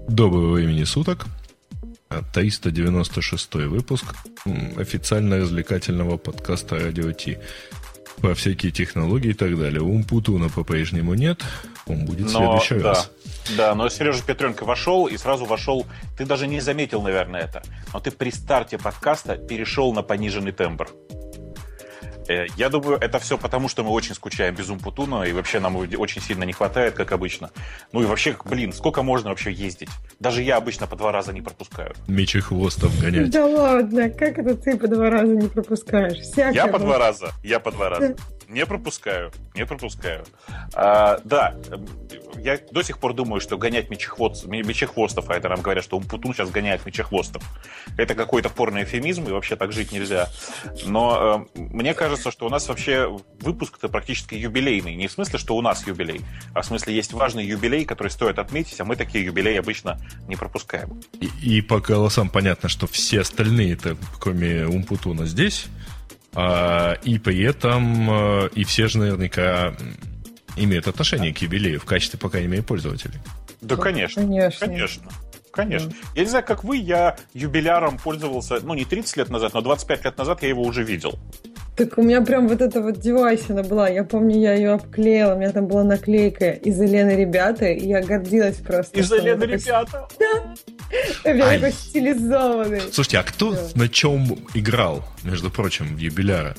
Доброго времени суток. 396 выпуск официально-развлекательного подкаста Радио Ти. Про всякие технологии и так далее. Умпутуна по-прежнему нет. Он будет в следующий раз. Да, но Сережа Петренко вошел и сразу вошел. Ты даже не заметил, наверное, это. Но ты при старте подкаста перешел на пониженный тембр. Я думаю, это все потому, что мы очень скучаем без Умпутуна, и вообще нам его очень сильно не хватает, как обычно. Ну и вообще, сколько можно вообще ездить? Даже я обычно по 2 раза не пропускаю. Мечехвостов гонять. Да ладно, как это ты по 2 раза не пропускаешь? Я по 2 раза. Не пропускаю. Да, я до сих пор думаю, что гонять мечехвостов, а это нам говорят, что Умпутун сейчас гоняет мечехвостов. Это какой-то порный эвфемизм, и вообще так жить нельзя. Но мне кажется, что у нас вообще выпуск-то практически юбилейный. Не в смысле, что у нас юбилей, а в смысле есть важный юбилей, который стоит отметить, а мы такие юбилеи обычно не пропускаем. И по голосам понятно, что все остальные-то, кроме Умпутуна, здесь. И при этом и все же наверняка имеют отношение к юбилею в качестве, по крайней мере, пользователей. Да, конечно. Да. Я не знаю, как вы, я юбиляром пользовался, не 30 лет назад, но 25 лет назад я его уже видел. Так у меня прям вот эта вот девайсина была. Я помню, я ее обклеила. У меня там была наклейка из Елены ребята, и я гордилась просто. Из Елены ребята? Да. Я такой стилизованный. Слушайте, а кто на чем играл, между прочим, в юбиляра?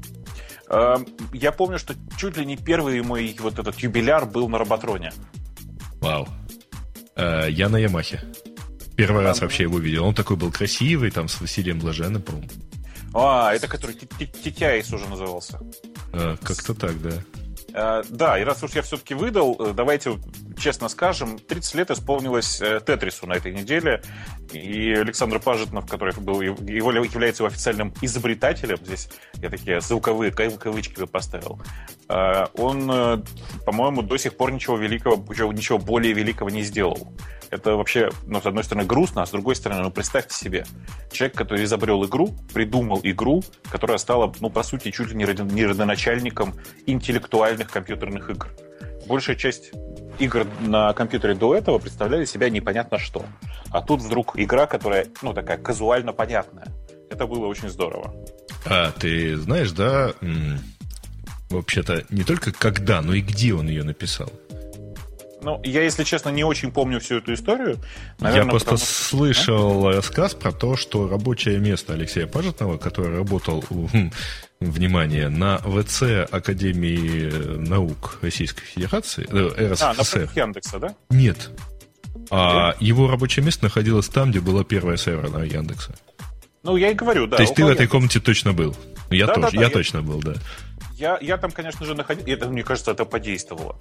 Я помню, что чуть ли не первый мой вот этот юбиляр был на Роботроне. Вау. Я на Ямахе. Первый раз вообще его видел. Он такой был красивый, там с Василием Блаженным, по-моему. Это который Титяис уже назывался. Как-то так, да. Да, и раз уж я все-таки выдал, давайте честно скажем, 30 лет исполнилось Тетрису на этой неделе, и Александр Пажетнов, который является его официальным изобретателем, здесь я такие звуковые кавычки бы поставил, он, по-моему, до сих пор ничего более великого не сделал. Это вообще, с одной стороны, грустно, а с другой стороны, представьте себе, человек, который изобрел игру, придумал игру, которая стала, по сути, чуть ли не родоначальником интеллектуальных компьютерных игр. Большая часть игр на компьютере до этого представляли себя непонятно что. А тут вдруг игра, которая, такая казуально понятная. Это было очень здорово. Ты знаешь, да, вообще-то не только когда, но и где он ее написал? Я, если честно, не очень помню всю эту историю. Наверное, я просто слышал рассказ про то, что рабочее место Алексея Пажетнова, который работал, внимание, на ВЦ Академии наук Российской Федерации, РСФСР. Напротив Яндекса, да? Нет. Его рабочее место находилось там, где была первая сервера Яндекса. Я и говорю, да. То есть ты в этой комнате точно был? Я тоже. Я точно был, да. Я там, конечно же, находился. Мне кажется, это подействовало.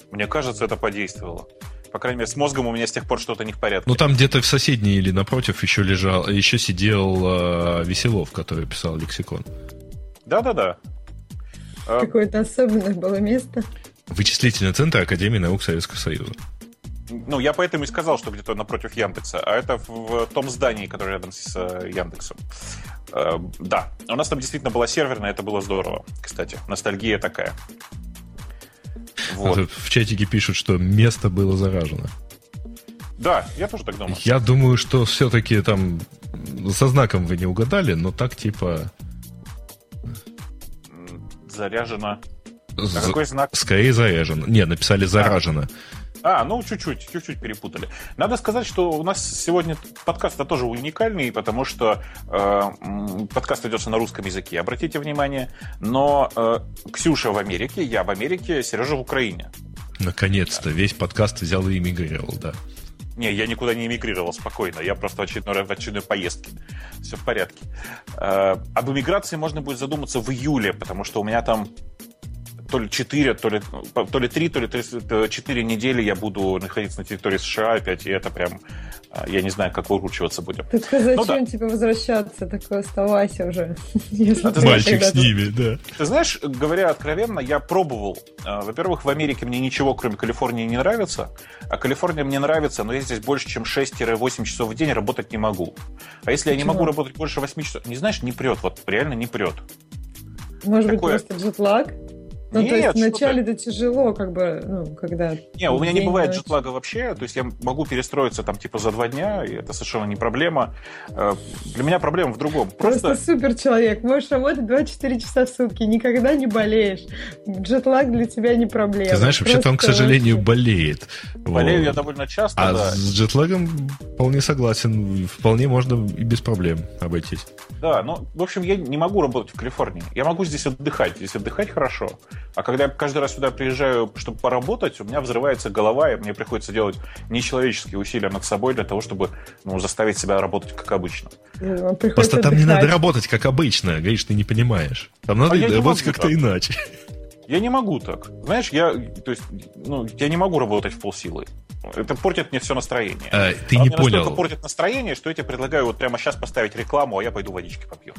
По крайней мере, с мозгом у меня с тех пор что-то не в порядке. Там где-то в соседней или напротив еще сидел Веселов, который писал лексикон. Да. Какое-то особенное было место. Вычислительный центр Академии наук Советского Союза. Я поэтому и сказал, что где-то напротив Яндекса. А это в том здании, которое рядом с Яндексом. Да, у нас там действительно была серверная, это было здорово. Кстати, ностальгия такая. Вот. В чатике пишут, что место было заражено. Да, я тоже так думаю. Я думаю, что все-таки там со знаком вы не угадали, но так типа... Заряжено. А какой знак? Скорее заряжено. Не, написали заражено. Чуть-чуть перепутали. Надо сказать, что у нас сегодня подкаст тоже уникальный, потому что подкаст ведется на русском языке, обратите внимание. Но Ксюша в Америке, я в Америке, Сережа в Украине. Наконец-то, весь подкаст взял и эмигрировал, да. Не, я никуда не эмигрировал, спокойно. Я просто в очередной поездке. Все в порядке. Об эмиграции можно будет задуматься в июле, потому что у меня там то ли 4 недели я буду находиться на территории США опять, и это прям, я не знаю, как выкручиваться будем. Так зачем тебе возвращаться? Такой оставайся уже. Мальчик с ними, да. Ты знаешь, говоря откровенно, я пробовал. Во-первых, в Америке мне ничего, кроме Калифорнии, не нравится. А Калифорния мне нравится, но я здесь больше, чем 6-8 часов в день работать не могу. А если я не могу работать больше 8 часов, не знаешь, не прет, вот реально не прет. Может быть, просто джетлаг? Ну, то есть вначале это тяжело, как бы, ну, когда... Не, у меня не бывает джетлага вообще, то есть я могу перестроиться там типа за 2 дня, и это совершенно не проблема. Для меня проблема в другом. Просто супер человек, можешь работать 24 часа в сутки, никогда не болеешь. Джетлаг для тебя не проблема. Ты знаешь, вообще-то он, к сожалению, болеет. Болею я довольно часто, да. С джетлагом вполне согласен, вполне можно и без проблем обойтись. Да, ну, в общем, я не могу работать в Калифорнии. Я могу здесь отдыхать хорошо. А когда я каждый раз сюда приезжаю, чтобы поработать, у меня взрывается голова, и мне приходится делать нечеловеческие усилия над собой для того, чтобы заставить себя работать как обычно. Просто там не надо работать как обычно, Гриш, ты не понимаешь. Там надо работать как-то иначе. Я не могу так. Знаешь, я не могу работать в полсилы. Это портит мне все настроение. Ты не понял. Настолько портит настроение, что я тебе предлагаю вот прямо сейчас поставить рекламу, а я пойду водички попью.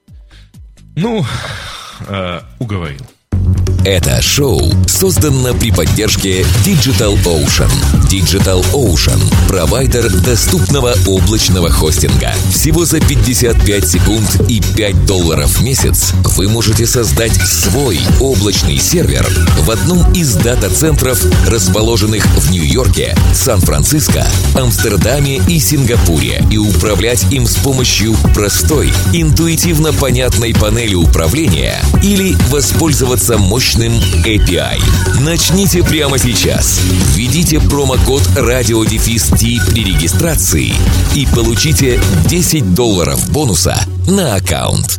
Уговорил. Это шоу создано при поддержке Digital Ocean. Digital Ocean – провайдер доступного облачного хостинга. Всего за 55 секунд и $5 в месяц вы можете создать свой облачный сервер в одном из дата-центров, расположенных в Нью-Йорке, Сан-Франциско, Амстердаме и Сингапуре, и управлять им с помощью простой, интуитивно понятной панели управления или воспользоваться мощным API. Начните прямо сейчас. Введите промокод RadioDefist при регистрации и получите $10 бонуса на аккаунт.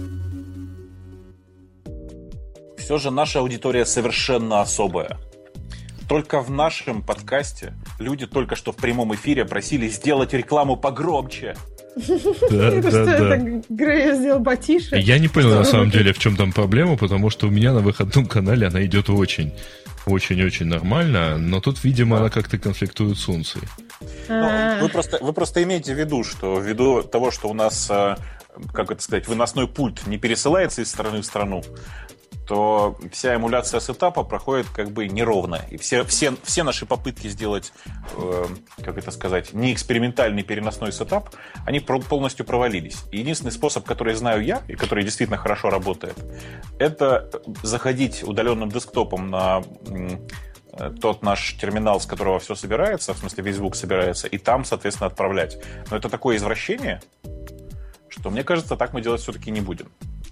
Все же наша аудитория совершенно особая. Только в нашем подкасте люди только что в прямом эфире просили сделать рекламу погромче. Да. Грей сделал потише. Я не понял, на самом деле, в чем там проблема, потому что у меня на выходном канале она идет очень-очень нормально, но тут, видимо, она как-то конфликтует с унцией. Вы просто имеете в виду, что ввиду того, что у нас, как это сказать, выносной пульт не пересылается из страны в страну, то вся эмуляция сетапа проходит как бы неровно. И все наши попытки сделать, как это сказать, не экспериментальный переносной сетап, они полностью провалились. И единственный способ, который знаю я, и который действительно хорошо работает, это заходить удаленным десктопом на тот наш терминал, с которого все собирается, в смысле весь звук собирается, и там, соответственно, отправлять. Но это такое извращение, что, мне кажется, так мы делать все-таки не будем.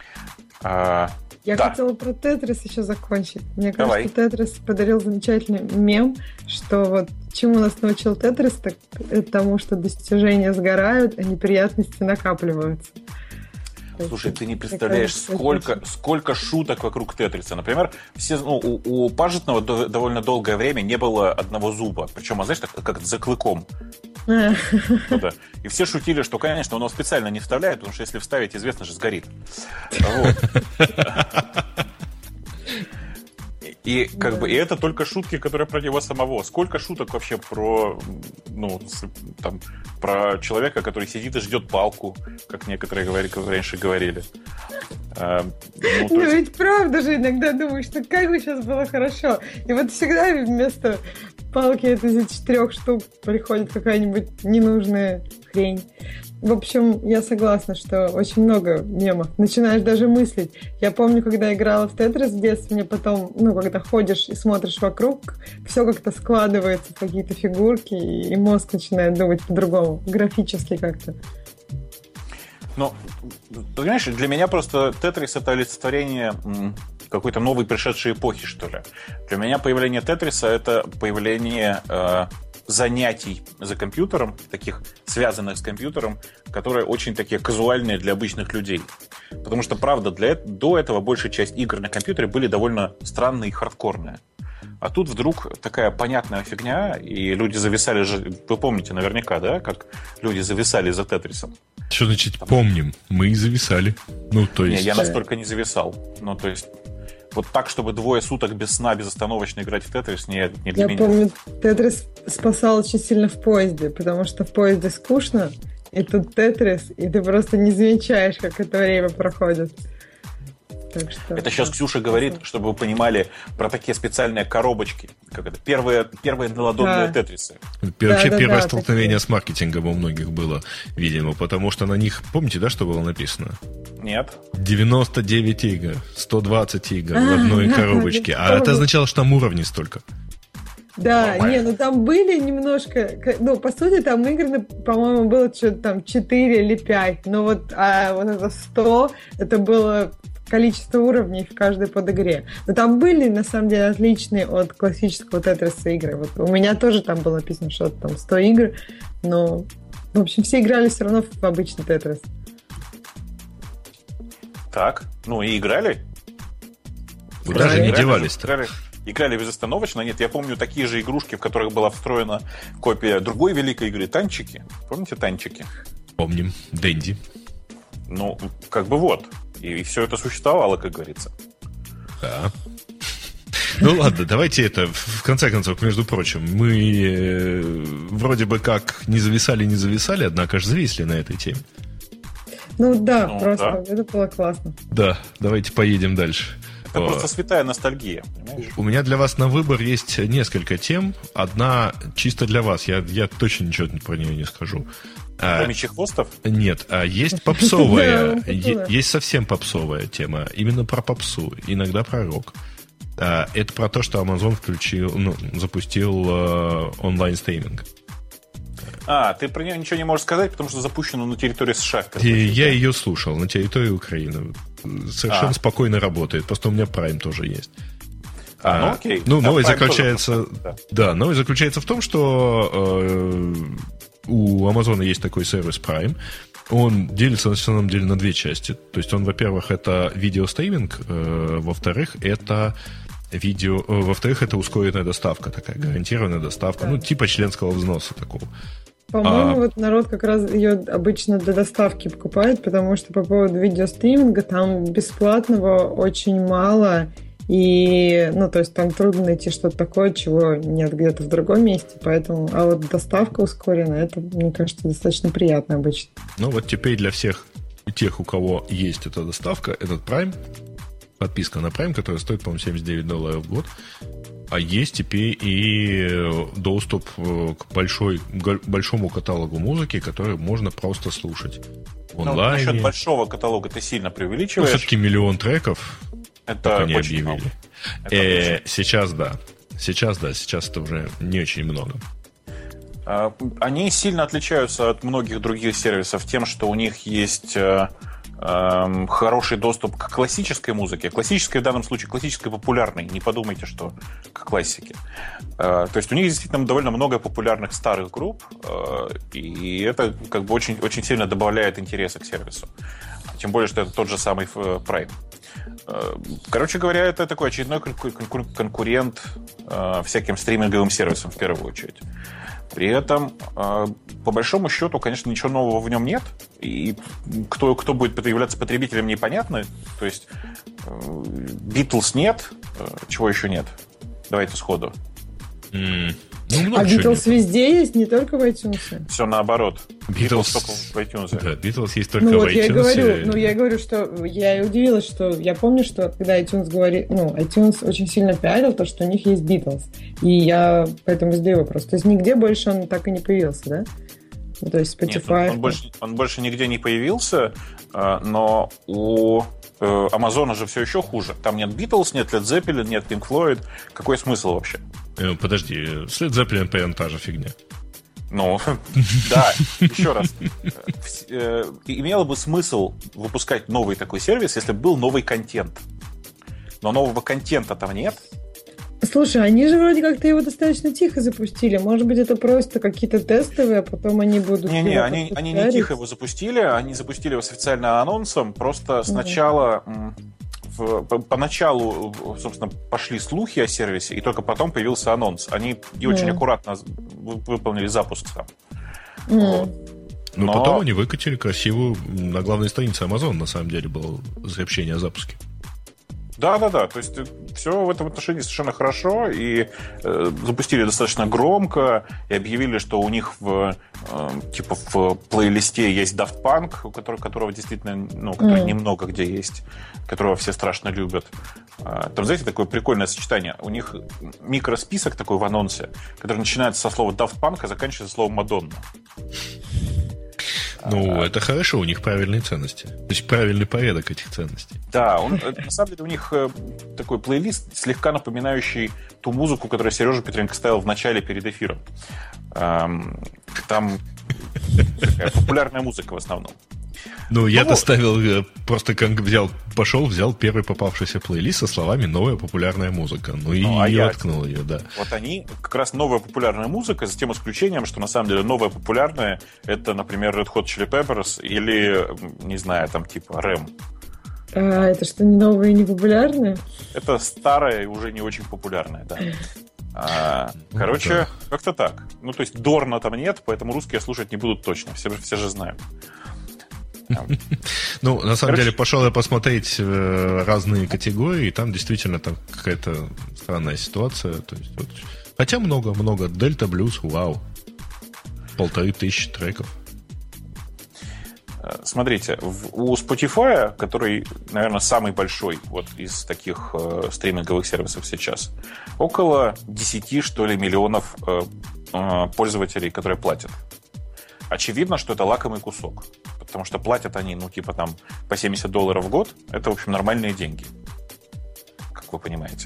Я хотела про Тетрис еще закончить. Мне кажется, Тетрис подарил замечательный мем, что вот чему нас научил Тетрис, так это тому, что достижения сгорают, а неприятности накапливаются. Слушай, ты не представляешь, сколько шуток вокруг Тетриса. Например, у Пажетного довольно долгое время не было одного зуба. Причем, знаешь, как за клыком. И все шутили, что, конечно, он его специально не вставляет, потому что если вставить, известно же, сгорит. И как бы и это только шутки, которые про него самого. Сколько шуток вообще про про человека, который сидит и ждет палку, как некоторые раньше говорили. Ведь правда же иногда думаешь, что как бы сейчас было хорошо. И вот всегда вместо палки из 4 штук приходит какая-нибудь ненужная хрень. В общем, я согласна, что очень много мемов. Начинаешь даже мыслить. Я помню, когда играла в Тетрис в детстве, мне потом, когда ходишь и смотришь вокруг, все как-то складывается в какие-то фигурки, и мозг начинает думать по-другому, графически как-то. Понимаешь, для меня просто Тетрис — это олицетворение какой-то новой пришедшей эпохи, что ли. Для меня появление Тетриса — это появление занятий за компьютером, таких связанных с компьютером, которые очень такие казуальные для обычных людей. Потому что, правда, до этого большая часть игр на компьютере были довольно странные и хардкорные. А тут вдруг такая понятная фигня, и люди зависали же... Вы помните наверняка, да, как люди зависали за Тетрисом? Что значит помним? Мы и зависали. Не, я настолько не зависал. То есть... Вот так, чтобы 2 суток без сна, безостановочно играть в Тетрис, не для меня. Я помню, Тетрис спасал очень сильно в поезде, потому что в поезде скучно, и тут Тетрис, и ты просто не замечаешь, как это время проходит. Так что, это сейчас Ксюша говорит, чтобы вы понимали, про такие специальные коробочки. Как это? Первые наладонные тетрисы. Вообще первое столкновение с маркетингом у многих было, видимо, потому что на них, помните, да, что было написано? Нет. 99 игр, 120 игр в одной коробочке. А это означало, что там уровней столько. Да, ну там были немножко, ну, по сути, там игр, по-моему, было что-то там 4 или 5, но вот это 100, это было количество уровней в каждой подигре. Но там были, на самом деле, отличные от классического Тетриса игры. Вот у меня тоже там было написано, что там 100 игр, но, в общем, все играли все равно в обычный Тетрис. Так, ну и играли? Вы даже не девались-то. Играли безостановочно. Нет, я помню такие же игрушки, в которых была встроена копия другой великой игры «Танчики». Помните «Танчики»? Помним. Дэнди. Ну, как бы вот. И все это существовало, как говорится. Да. Ну ладно, давайте это, в конце концов, между прочим, мы вроде бы как не зависали, однако же зависли на этой теме. Ну да, просто это было классно. Да, давайте поедем дальше. Это просто святая ностальгия, понимаешь? У меня для вас на выбор есть несколько тем. Одна чисто для вас. Я точно ничего про нее не скажу. Про мечехвостов? Нет, есть попсовая. Есть совсем попсовая тема. Именно про попсу. Иногда про рок. Это про то, что Amazon запустил онлайн-стриминг. Ты про нее ничего не можешь сказать, потому что запущено на территории США. Я ее слушал на территории Украины. Совершенно спокойно работает. Просто у меня Prime тоже есть. Окей. Новость заключается... Да, новость заключается в том, что у Amazon есть такой сервис Prime. Он делится, на самом деле, на две части. То есть он, во-первых, это видеостриминг, во-вторых, это во-вторых, это ускоренная доставка, такая гарантированная доставка, типа членского взноса такого. По-моему, вот народ как раз ее обычно до доставки покупает, потому что по поводу видеостриминга там бесплатного очень мало, и, то есть там трудно найти что-то такое, чего нет где-то в другом месте, поэтому, а вот доставка ускоренная, это, мне кажется, достаточно приятно обычно. Вот теперь для всех тех, у кого есть эта доставка, этот Prime, подписка на Prime, которая стоит, по-моему, $79 в год, а есть теперь и доступ к большому каталогу музыки, который можно просто слушать в онлайне. Насчет большого каталога ты сильно преувеличиваешь. Все-таки 1 миллион треков это не объявили. Сейчас это уже не очень много. Они сильно отличаются от многих других сервисов тем, что у них есть хороший доступ к классической музыке. Классической в данном случае, классической популярной. Не подумайте, что к классике. То есть у них действительно довольно много популярных старых групп, и это как бы очень, очень сильно добавляет интереса к сервису. Тем более, что это тот же самый Prime. Короче говоря, это такой очередной конкурент всяким стриминговым сервисам в первую очередь. При этом, по большому счету, конечно, ничего нового в нем нет. И кто будет являться потребителем, непонятно. То есть Beatles нет. Чего еще нет? Давайте сходу. Beatles везде есть, не только в iTunes. Все наоборот. Beatles только в iTunes. Да, Beatles есть только в iTunes. Я говорю, что я и удивилась, что я помню, что когда iTunes говорит, iTunes очень сильно пиарил то, что у них есть Beatles. И я поэтому задаю вопрос. То есть нигде больше он так и не появился, да? То есть Spotify. Нет, он больше нигде не появился, но у Amazon же все еще хуже. Там нет Beatles, нет Led Zeppelin, нет Pink Floyd. Какой смысл вообще? Подожди, с Led Zeppelin прям та же фигня. Да, еще раз. Имело бы смысл выпускать новый такой сервис, если бы был новый контент. Но нового контента там нет. Слушай, они же вроде как-то его достаточно тихо запустили. Может быть, это просто какие-то тестовые, а потом они будут... они не тихо его запустили, они запустили его с официальным анонсом. Просто сначала... Поначалу, собственно, пошли слухи о сервисе, и только потом появился анонс. Они не очень аккуратно выполнили запуск там. Но потом они выкатили красивую... На главной странице Amazon, на самом деле, было сообщение о запуске. Да. То есть все в этом отношении совершенно хорошо. И запустили достаточно громко. И объявили, что у них в плейлисте есть Daft Punk, у которого действительно, который немного где есть, которого все страшно любят. Там, знаете, такое прикольное сочетание. У них микросписок такой в анонсе, который начинается со слова Daft Punk, а заканчивается словом Мадонна. Это хорошо, у них правильные ценности. То есть правильный порядок этих ценностей. Да, на самом деле у них такой плейлист, слегка напоминающий ту музыку, которую Сережа Петренко ставил в начале перед эфиром. Там такая популярная музыка в основном. Я-то ставил, просто как взял первый попавшийся плейлист со словами «Новая популярная музыка». Я воткнул ее, да. Вот они, как раз новая популярная музыка, за тем исключением, что на самом деле новая популярная — это, например, Red Hot Chili Peppers или, не знаю, там типа Рэм. А это что, не новые и не популярные? Это старая и уже не очень популярная, да. Короче, как-то так. То есть Дорна там нет, поэтому русские слушать не будут точно. Все же знают. На самом деле, пошел я посмотреть разные категории, и там действительно какая-то странная ситуация. То есть, хотя много. Дельта Блюз, вау. 1500 треков. Смотрите, у Spotify, который, наверное, самый большой из таких стриминговых сервисов сейчас, около 10, что ли, миллионов пользователей, которые платят. Очевидно, что это лакомый кусок. Потому что платят они, по $70 в год. Это, в общем, нормальные деньги. Как вы понимаете.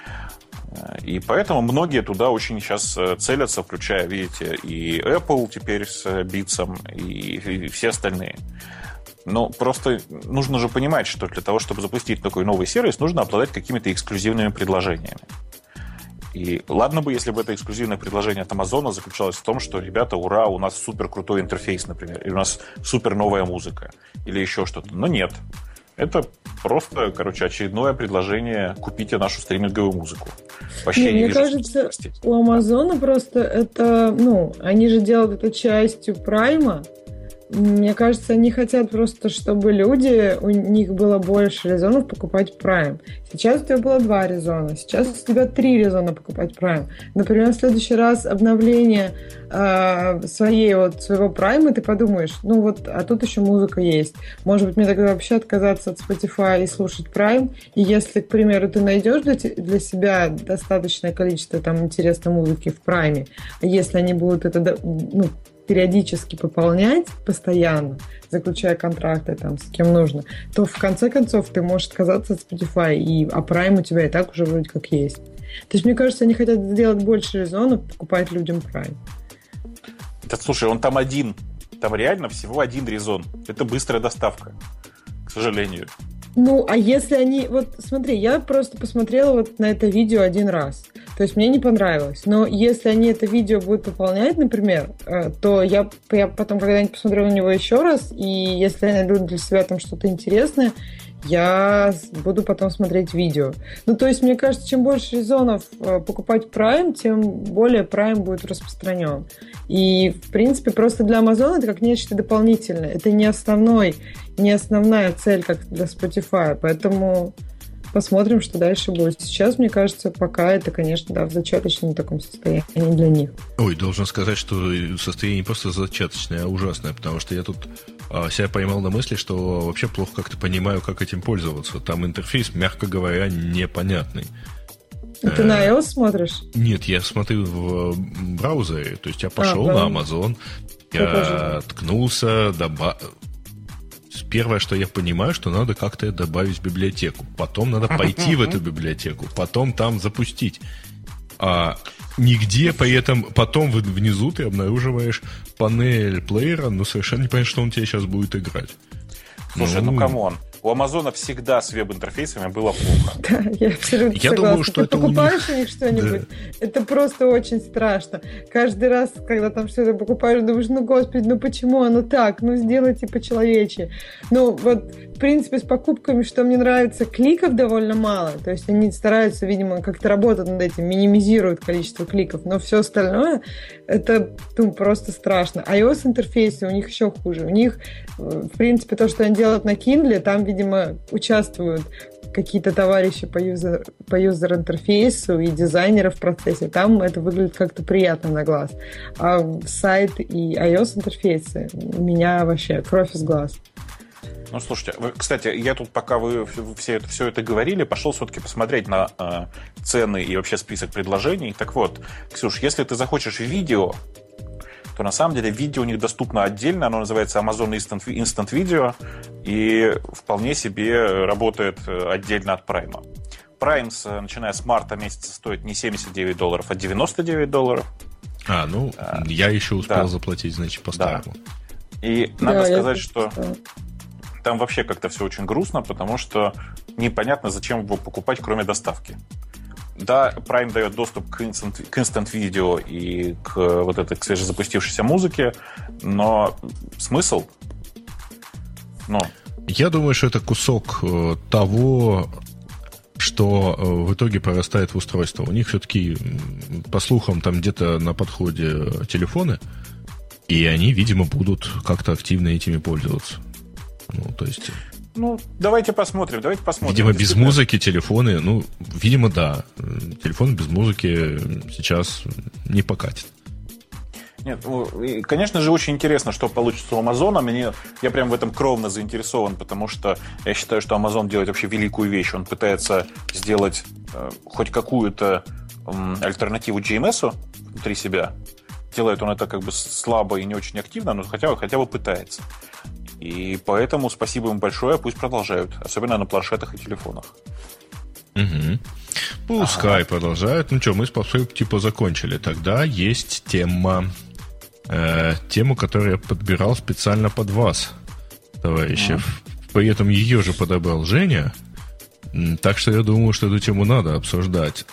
И поэтому многие туда очень сейчас целятся, включая, видите, и Apple теперь с Beats, и все остальные. Но просто нужно же понимать, что для того, чтобы запустить такой новый сервис, нужно обладать какими-то эксклюзивными предложениями. И ладно бы, если бы это эксклюзивное предложение от Амазона заключалось в том, что, ребята, ура, у нас супер крутой интерфейс, например, или у нас супер новая музыка, или еще что-то. Но нет. Это просто, очередное предложение: купите нашу стриминговую музыку. Вообще мне кажется, у Амазона просто это, они же делают это частью Прайма. Мне кажется, они хотят просто, чтобы у них было больше резонов покупать Prime. Сейчас у тебя было 2 резона, сейчас у тебя 3 резона покупать Prime. Например, в следующий раз обновление своего Prime, и ты подумаешь, а тут еще музыка есть. Может быть, мне тогда вообще отказаться от Spotify и слушать Prime, и если, к примеру, ты найдешь для себя достаточное количество интересной музыки в Prime, а если они будут это, периодически пополнять постоянно, заключая контракты с кем нужно, то в конце концов ты можешь отказаться от Spotify, а Prime у тебя и так уже вроде как есть. То есть, мне кажется, они хотят сделать больше резонов покупать людям Prime. Да слушай, он там один. Там реально всего один резон. Это быстрая доставка, к сожалению. А если они... смотри, я просто посмотрела на это видео один раз. То есть мне не понравилось. Но если они это видео будут пополнять, например, то я потом когда-нибудь посмотрю на него еще раз, и если я найду для себя там что-то интересное, я буду потом смотреть видео. То есть, мне кажется, чем больше резонов покупать Prime, тем более Prime будет распространен. И, в принципе, просто для Amazon это как нечто дополнительное. Это не основная цель, как для Spotify. Поэтому посмотрим, что дальше будет. Сейчас, мне кажется, пока это, конечно, в зачаточном таком состоянии для них. Должен сказать, что состояние не просто зачаточное, а ужасное, потому что я тут себя поймал на мысли, что вообще плохо как-то понимаю, как этим пользоваться. Там интерфейс, мягко говоря, непонятный. Ты на iOS смотришь? Нет, я смотрю в браузере. То есть я пошел на Amazon, я ткнулся, Первое, что я понимаю, что надо как-то добавить в библиотеку. Потом надо пойти в эту библиотеку. Потом там запустить. А нигде при этом... Потом внизу ты обнаруживаешь панель плеера, но совершенно не понятно, что он тебе сейчас будет играть. Слушай, камон. У Амазона всегда с веб-интерфейсами было плохо. Да, я абсолютно согласна. Думаю, что ты покупаешь у них что-нибудь, это просто очень страшно. Каждый раз, когда там что-то покупаешь, думаешь, господи, почему оно так? Сделайте по-человечьи. В принципе, с покупками, что мне нравится, кликов довольно мало. То есть они стараются, видимо, как-то работать над этим, минимизируют количество кликов. Но все остальное, это просто страшно. iOS-интерфейсы у них еще хуже. У них, в принципе, то, что они делают на Kindle, там, видимо, участвуют какие-то товарищи по юзер-интерфейсу и дизайнеры в процессе, там это выглядит как-то приятно на глаз. А сайт и iOS-интерфейсы у меня вообще кровь из глаз. Ну, слушайте, кстати, я тут, пока вы все это говорили, пошел все-таки посмотреть на цены и вообще список предложений. Так вот, Ксюш, если ты захочешь видео, то на самом деле видео у них доступно отдельно, оно называется Amazon Instant Video, и вполне себе работает отдельно от Prime. Prime, начиная с марта месяца, стоит не $79, а $99. Я еще успел заплатить, значит, по-старому. Да. И надо сказать, что там вообще как-то все очень грустно, потому что непонятно, зачем его покупать, кроме доставки. Да, Prime дает доступ к Instant Video и к вот этой к свежезапустившейся музыке, но смысл? Я думаю, что это кусок того, что в итоге прорастает в устройство. У них все-таки, по слухам, там где-то на подходе телефоны, и они, видимо, будут как-то активно этими пользоваться. Давайте посмотрим. Видимо, без музыки телефоны, видимо, да. Телефон без музыки сейчас не покатит. Нет, конечно же, очень интересно, что получится у Амазона. Я прям в этом кровно заинтересован, потому что я считаю, что Амазон делает вообще великую вещь. Он пытается сделать хоть какую-то альтернативу GMS внутри себя. Делает он это как бы слабо и не очень активно, но хотя бы пытается. И поэтому спасибо им большое, пусть продолжают, особенно на планшетах и телефонах. Угу. Пускай продолжают. Мы с попсой типа закончили. Тогда есть тему, которую я подбирал специально под вас, товарищи. При этом ее же подобрал Женя. Так что я думаю, что эту тему надо обсуждать.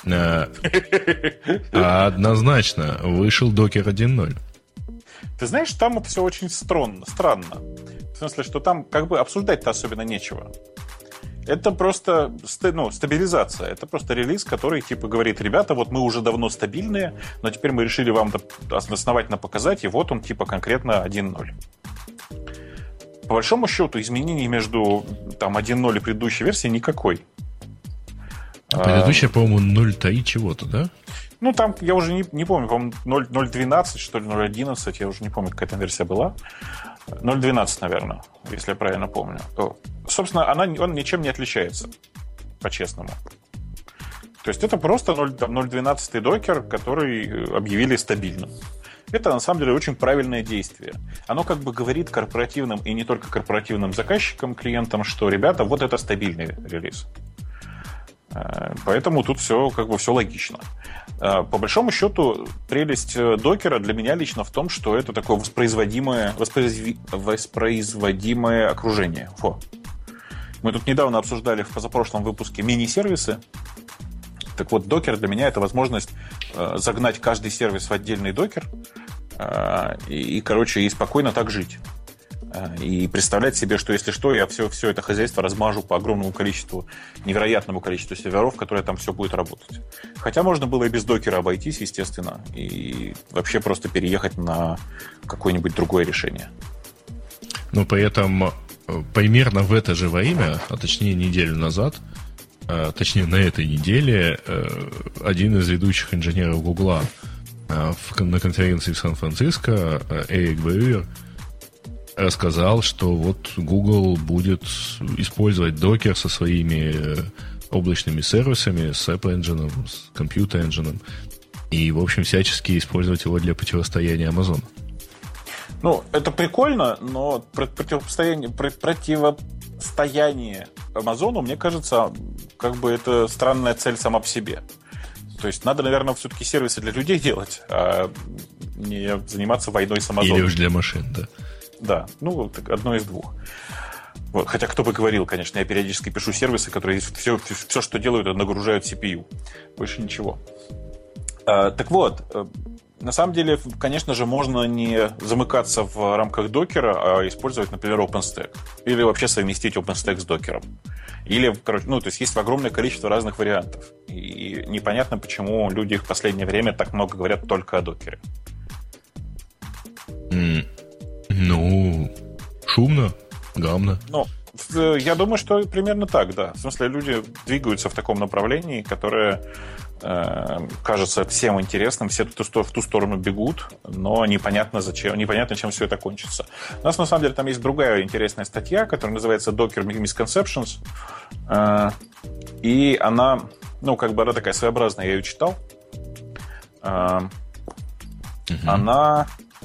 Однозначно, вышел Docker 1.0. Ты знаешь, там все очень странно. В смысле, что там как бы обсуждать-то особенно нечего. Это просто стабилизация. Это просто релиз, который типа говорит: ребята, вот мы уже давно стабильные, но теперь мы решили вам основательно показать, и вот он типа конкретно 1.0. По большому счету, изменений между 1.0 и предыдущей версией никакой. Предыдущая, по-моему, 0.3 чего-то, да? Там, я уже не помню, по-моему, 0.12, что ли, 0.11, я уже не помню, какая там версия была. 0.12, наверное, если я правильно помню. Собственно, он ничем не отличается, по-честному. То есть это просто 0.12 докер, который объявили стабильным. Это, на самом деле, очень правильное действие. Оно как бы говорит корпоративным и не только корпоративным заказчикам, клиентам, что, ребята, вот это стабильный релиз. Поэтому тут все логично. По большому счету, прелесть докера для меня лично в том, что это такое воспроизводимое окружение. Мы тут недавно обсуждали в позапрошлом выпуске мини-сервисы. Так вот, докер для меня это возможность загнать каждый сервис в отдельный докер и спокойно так жить. И представлять себе, что если что, я все это хозяйство размажу по огромному количеству, невероятному количеству серверов, которые там все будет работать. Хотя можно было и без докера обойтись, естественно, и вообще просто переехать на какое-нибудь другое решение. Но при этом примерно в это же время, а точнее неделю назад, точнее на этой неделе, один из ведущих инженеров Гугла на конференции в Сан-Франциско, Эрик Брюер, рассказал, что вот Google будет использовать Docker со своими облачными сервисами, с App Engine, с Computer Engine, и, в общем, всячески использовать его для противостояния Amazon. Это прикольно, но противостояние Амазону, мне кажется, как бы это странная цель сама по себе. То есть надо, наверное, все-таки сервисы для людей делать, а не заниматься войной с Амазоном. Или уж для машин, да. Да, одно из двух. Хотя кто бы говорил, конечно, я периодически пишу сервисы, которые все, что делают, это нагружают CPU. Больше ничего. Так вот, на самом деле, конечно же, можно не замыкаться в рамках докера, а использовать, например, OpenStack. Или вообще совместить OpenStack с докером. Или, то есть есть огромное количество разных вариантов. И непонятно, почему люди в последнее время так много говорят только о докере. Шумно, гамно. Я думаю, что примерно так, да. В смысле, люди двигаются в таком направлении, которое кажется всем интересным, все в ту сторону бегут, но непонятно зачем, непонятно, чем все это кончится. У нас, на самом деле, там есть другая интересная статья, которая называется Docker Misconceptions, и она, она такая своеобразная, я ее читал. Она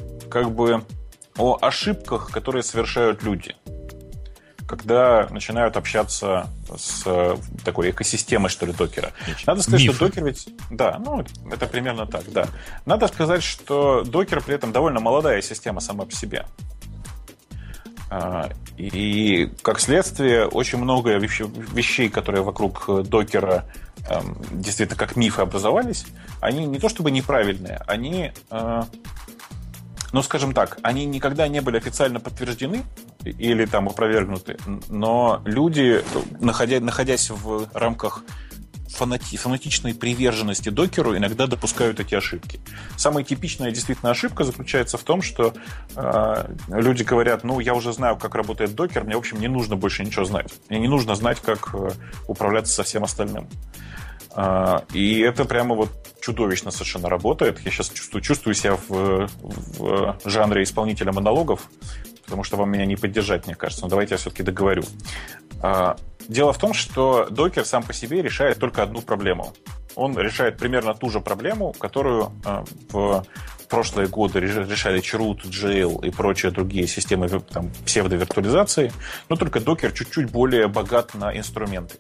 о ошибках, которые совершают люди, когда начинают общаться с такой экосистемой, что ли, докера. Надо сказать, что докер ведь... Да, это примерно так, да. Надо сказать, что докер при этом довольно молодая система сама по себе. И, как следствие, очень много вещей, которые вокруг докера действительно как мифы образовались, они не то чтобы неправильные, они... скажем так, они никогда не были официально подтверждены или там опровергнуты, но люди, находясь в рамках фанатичной приверженности докеру, иногда допускают эти ошибки. Самая типичная действительно ошибка заключается в том, что люди говорят, я уже знаю, как работает докер, мне, в общем, не нужно больше ничего знать. Мне не нужно знать, как управляться со всем остальным. И это прямо чудовищно совершенно работает. Я сейчас чувствую себя в жанре исполнителя монологов, потому что вам меня не поддержать, мне кажется. Но давайте я все-таки договорю. Дело в том, что докер сам по себе решает только одну проблему. Он решает примерно ту же проблему, которую в прошлые годы решали Chroot, Jail и прочие другие системы псевдовиртуализации, но только докер чуть-чуть более богат на инструменты.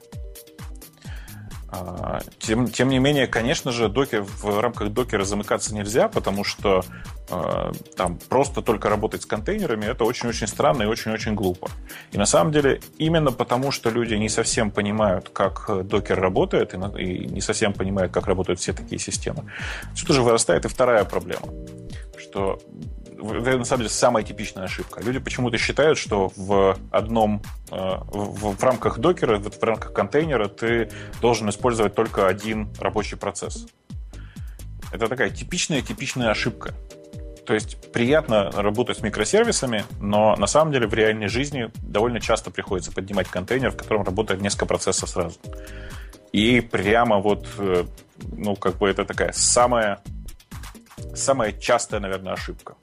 Тем не менее, конечно же, в рамках докера замыкаться нельзя, потому что там просто только работать с контейнерами — это очень-очень странно и очень-очень глупо. И на самом деле именно потому, что люди не совсем понимают, как докер работает, и не совсем понимают, как работают все такие системы, сюда же вырастает и вторая проблема, что это на самом деле самая типичная ошибка. Люди почему-то считают, что в рамках докера, в рамках контейнера ты должен использовать только один рабочий процесс. Это такая типичная ошибка. То есть приятно работать с микросервисами, но на самом деле в реальной жизни довольно часто приходится поднимать контейнер, в котором работает несколько процессов сразу. И прямо это такая самая частая, наверное, ошибка.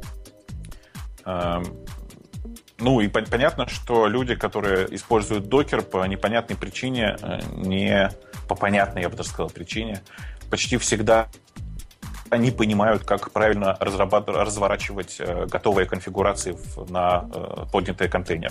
И понятно, что люди, которые используют докер по непонятной причине, не по понятной, я бы даже сказал, причине, почти всегда они понимают, как правильно разворачивать готовые конфигурации на поднятые контейнеры.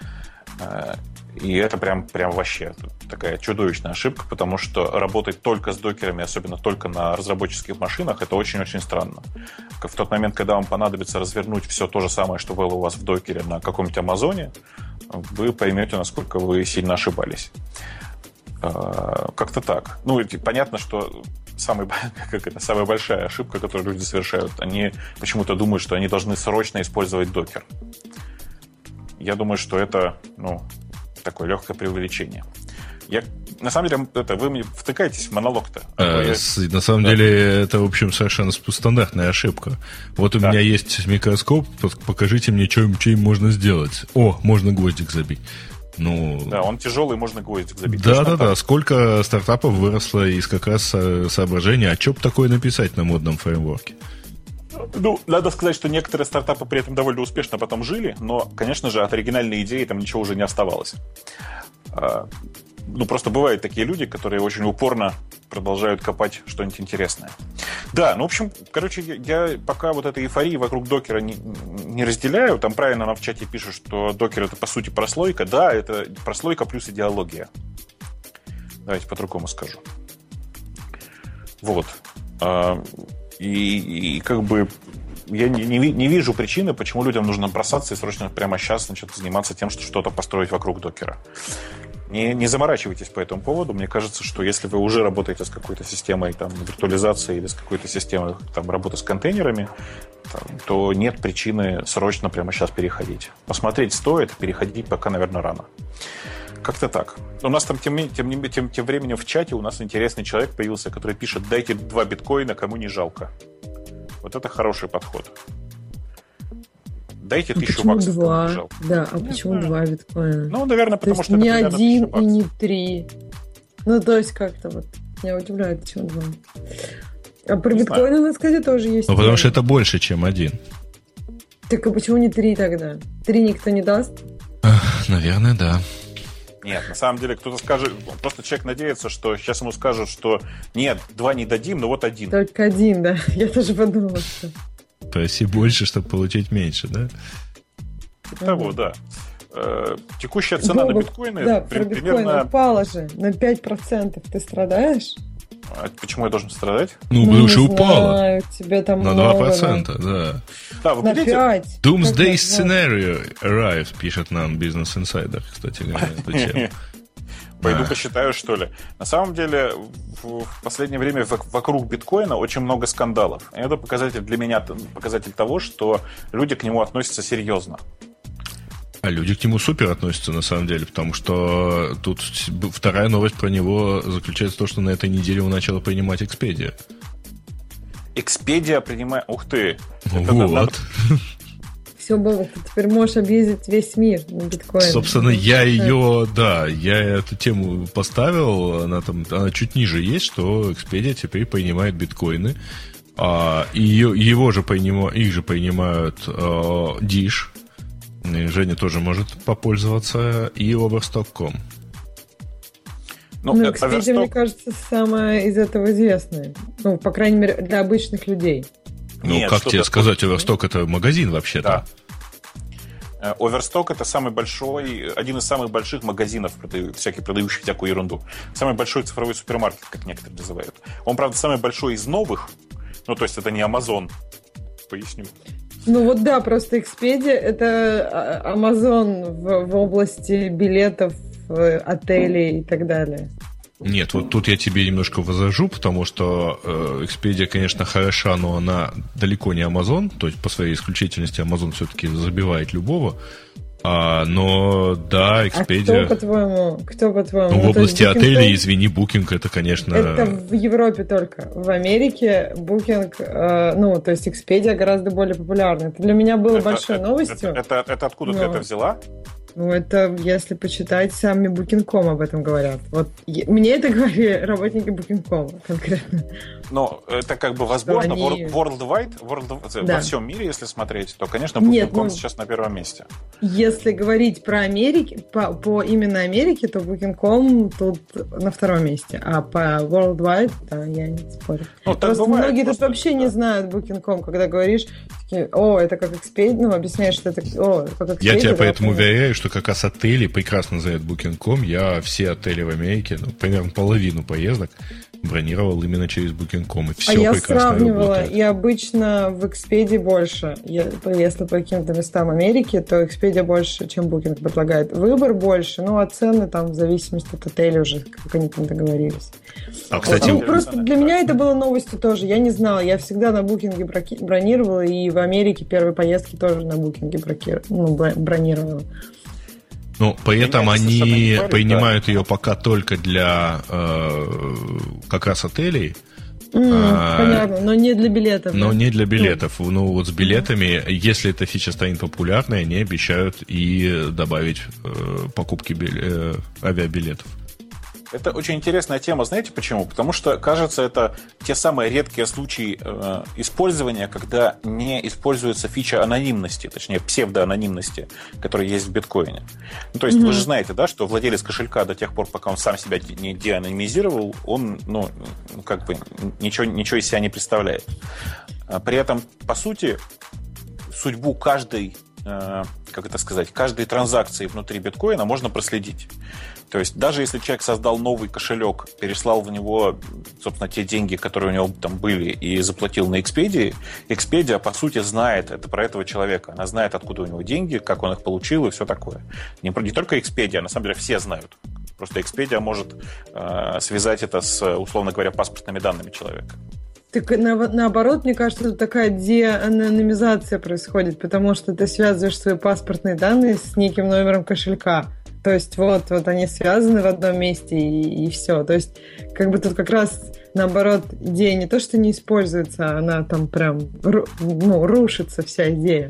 И это прям вообще такая чудовищная ошибка, потому что работать только с докерами, особенно только на разработческих машинах, это очень-очень странно. В тот момент, когда вам понадобится развернуть все то же самое, что было у вас в докере на каком-нибудь Амазоне, вы поймете, насколько вы сильно ошибались. Как-то так. Понятно, что самая большая ошибка, которую люди совершают, они почему-то думают, что они должны срочно использовать докер. Я думаю, что это, такое легкое преувеличение. На самом деле, вы мне втыкаетесь в монолог-то. На самом деле, это, в общем, совершенно стандартная ошибка. Вот у меня есть микроскоп, покажите мне, что им можно сделать. Можно гвоздик забить. Да, он тяжелый, можно гвоздик забить. Да. Сколько стартапов выросло из как раз соображения, а что бы такое написать на модном фреймворке? Надо сказать, что некоторые стартапы при этом довольно успешно потом жили, но, конечно же, от оригинальной идеи там ничего уже не оставалось. Просто бывают такие люди, которые очень упорно продолжают копать что-нибудь интересное. Да, в общем, я пока этой эйфории вокруг докера не разделяю. Там правильно нам в чате пишут, что докер — это, по сути, прослойка. Да, это прослойка плюс идеология. Давайте по-другому скажу. И я не вижу причины, почему людям нужно бросаться и срочно прямо сейчас заниматься тем, что что-то построить вокруг докера. Не заморачивайтесь по этому поводу. Мне кажется, что если вы уже работаете с какой-то системой виртуализации или с какой-то системой работы с контейнерами, то нет причины срочно прямо сейчас переходить. Посмотреть стоит, переходить пока, наверное, рано. Как-то так. У нас там тем временем в чате у нас интересный человек появился, который пишет: дайте 2 биткоина, кому не жалко. Вот это хороший подход. дайте 1000 баксов. Почему 2? Да, а почему 2 биткоина? Ну, наверное, потому что не 1 и не 3. Ну, то есть как-то вот меня удивляет, почему 2. А про биткоины, надо сказать, тоже есть. Ну, потому что это больше, чем 1. Так а почему не 3 тогда? 3 никто не даст? Наверное, да. Нет, на самом деле кто-то скажет, просто человек надеется, что сейчас ему скажут, что нет, 2 не дадим, но вот 1. Только 1, да. Я тоже подумала, что... Проси больше, чтобы получить меньше, да? Того, да. Текущая цена на биткоины... Да, про биткоин упала же на 5%. Ты страдаешь? А почему я должен страдать? Ну, потому что упала. Тебе там на много, 2%, да. Да, вы на видите? 5. Doomsday Scenario arrives, пишет нам Business Insider, кстати говоря, эту тему. Пойду посчитаю, что ли. На самом деле, в последнее время вокруг биткоина очень много скандалов. И это показатель для меня, показатель того, что люди к нему относятся серьезно. А люди к нему супер относятся, на самом деле, потому что тут вторая новость про него заключается в том, что на этой неделе он начал принимать Expedia. Expedia принимает... Ух ты! Вот. Все, Бобок, ты теперь можешь объездить весь мир на биткоине. Собственно, я эту тему поставил, она чуть ниже есть, что Expedia теперь принимает биткоины. Их же принимают Dish. Женя тоже может попользоваться, и Overstock.com. Ну, Expedia, мне кажется, самая из этого известная. Ну, по крайней мере, для обычных людей. Ну, нет, как тебе сказать, Overstock это магазин вообще-то. Да. Overstock это самый большой, один из самых больших магазинов, продающих всякую ерунду. Самый большой цифровой супермаркет, как некоторые называют. Он, правда, самый большой из новых, ну, то есть это не Amazon, поясню. Ну вот да, просто Expedia это Amazon в области билетов, отелей и так далее. Нет, вот тут я тебе немножко возражу, потому что Expedia, конечно, хороша, но она далеко не Amazon, то есть по своей исключительности Amazon все-таки забивает любого. Но да, Expedia... Кто, по-твоему? Ну, в области отелей, извини, Booking это, конечно... Это в Европе только. В Америке Booking, то есть Expedia гораздо более популярна. Это для меня было большой новостью. Это откуда ты это взяла? Ну, это, если почитать, сами Booking.com об этом говорят. Вот мне это говорили работники Booking.com конкретно. Но это как бы возможно, worldwide, во всем мире, если смотреть, то, конечно, Booking.com сейчас на первом месте. Если говорить про Америку, по именно Америке, то Booking.com тут на втором месте. А по worldwide, да, я не спорю. Ну, просто бывает, многие тут вообще не знают Booking.com, когда говоришь, такие, это как Expedia, объясняешь, что это как Expedia. Я тебя поэтому уверяю, что как раз отели прекрасно знают Booking.com. Я все отели в Америке, примерно половину поездок бронировал именно через Booking.com. И все я прекрасно сравнивала, работает. И обычно в Expedia больше. Если по каким-то местам Америки, то Expedia больше, чем Booking предлагает. Выбор больше, а цены там в зависимости от отеля уже, как они там договорились. Кстати, просто для меня это было новостью тоже. Я не знала. Я всегда на Booking бронировала, и в Америке первые поездки тоже на Booking бронировала. Но при этом они принимают ее пока только для как раз отелей. Понятно, но не для билетов. Но не для билетов. Ну, вот с билетами, если эта фича станет популярной, они обещают и добавить покупки авиабилетов. Это очень интересная тема, знаете почему? Потому что, кажется, это те самые редкие случаи использования, когда не используется фича анонимности, точнее псевдоанонимности, которая есть в биткоине. Ну, то есть вы же знаете, да, что владелец кошелька до тех пор, пока он сам себя не деанонимизировал, он, ничего из себя не представляет. При этом, по сути, судьбу каждой транзакции внутри биткоина можно проследить. То есть даже если человек создал новый кошелек, переслал в него, собственно, те деньги, которые у него там были, и заплатил на Expedia, Expedia, по сути, знает про этого человека. Она знает, откуда у него деньги, как он их получил и все такое. Не только Expedia, на самом деле все знают. Просто Expedia может связать это с, условно говоря, паспортными данными человека. Так наоборот, мне кажется, тут такая деанонимизация происходит, потому что ты связываешь свои паспортные данные с неким номером кошелька. То есть вот они связаны в одном месте и все. То есть как бы тут как раз наоборот идея не то, что не используется, она там прям рушится вся идея.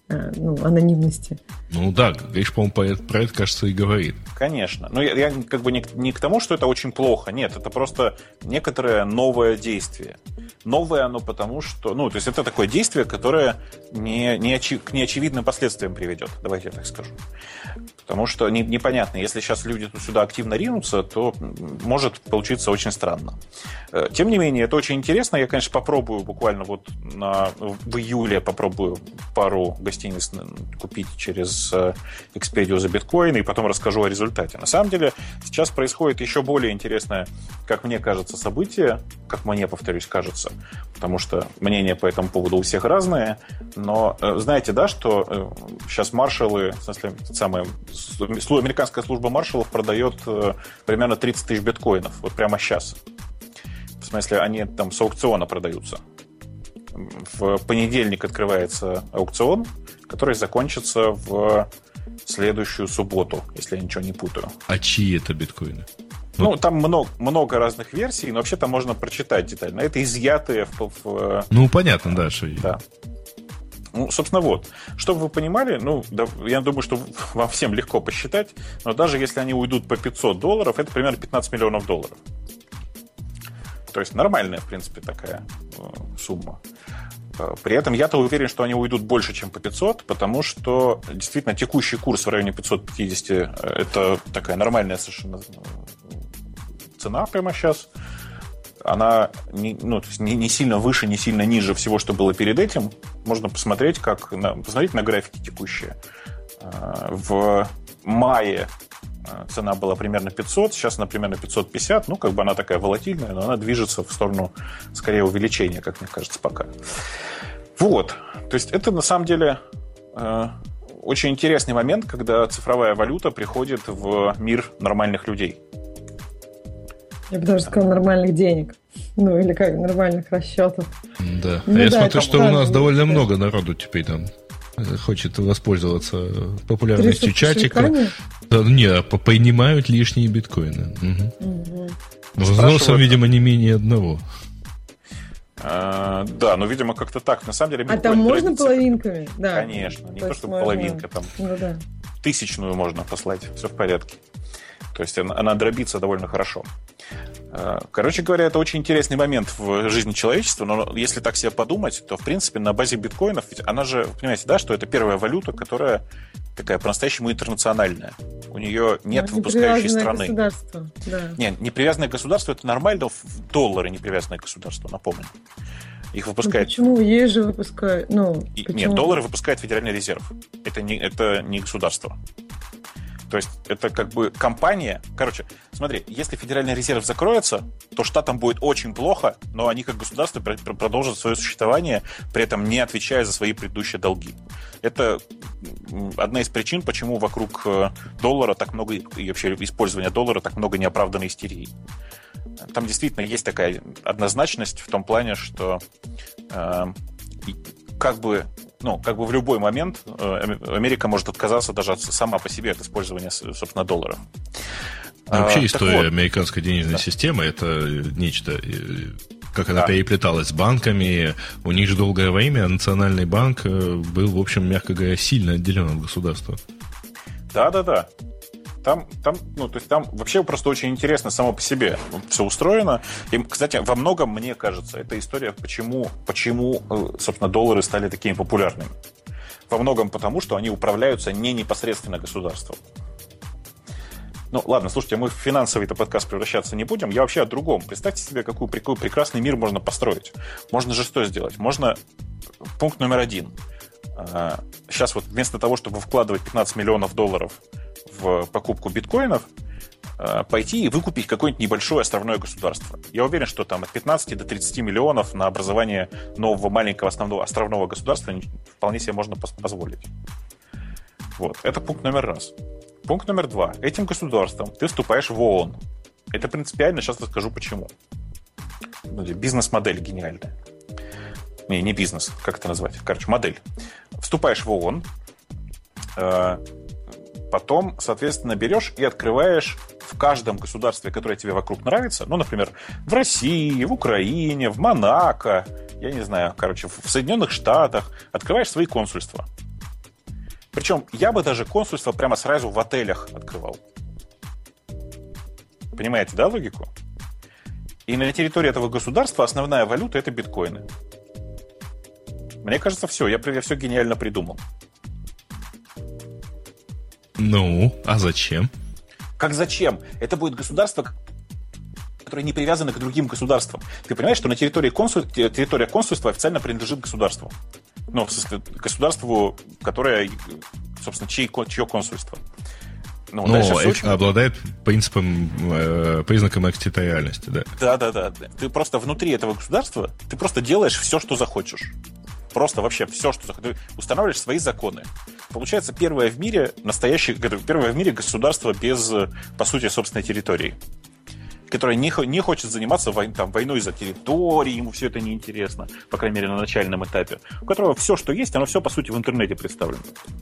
анонимности. Ну да, Гриш, по-моему, про это, кажется, и говорит. Конечно. Но я как бы не к тому, что это очень плохо. Нет, это просто некоторое новое действие. Новое оно потому, что... то есть это такое действие, которое к неочевидным последствиям приведет. Давайте я так скажу. Потому что непонятно, если сейчас люди сюда активно ринутся, то может получиться очень странно. Тем не менее, это очень интересно. Я, конечно, попробую буквально в июле попробую пару гостиниц купить через Expedia за биткоин, и потом расскажу о результате. На самом деле, сейчас происходит еще более интересное, как мне кажется, событие, как мне, повторюсь, кажется, потому что мнения по этому поводу у всех разные, но знаете, да, что сейчас маршалы, в смысле, американская служба маршалов продает примерно 30 тысяч биткоинов, вот прямо сейчас. В смысле, они там с аукциона продаются. В понедельник открывается аукцион, который закончится в следующую субботу, если я ничего не путаю. А чьи это биткоины? Там много разных версий, но вообще там можно прочитать детально. Это изъятые в... понятно, да, что... Да. Собственно, чтобы вы понимали, я думаю, что вам всем легко посчитать, но даже если они уйдут по $500, это примерно $15 миллионов. То есть нормальная, в принципе, такая сумма. При этом я-то уверен, что они уйдут больше, чем по 500, потому что действительно текущий курс в районе 550 – это такая нормальная совершенно цена прямо сейчас. Она не сильно выше, не сильно ниже всего, что было перед этим. Можно посмотреть, посмотреть на графики текущие. В мае цена была примерно 500, сейчас она примерно 550. Она такая волатильная, но она движется в сторону, скорее, увеличения, как мне кажется, пока. То есть это, на самом деле, очень интересный момент, когда цифровая валюта приходит в мир нормальных людей. Я бы даже сказала, нормальных денег. Или как, нормальных расчетов. Да. Я смотрю, что у нас довольно много народу теперь там хочет воспользоваться популярностью чатика. Понимают лишние биткоины. Угу. Взносом, видимо, не менее одного. Да, видимо, как-то так. На самом деле, там можно половинками? Да. Конечно. Не то, что половинка. Там тысячную можно послать. Все в порядке. То есть она дробится довольно хорошо. Короче говоря, это очень интересный момент в жизни человечества, но если так себе подумать, то, в принципе, на базе биткоинов, ведь она же, понимаете, да, что это первая валюта, которая такая по-настоящему интернациональная. У нее нет выпускающей страны. Да. Не привязанное государство, это нормально, в доллары не привязанное государство, напомню. Их выпускает... Почему? Есть же выпускают. Нет, доллары выпускает Федеральный резерв. Это не государство. То есть это как бы компания... Короче, смотри, если Федеральный резерв закроется, то штатам будет очень плохо, но они как государство продолжат свое существование, при этом не отвечая за свои предыдущие долги. Это одна из причин, почему вокруг доллара так много, и вообще использования доллара так много неоправданной истерии. Там действительно есть такая однозначность в том плане, что как бы в любой момент Америка может отказаться даже сама по себе от использования, собственно, долларов. Вообще история американской денежной системы – это нечто, как она переплеталась с банками. У них же долгое время Национальный банк был, в общем, мягко говоря, сильно отделен от государства. Да. Там вообще просто очень интересно само по себе все устроено. И, кстати, во многом, мне кажется, это история, почему, собственно, доллары стали такими популярными. Во многом потому, что они управляются не непосредственно государством. Ладно, слушайте, мы в финансовый-то подкаст превращаться не будем. Я вообще о другом. Представьте себе, какой прекрасный мир можно построить. Можно же что сделать? Можно... Пункт номер 1. Сейчас вместо того, чтобы вкладывать $15 миллионов в покупку биткоинов, пойти и выкупить какое-нибудь небольшое островное государство. Я уверен, что там от 15 до 30 миллионов на образование нового маленького островного государства вполне себе можно позволить. Это пункт номер 1. Пункт номер 2. Этим государством ты вступаешь в ООН. Это принципиально, сейчас расскажу почему. Бизнес-модель гениальная. Не бизнес, как это назвать? Короче, модель. Вступаешь в ООН, потом, соответственно, берешь и открываешь в каждом государстве, которое тебе вокруг нравится, например, в России, в Украине, в Монако, я не знаю, в Соединенных Штатах, открываешь свои консульства. Причем я бы даже консульство прямо сразу в отелях открывал. Понимаете, да, логику? И на территории этого государства основная валюта – это биткоины. Мне кажется, все. Я все гениально придумал. Ну, а зачем? Как зачем? Это будет государство, которое не привязано к другим государствам. Ты понимаешь, что на территория консульства официально принадлежит государству? Ну, в смысле, государству, которое, собственно, чье консульство? Ну, это обладает признаком экстерриториальности, да? Да. Ты просто внутри этого государства, ты просто делаешь все, что захочешь. Просто вообще все, что захочешь. Ты устанавливаешь свои законы. Получается, первое в мире государство без, по сути, собственной территории, которое не хочет заниматься войной за территории, ему все это неинтересно, по крайней мере, на начальном этапе, у которого все, что есть, оно все, по сути, в интернете представлено.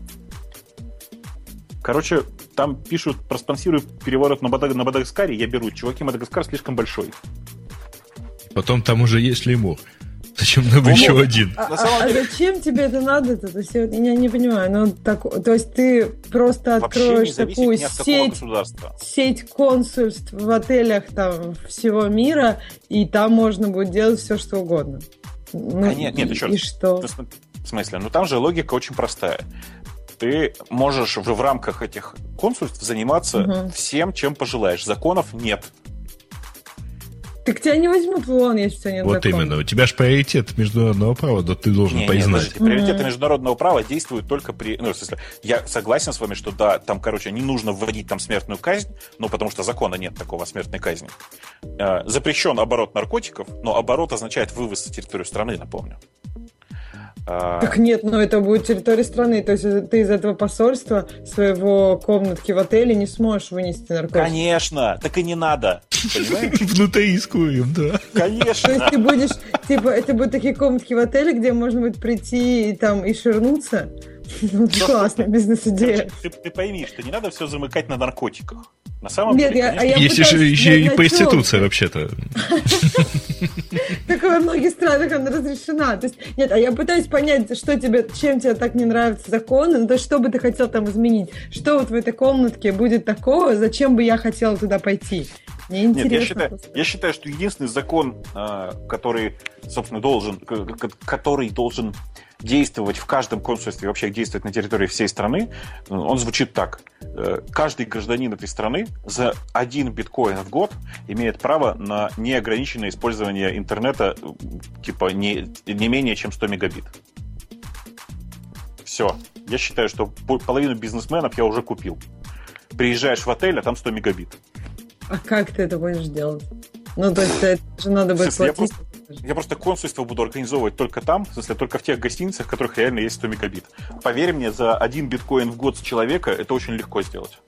Короче, там пишут, проспонсирую переворот на Мадагаскаре, я беру. Чуваки, Мадагаскар слишком большой. Потом там уже есть лемур. Зачем нам еще один? А зачем тебе это надо-то? То есть, я не понимаю. То есть ты просто откроешь такую сеть консульств в отелях там всего мира, и там можно будет делать все, что угодно. Нет, еще раз. И что? В смысле? Ну там же логика очень простая. Ты можешь в рамках этих консульств заниматься всем, чем пожелаешь. Законов нет. Так тебя не возьмут в ООН, если у тебя нет вот закона. Именно. У тебя же приоритет международного права, да ты должен признать. Приоритеты международного права действуют только при... Ну, в смысле, я согласен с вами, что да, там, не нужно вводить там смертную казнь, ну, потому что закона нет такого о смертной казни. Запрещен оборот наркотиков, но оборот означает вывоз на территорию страны, напомню. Так нет, но это будет территория страны. То есть ты из этого посольства своего комнатки в отеле не сможешь вынести наркотики. Конечно, так и не надо. Понимаешь? Внутриискуем, да. Конечно. То есть ты будешь, это будут такие комнатки в отеле, где можно будет прийти и ширнуться? Классная бизнес-идея. Ты пойми, что не надо все замыкать на наркотиках. На самом деле, есть еще и проституция, вообще-то. Так во многих странах она разрешена. То есть, нет, я пытаюсь понять, чем тебе так не нравятся законы, ну, то есть, что бы ты хотел там изменить? Что вот в этой комнатке будет такого, зачем бы я хотела туда пойти? Мне интересно. Нет, я считаю, что единственный закон, который, собственно, должен действовать в каждом консульстве, вообще действовать на территории всей страны, он звучит так. Каждый гражданин этой страны за 1 биткоин в год имеет право на неограниченное использование интернета типа не менее чем 100 мегабит. Все. Я считаю, что половину бизнесменов я уже купил. Приезжаешь в отель, а там 100 мегабит. А как ты это будешь делать? Ну, то есть это же надо будет платить. Я просто консульство буду организовывать только там, в смысле, только в тех гостиницах, в которых реально есть 100 мегабит. Поверь мне, за 1 биткоин в год с человека это очень легко сделать.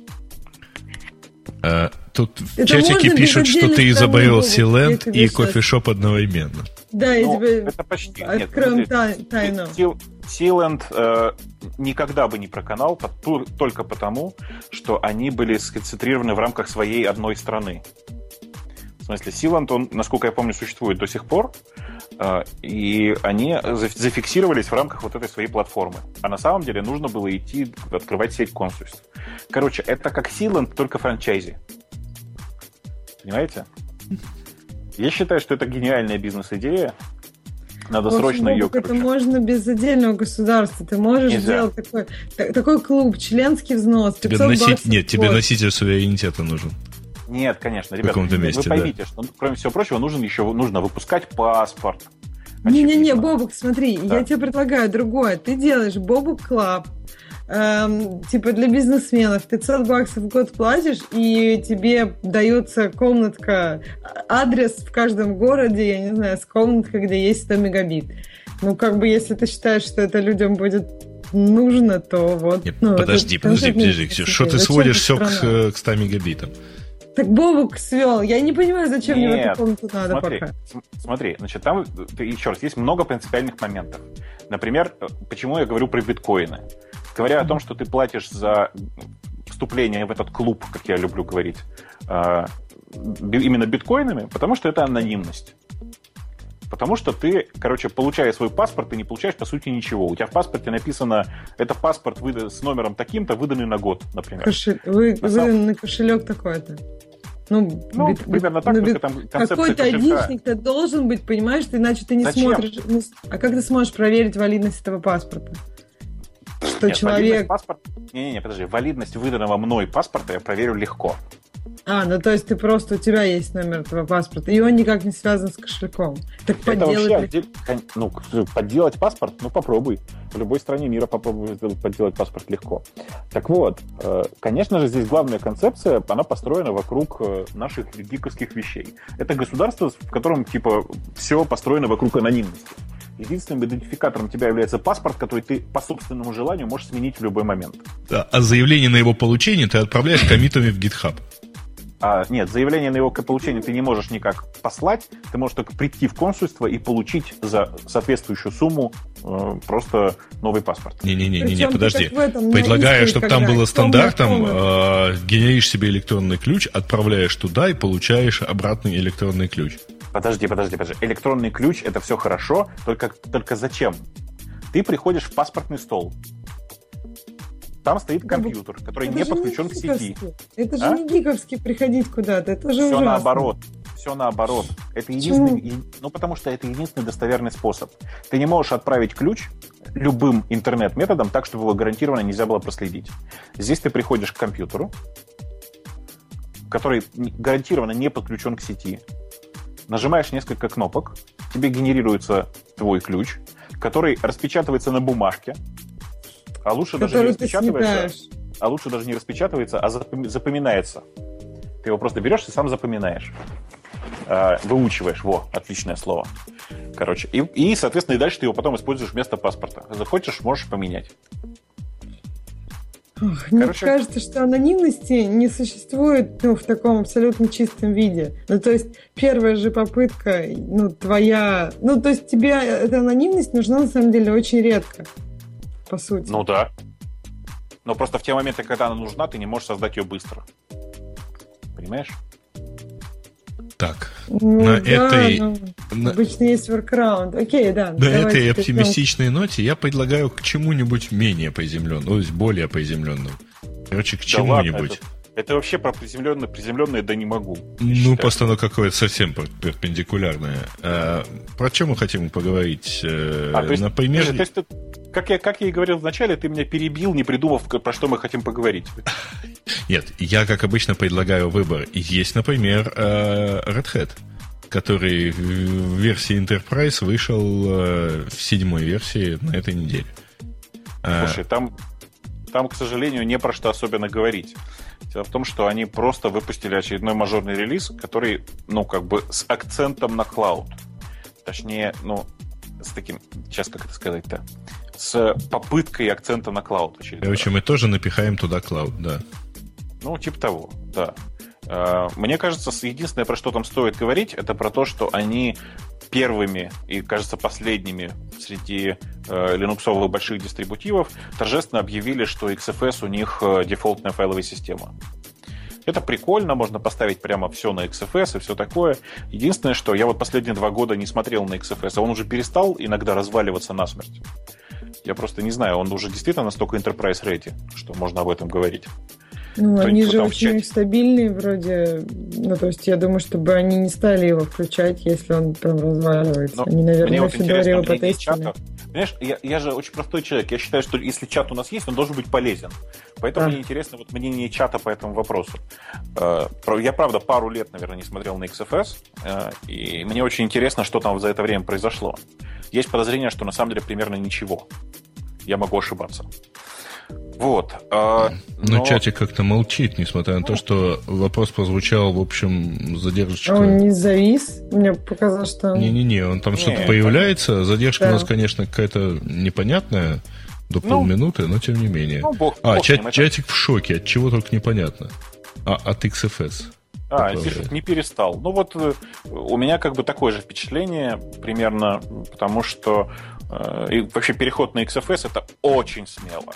Тут в чатике пишут, что ты изобрел Силенд и кофешоп одновременно. Да, я тебе это почти откроем тайну. Силенд никогда бы не проканал только потому, что они были сконцентрированы в рамках своей одной страны. В смысле, Силанд, он, насколько я помню, существует до сих пор, и они зафиксировались в рамках вот этой своей платформы. А на самом деле нужно было идти открывать сеть консульств. Короче, это как Силанд, только франчайзи. Понимаете? Я считаю, что это гениальная бизнес-идея. Надо срочно ее... Это можно без отдельного государства. Ты можешь сделать такой клуб, членский взнос, 500 баксов. Нет, тебе носитель суверенитета нужен. Нет, конечно, ребята, вы поймите, что, кроме всего прочего, нужно выпускать паспорт. Не-не-не, Бобук, смотри, я тебе предлагаю другое. Ты делаешь Бобук Клаб, типа для бизнесменов, 500 баксов в год платишь, и тебе дается комнатка, адрес в каждом городе, я не знаю, с комнаткой, где есть 100 мегабит. Ну, как бы, если ты считаешь, что это людям будет нужно, то вот... Нет, подожди, Ксюш, что ты сводишь все к 100 мегабитам? Так Бобук свел. Я не понимаю, зачем мне в эту комнату надо пока. Смотри, значит, там, еще раз, есть много принципиальных моментов. Например, почему я говорю про биткоины. Говоря о том, что ты платишь за вступление в этот клуб, как я люблю говорить, именно биткоинами, потому что это анонимность. Потому что ты, получая свой паспорт, ты не получаешь, по сути, ничего. У тебя в паспорте написано, это паспорт с номером таким-то, выданный на год, например. Выданный кошелек такой-то. Примерно так, только там концепция какой-то кошелька. одинчник-то должен быть, понимаешь, иначе ты не Зачем? смотришь. А как ты сможешь проверить валидность этого паспорта? Что Нет, человек... подожди. Валидность выданного мной паспорта я проверю легко. То есть у тебя есть номер этого паспорта, и он никак не связан с кошельком. Так подделать паспорт? Попробуй. В любой стране мира попробуй подделать паспорт легко. Так вот, конечно же, здесь главная концепция, она построена вокруг наших гиковских вещей. Это государство, в котором, все построено вокруг анонимности. Единственным идентификатором тебя является паспорт, который ты по собственному желанию можешь сменить в любой момент. Да, а заявление на его получение ты отправляешь коммитами в GitHub. Нет, заявление на его получение ты не можешь никак послать, ты можешь только прийти в консульство и получить за соответствующую сумму просто новый паспорт. Не, подожди. Предлагаю, чтобы там было стандартом, генеришь себе электронный ключ, отправляешь туда и получаешь обратный электронный ключ. Подожди. Электронный ключ — это все хорошо, только зачем? Ты приходишь в паспортный стол. Там стоит компьютер, который не подключен к сети. Это же не гиковски приходить куда-то, это же ужасно. Все наоборот. Это единственный, потому что это единственный достоверный способ. Ты не можешь отправить ключ любым интернет-методом так, чтобы его гарантированно нельзя было проследить. Здесь ты приходишь к компьютеру, который гарантированно не подключен к сети, нажимаешь несколько кнопок, тебе генерируется твой ключ, который распечатывается на бумажке, а лучше даже не распечатывается, а запоминается. Ты его просто берешь и сам запоминаешь. Выучиваешь. Отличное слово. И, соответственно, и дальше ты его потом используешь вместо паспорта. Захочешь, можешь поменять. Мне кажется, что анонимности не существует в таком абсолютно чистом виде. То есть первая же попытка, твоя... то есть тебе эта анонимность нужна на самом деле очень редко, по сути. Да. Но просто в те моменты, когда она нужна, ты не можешь создать ее быстро. Понимаешь? Так, обычно есть workaround. Окей, да. На этой оптимистичной ноте я предлагаю к чему-нибудь менее приземленному, то есть более приземленному. К чему-нибудь. Это вообще про приземленное, да не могу. Просто оно какое-то совсем перпендикулярное. Про что мы хотим поговорить? Например... Как я и говорил вначале, ты меня перебил, не придумав, про что мы хотим поговорить. Нет, я, как обычно, предлагаю выбор. Есть, например, Red Hat, который в версии Enterprise вышел в 7-й версии на этой неделе. Слушай, там, к сожалению, не про что особенно говорить. Дело в том, что они просто выпустили очередной мажорный релиз, который, с акцентом на клауд. Точнее, с таким, сейчас как это сказать-то, с попыткой акцента на клауд. Короче, мы тоже напихаем туда клауд, да. Типа того, да. Мне кажется, единственное, про что там стоит говорить, это про то, что они первыми и, кажется, последними среди линуксовых больших дистрибутивов торжественно объявили, что XFS у них дефолтная файловая система. Это прикольно, можно поставить прямо все на XFS и все такое. Единственное, что я последние 2 года не смотрел на XFS, а он уже перестал иногда разваливаться насмерть. Я просто не знаю, он уже действительно настолько enterprise ready, что можно об этом говорить. Они же очень стабильные вроде. То есть я думаю, чтобы они не стали его включать, если он там разваливается. Они, наверное, на Федоре его потестили. Понимаешь, я же очень простой человек. Я считаю, что если чат у нас есть, он должен быть полезен. Поэтому мне интересно мнение чата по этому вопросу. Я, правда, пару лет, наверное, не смотрел на XFS, и мне очень интересно, что там за это время произошло. Есть подозрение, что на самом деле примерно ничего. Я могу ошибаться. Но чатик как-то молчит, несмотря на то, что вопрос прозвучал, в общем, задержка. Он не завис? Мне показалось, что... Не-не-не, он там что-то появляется. Задержка у нас, конечно, какая-то непонятная, до полминуты, но тем не менее. Чатик в шоке, от чего только непонятно. От XFS. Пишет, не перестал. У меня такое же впечатление примерно, потому что и вообще переход на XFS это очень смело.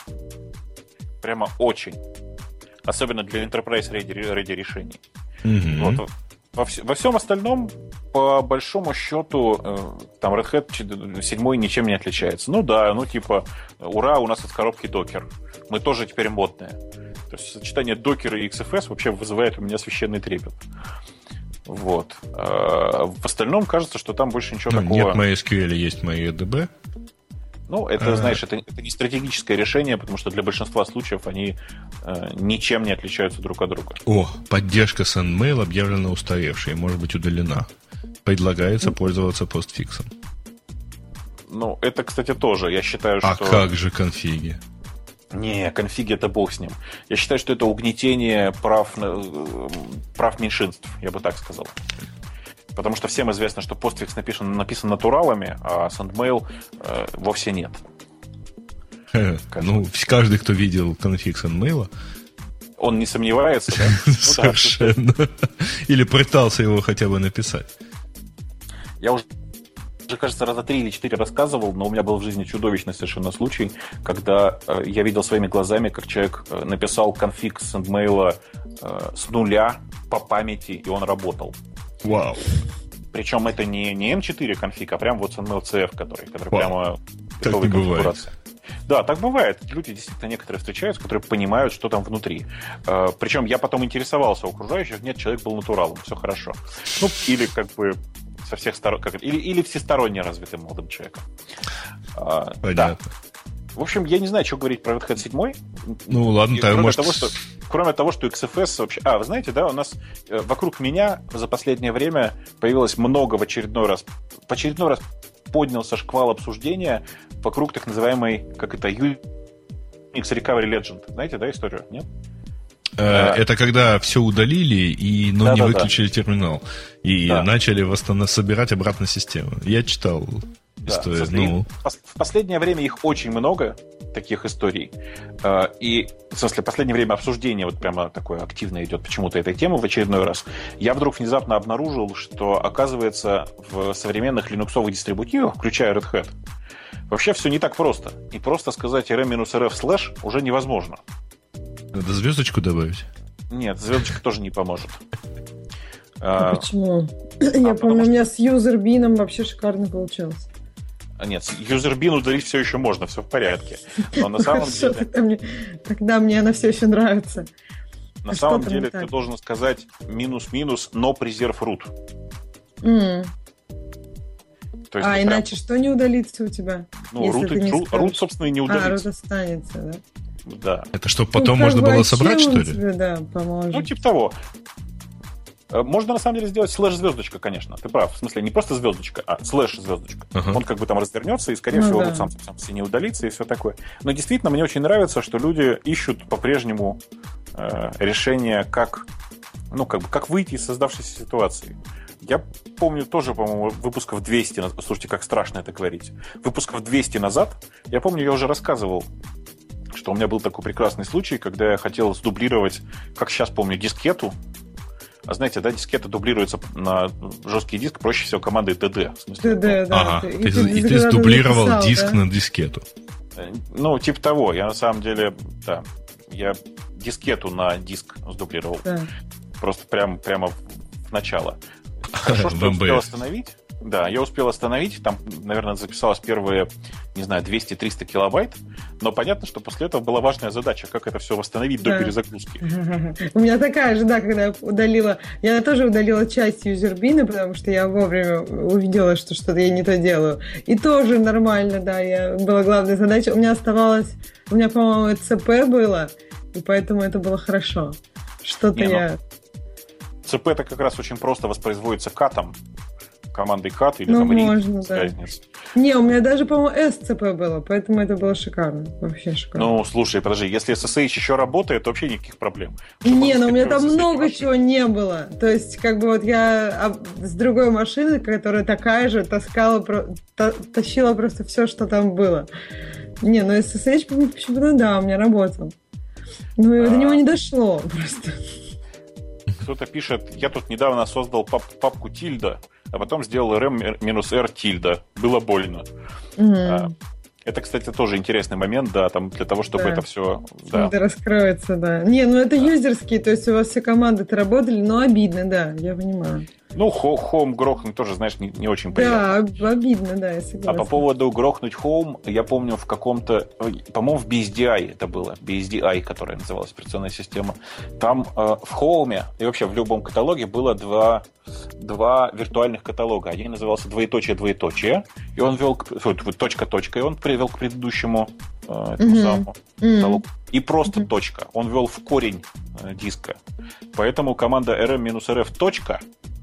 Прямо очень. Особенно для Enterprise Ready решений. Во всем остальном, по большому счету, там Red Hat 7 ничем не отличается. Ну да, типа, ура, у нас из коробки докер. Мы тоже теперь модные. То есть сочетание докера и XFS вообще вызывает у меня священный трепет. Вот. В остальном кажется, что там больше ничего такого... Нет MySQL, есть MyDB. Это, знаешь, это не стратегическое решение, потому что для большинства случаев они ничем не отличаются друг от друга. Поддержка SendMail объявлена устаревшей, может быть удалена. Предлагается пользоваться постфиксом. Это, кстати, тоже. Я считаю, что... А как же конфиги? Не, конфиги это бог с ним. Я считаю, что это угнетение прав меньшинств, я бы так сказал. Потому что всем известно, что постфикс написан натуралами, а SendMail вовсе нет. Каждый, кто видел конфиг SendMail, он не сомневается, да? Совершенно. Или пытался его хотя бы написать. Я уже, кажется, раза 3 или 4 рассказывал, но у меня был в жизни чудовищный совершенно случай, когда я видел своими глазами, как человек написал конфиг SendMail с нуля по памяти, и он работал. Вау. Причем это не M4 конфиг, а прям вот SendMail CF, который прямо готовый к конфигурации. Да, так бывает. Люди действительно некоторые встречаются, которые понимают, что там внутри. Причем я потом интересовался у окружающих. Нет, человек был натуралом, все хорошо. Или как бы со всех сторон, или всесторонне развитым молодым человеком. Понятно. Да. В общем, я не знаю, что говорить про Red Hat 7. Ладно, кроме того, что XFS вообще... вы знаете, да, у нас вокруг меня за последнее время появилось много в очередной раз поднялся шквал обсуждения вокруг так называемой, Unix Recovery Legend. Знаете, да, историю? Нет? Это когда все удалили, но не выключили терминал. И начали собирать обратно систему. Я читал историю. В последнее время их очень много, таких историй. И, в смысле, в последнее время обсуждение вот прямо такое активное идет почему-то этой темы в очередной раз. Я вдруг внезапно обнаружил, что, оказывается, в современных линуксовых дистрибутивах, включая Red Hat, вообще все не так просто. И просто сказать rm-rf/ уже невозможно. Надо звездочку добавить? Нет, звездочка тоже не поможет. Почему? Я помню, у меня с юзербином вообще шикарно получилось. Нет, юзербин удалить все еще можно, все в порядке. Но на самом деле... Тогда мне она все еще нравится. На самом деле ты должен сказать минус-минус, но preserve root. Иначе что не удалится у тебя? Root, собственно, и не удалится. Root останется, да? Да. Это чтобы потом можно было собрать, что ли? Тебе, да, поможет. Типа того. Можно, на самом деле, сделать слэш-звездочка, конечно. Ты прав. В смысле, не просто звездочка, а слэш-звездочка. Он как бы там развернется, и, скорее всего, сам не удалится, и все такое. Но действительно, мне очень нравится, что люди ищут по-прежнему решение, как выйти из создавшейся ситуации. Я помню тоже, по-моему, выпусков 200... Слушайте, как страшно это говорить. Выпусков 200 назад, я помню, я уже рассказывал, что у меня был такой прекрасный случай, когда я хотел сдублировать, как сейчас помню, дискету. А знаете, да, дискета дублируется на жесткий диск проще всего командой dd. dd, да. И ты сдублировал написал, диск на дискету. Типа того. Я на самом деле, я дискету на диск сдублировал. Да. Просто прямо в начало. Хорошо, что я успел остановить. Да, я успел остановить. Там, наверное, записалось первые, 200-300 килобайт. Но понятно, что после этого была важная задача, как это все восстановить до перезагрузки. У меня такая же, когда я удалила... Я тоже удалила часть юзербина, потому что я вовремя увидела, что что-то я не то делаю. И тоже нормально, да, была главная задача. У меня, по-моему, ЦП было, и поэтому это было хорошо. ЦП-то как раз очень просто воспроизводится катом, командой cat или можно, да. Разница. Не, у меня даже, по-моему, SCP было, поэтому это было шикарно. Вообще шикарно. Слушай, подожди, если SSH еще работает, то вообще никаких проблем. У меня там много чего не было. То есть, я с другой машины, которая такая же, тащила просто все, что там было. SSH почему-то, да, у меня работал. До него не дошло просто. Кто-то пишет, я тут недавно создал папку тильда, а потом сделал rm-r тильда. Было больно. Это, кстати, тоже интересный момент, да, там для того, чтобы это все... Да. Это раскроется, да. Не, ну это юзерские, то есть у вас все команды-то работали, но обидно, да, я понимаю. Ну, Home грохнуть тоже, знаешь, не очень приятно. Да, обидно, да, я согласна. А по поводу грохнуть Home, я помню в каком-то... По-моему, в BSDI это было. BSDI, которая называлась операционная система. Там в Home и вообще в любом каталоге было два виртуальных каталога. Один назывался двоеточие, и он вел... Точка, и он привел к предыдущему этому самому каталогу. И просто точка. Он вел в корень диска. Поэтому команда rm-rf точка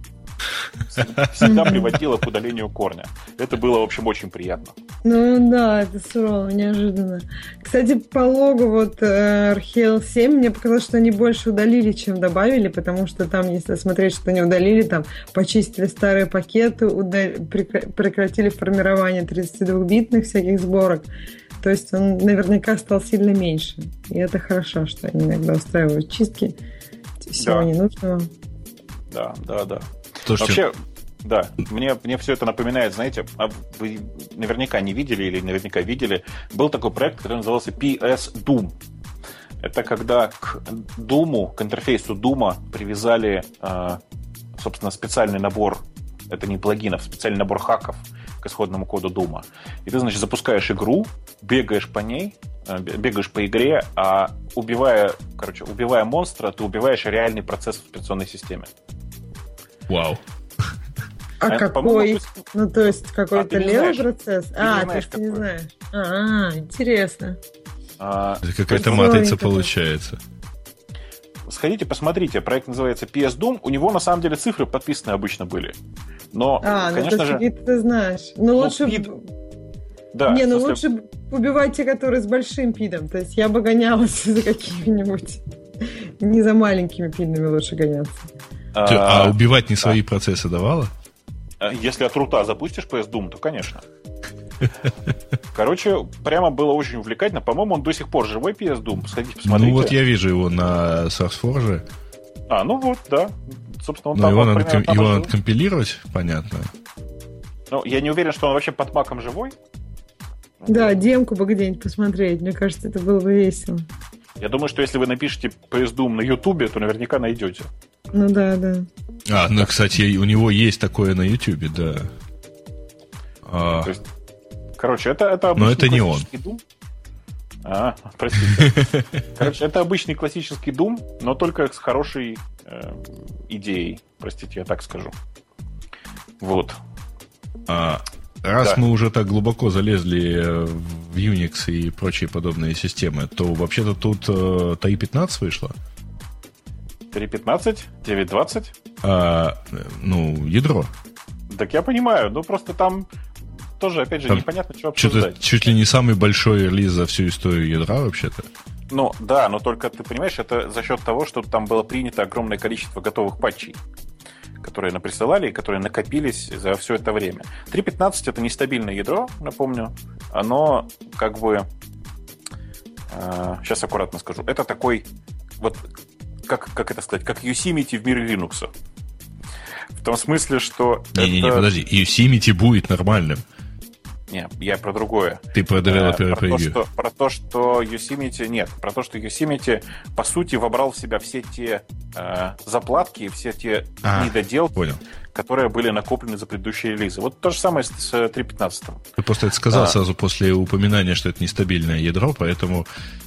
всегда приводила к удалению корня. Это было, в общем, очень приятно. Ну да, это сурово, неожиданно. Кстати, по логу вот RHEL 7 мне показалось, что они больше удалили, чем добавили, потому что там, если смотреть, что они удалили, там почистили старые пакеты, прекратили формирование 32-битных всяких сборок. То есть он наверняка стал сильно меньше. И это хорошо, что они иногда устраивают чистки всего ненужного. Да. Слушайте, вообще, да, мне все это напоминает, знаете, вы наверняка не видели или наверняка видели, был такой проект, который назывался PS Doom. Это когда к Doom, к интерфейсу Doom привязали, собственно, специальный набор, это не плагинов, специальный набор хаков к исходному коду Doom. И ты, значит, запускаешь игру, бегаешь по ней, бегаешь по игре, а убивая монстра, ты убиваешь реальный процесс в операционной системе. Вау. А какой? Ну, то есть какой-то левый процесс? Ты не знаешь. Интересно. Это какая-то матрица получается. Сходите, посмотрите. Проект называется PS Doom. У него, на самом деле, цифры подписаны обычно были. Но, конечно же... ты знаешь. Ну, лучше... Да, не, лучше убивать те, которые с большим пидом. То есть я бы гонялась за какими-нибудь... Не за маленькими пидами лучше гоняться. А убивать не свои процессы давало? Если от рута запустишь PS Doom, то, конечно. Короче, прямо было очень увлекательно. По-моему, он до сих пор живой, PS Doom. Сходите, посмотрите. Ну вот я вижу его на SourceForge. Ну вот, да. Собственно, он там его надо компилировать, понятно. Ну, я не уверен, что он вообще под маком живой. Да, демку бы где-нибудь посмотреть. Мне кажется, это было бы весело. Я думаю, что если вы напишете PS Doom на Ютубе, то наверняка найдете. Ну да. Ну, кстати, у него есть такое на Ютубе, да. То есть, короче, это обычный... Но это не он. Doom. Простите. Короче, это обычный классический Doom, но только с хорошей идеей. Простите, я так скажу. Вот. Раз мы уже так глубоко залезли в Unix и прочие подобные системы, то вообще-то тут 3.15 вышло. 3.15? 9.20? Ядро. Так я понимаю, просто там тоже, опять же, там непонятно, что обсуждать. Чуть ли не самый большой релиз за всю историю ядра, вообще-то. Ну, да, но только, ты понимаешь, это за счет того, что там было принято огромное количество готовых патчей, которые наприсылали и которые накопились за все это время. 3.15 это нестабильное ядро, напомню. Оно как бы... сейчас аккуратно скажу. Это такой... Вот как это сказать? Как Yosemite в мире Linux. В том смысле, что... Не, подожди. Yosemite будет нормальным. Не, я про другое. Ты про Developer Preview. Про то, что Yosemite... Нет, про то, что Yosemite, по сути, вобрал в себя все те заплатки, все те недоделки, которые были накоплены за предыдущие релизы. Вот то же самое с 3.15. Ты просто это сказал сразу после упоминания, что это нестабильное ядро, поэтому...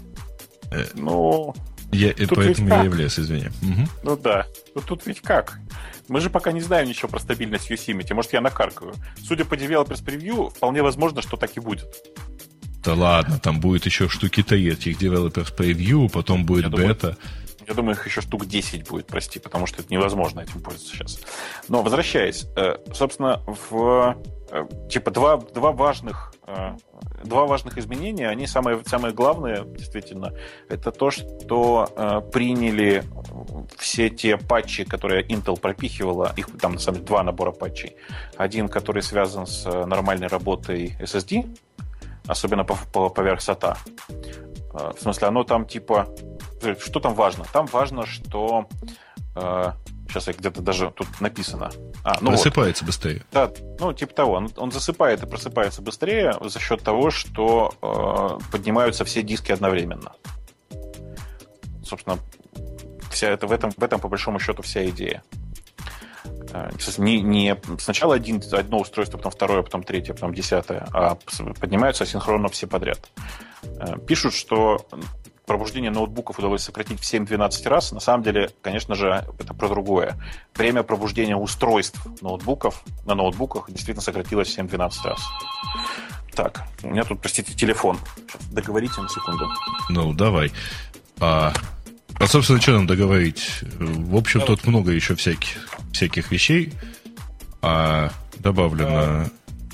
Поэтому я являюсь, извини. Угу. Ну да. Ну тут ведь как? Мы же пока не знаем ничего про стабильность Yosemite. Может, я накаркаю. Судя по Developers Preview, вполне возможно, что так и будет. Да ладно, там будет еще штуки-то этих Developers Preview, потом будет бета. Я думаю, их еще штук 10 будет, прости, потому что это невозможно этим пользоваться сейчас. Но возвращаясь, собственно, два важных изменения, они самые главные, действительно, это то, что приняли все те патчи, которые Intel пропихивала, их там на самом деле 2 набора патчей. Один, который связан с нормальной работой SSD, особенно поверх SATA. В смысле, оно там типа... Что там важно? Там важно, что... Сейчас я где-то даже тут написано. Просыпается быстрее. Да, типа того. Он засыпает и просыпается быстрее за счет того, что поднимаются все диски одновременно. Собственно, вся это в этом по большому счету вся идея. Не сначала одно устройство, потом второе, потом третье, потом 10-е, а поднимаются асинхронно все подряд. Пишут, что пробуждение ноутбуков удалось сократить в 7-12 раз. На самом деле, конечно же, это про другое. Время пробуждения устройств на ноутбуках действительно сократилось в 7-12 раз. Так, у меня тут, простите, телефон. Сейчас договорите на секунду. Давай. Собственно, что нам договорить? В общем, тут много еще всяких вещей добавлено.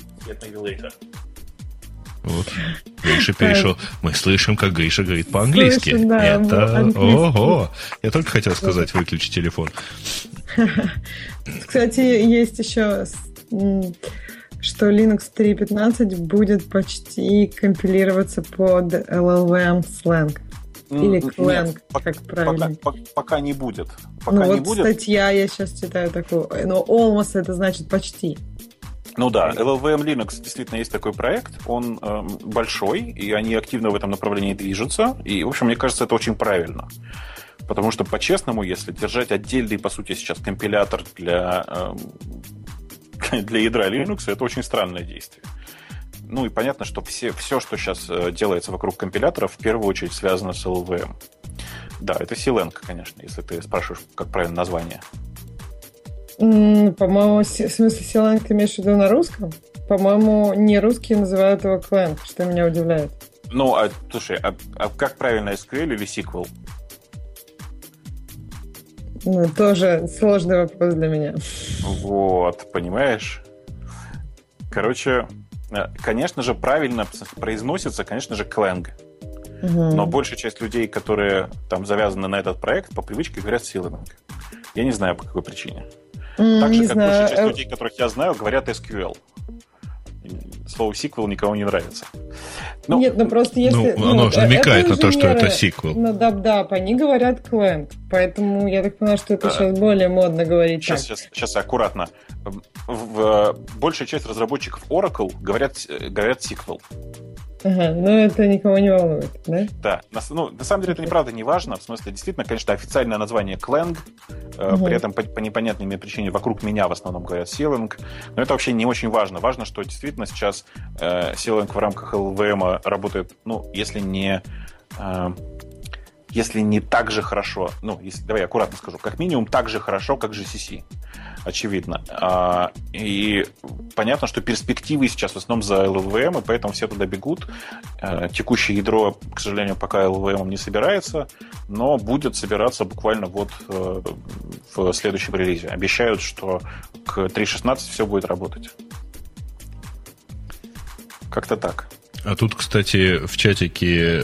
Вот. Гриша перешел. Мы слышим, как Гриша говорит по-английски. Слышим, да, это... Ого! Я только хотел сказать, выключи телефон. Кстати, есть еще, что Linux 3.15 будет почти компилироваться под LLVM сленг. Или Clang, как правильно. Пока не будет. Статья, я сейчас читаю такую. Но almost это значит почти. LLVM Linux действительно есть такой проект. Он большой, и они активно в этом направлении движутся. И, в общем, мне кажется, это очень правильно. Потому что, по-честному, если держать отдельный, по сути, сейчас компилятор для ядра Linux, это очень странное действие. И понятно, что все, что сейчас делается вокруг компиляторов, в первую очередь связано с LLVM. Да, это C-Lang, конечно, если ты спрашиваешь, как правильно название. По-моему, в смысле C-Lang ты имеешь в виду на русском? По-моему, не русские называют его Clang, что меня удивляет. Слушай, как правильно SQL или SQL? Тоже сложный вопрос для меня. Вот, понимаешь? Короче... Конечно же, правильно произносится, конечно же, Clang. Но большая часть людей, которые там завязаны на этот проект, по привычке говорят C-Lang. Я не знаю, по какой причине. Так же, как большая часть людей, которых я знаю, говорят SQL. Слово SQL никому не нравится. Нет, просто если... оно же намекает на то, что это SQL. На DubDub они говорят Clang. Поэтому я так понимаю, что это сейчас более модно говорить так. Сейчас аккуратно. Большая часть разработчиков Oracle говорят SQL. Это никого не волнует, да? Да. На самом деле это неправда, не важно. В смысле, действительно, конечно, официальное название Clang. При этом по непонятной мне причине вокруг меня в основном говорят C-Lang. Но это вообще не очень важно. Важно, что действительно сейчас C-Lang в рамках LLVM работает, если не так же хорошо, давай аккуратно скажу, как минимум так же хорошо, как GCC. Очевидно. И понятно, что перспективы сейчас в основном за LLVM, и поэтому все туда бегут. Текущее ядро, к сожалению, пока LLVM не собирается, но будет собираться буквально в следующем релизе. Обещают, что к 3.16 все будет работать. Как-то так. А тут, кстати, в чатике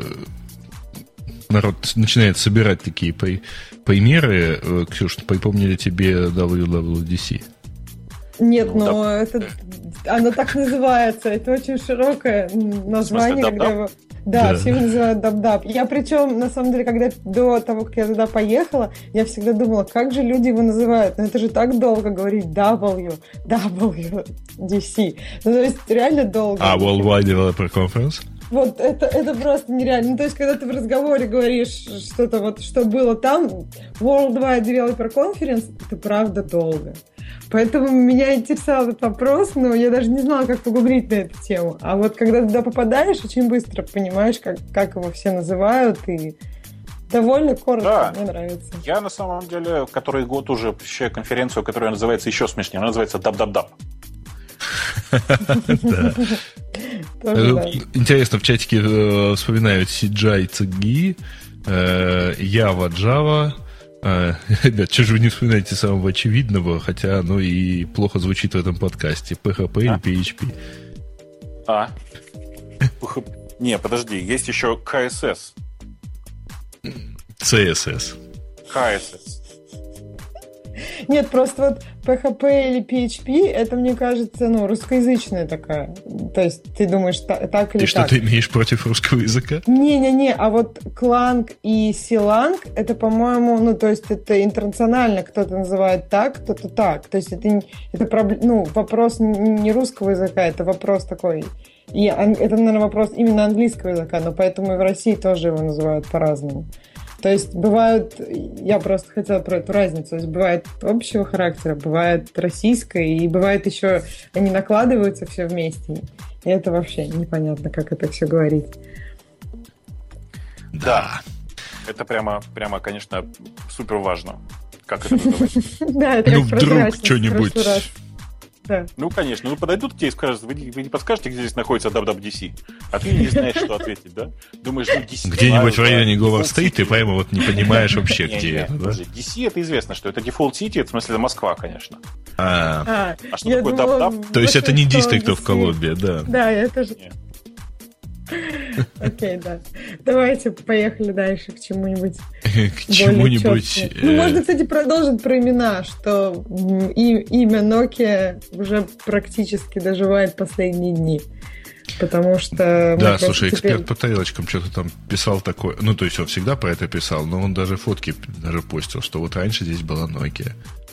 народ начинает собирать такие примеры. Ксюш, припомнили тебе WWDC? Нет, но оно так называется. Это очень широкое название, когда его... Да, все его называют DubDub. Я причем, на самом деле, до того, как я туда поехала, я всегда думала, как же люди его называют? Это же так долго говорить WWDC. То есть реально долго. А Worldwide Developer Conference? Вот это просто нереально. То есть, когда ты в разговоре говоришь что-то, что было там, Worldwide Developer Conference, это правда долго. Поэтому меня интересовал этот вопрос, но я даже не знала, как погуглить на эту тему. А вот когда туда попадаешь, очень быстро понимаешь, как его все называют, и довольно коротко, мне нравится. Я, на самом деле, который год уже посещаю конференцию, которая называется еще смешнее. Она называется DubDubDub. Интересно, в чатике вспоминают CGI, CGI, Java, Java. Ребят, что же вы не вспоминаете самого очевидного, хотя оно и плохо звучит в этом подкасте. PHP или PHP? Не, подожди, есть еще KSS. CSS. KSS. Нет, просто вот PHP или PHP, это, мне кажется, русскоязычная такая. То есть ты думаешь так или так. И что ты имеешь против русского языка? Не-не-не, а вот Clang и Clang, это, по-моему, то есть это интернационально, кто-то называет так, кто-то так. То есть это вопрос не русского языка, это вопрос такой. И это, наверное, вопрос именно английского языка, но поэтому и в России тоже его называют по-разному. То есть бывают, я просто хотела про эту разницу, то есть бывает общего характера, бывает российское, и бывает еще, они накладываются все вместе, и это вообще непонятно, как это все говорить. Да. Это прямо, конечно, супер важно, как это называется. Да, это как вдруг что-нибудь... Да. Ну, конечно. Подойдут к тебе и скажут, вы не подскажете, где здесь находится WWDC? А ты не знаешь, что ответить, да? Думаешь, DC... Где-нибудь в районе Говард-Стрит, ты прямо вот не понимаешь вообще, где это, да? DC это известно, что это Default City, это в смысле Москва, конечно. А что такое DAP? То есть это не District of Columbia, да? Да, это же... Окей, да. Давайте поехали дальше к чему-нибудь. К чему-нибудь. Можно, кстати, продолжить про имена, что имя Nokia уже практически доживает последние дни. Потому что... Да, слушай, эксперт по тарелочкам что-то там писал такое. Ну, то есть он всегда про это писал, но он даже фотки даже постил, что вот раньше здесь была Nokia.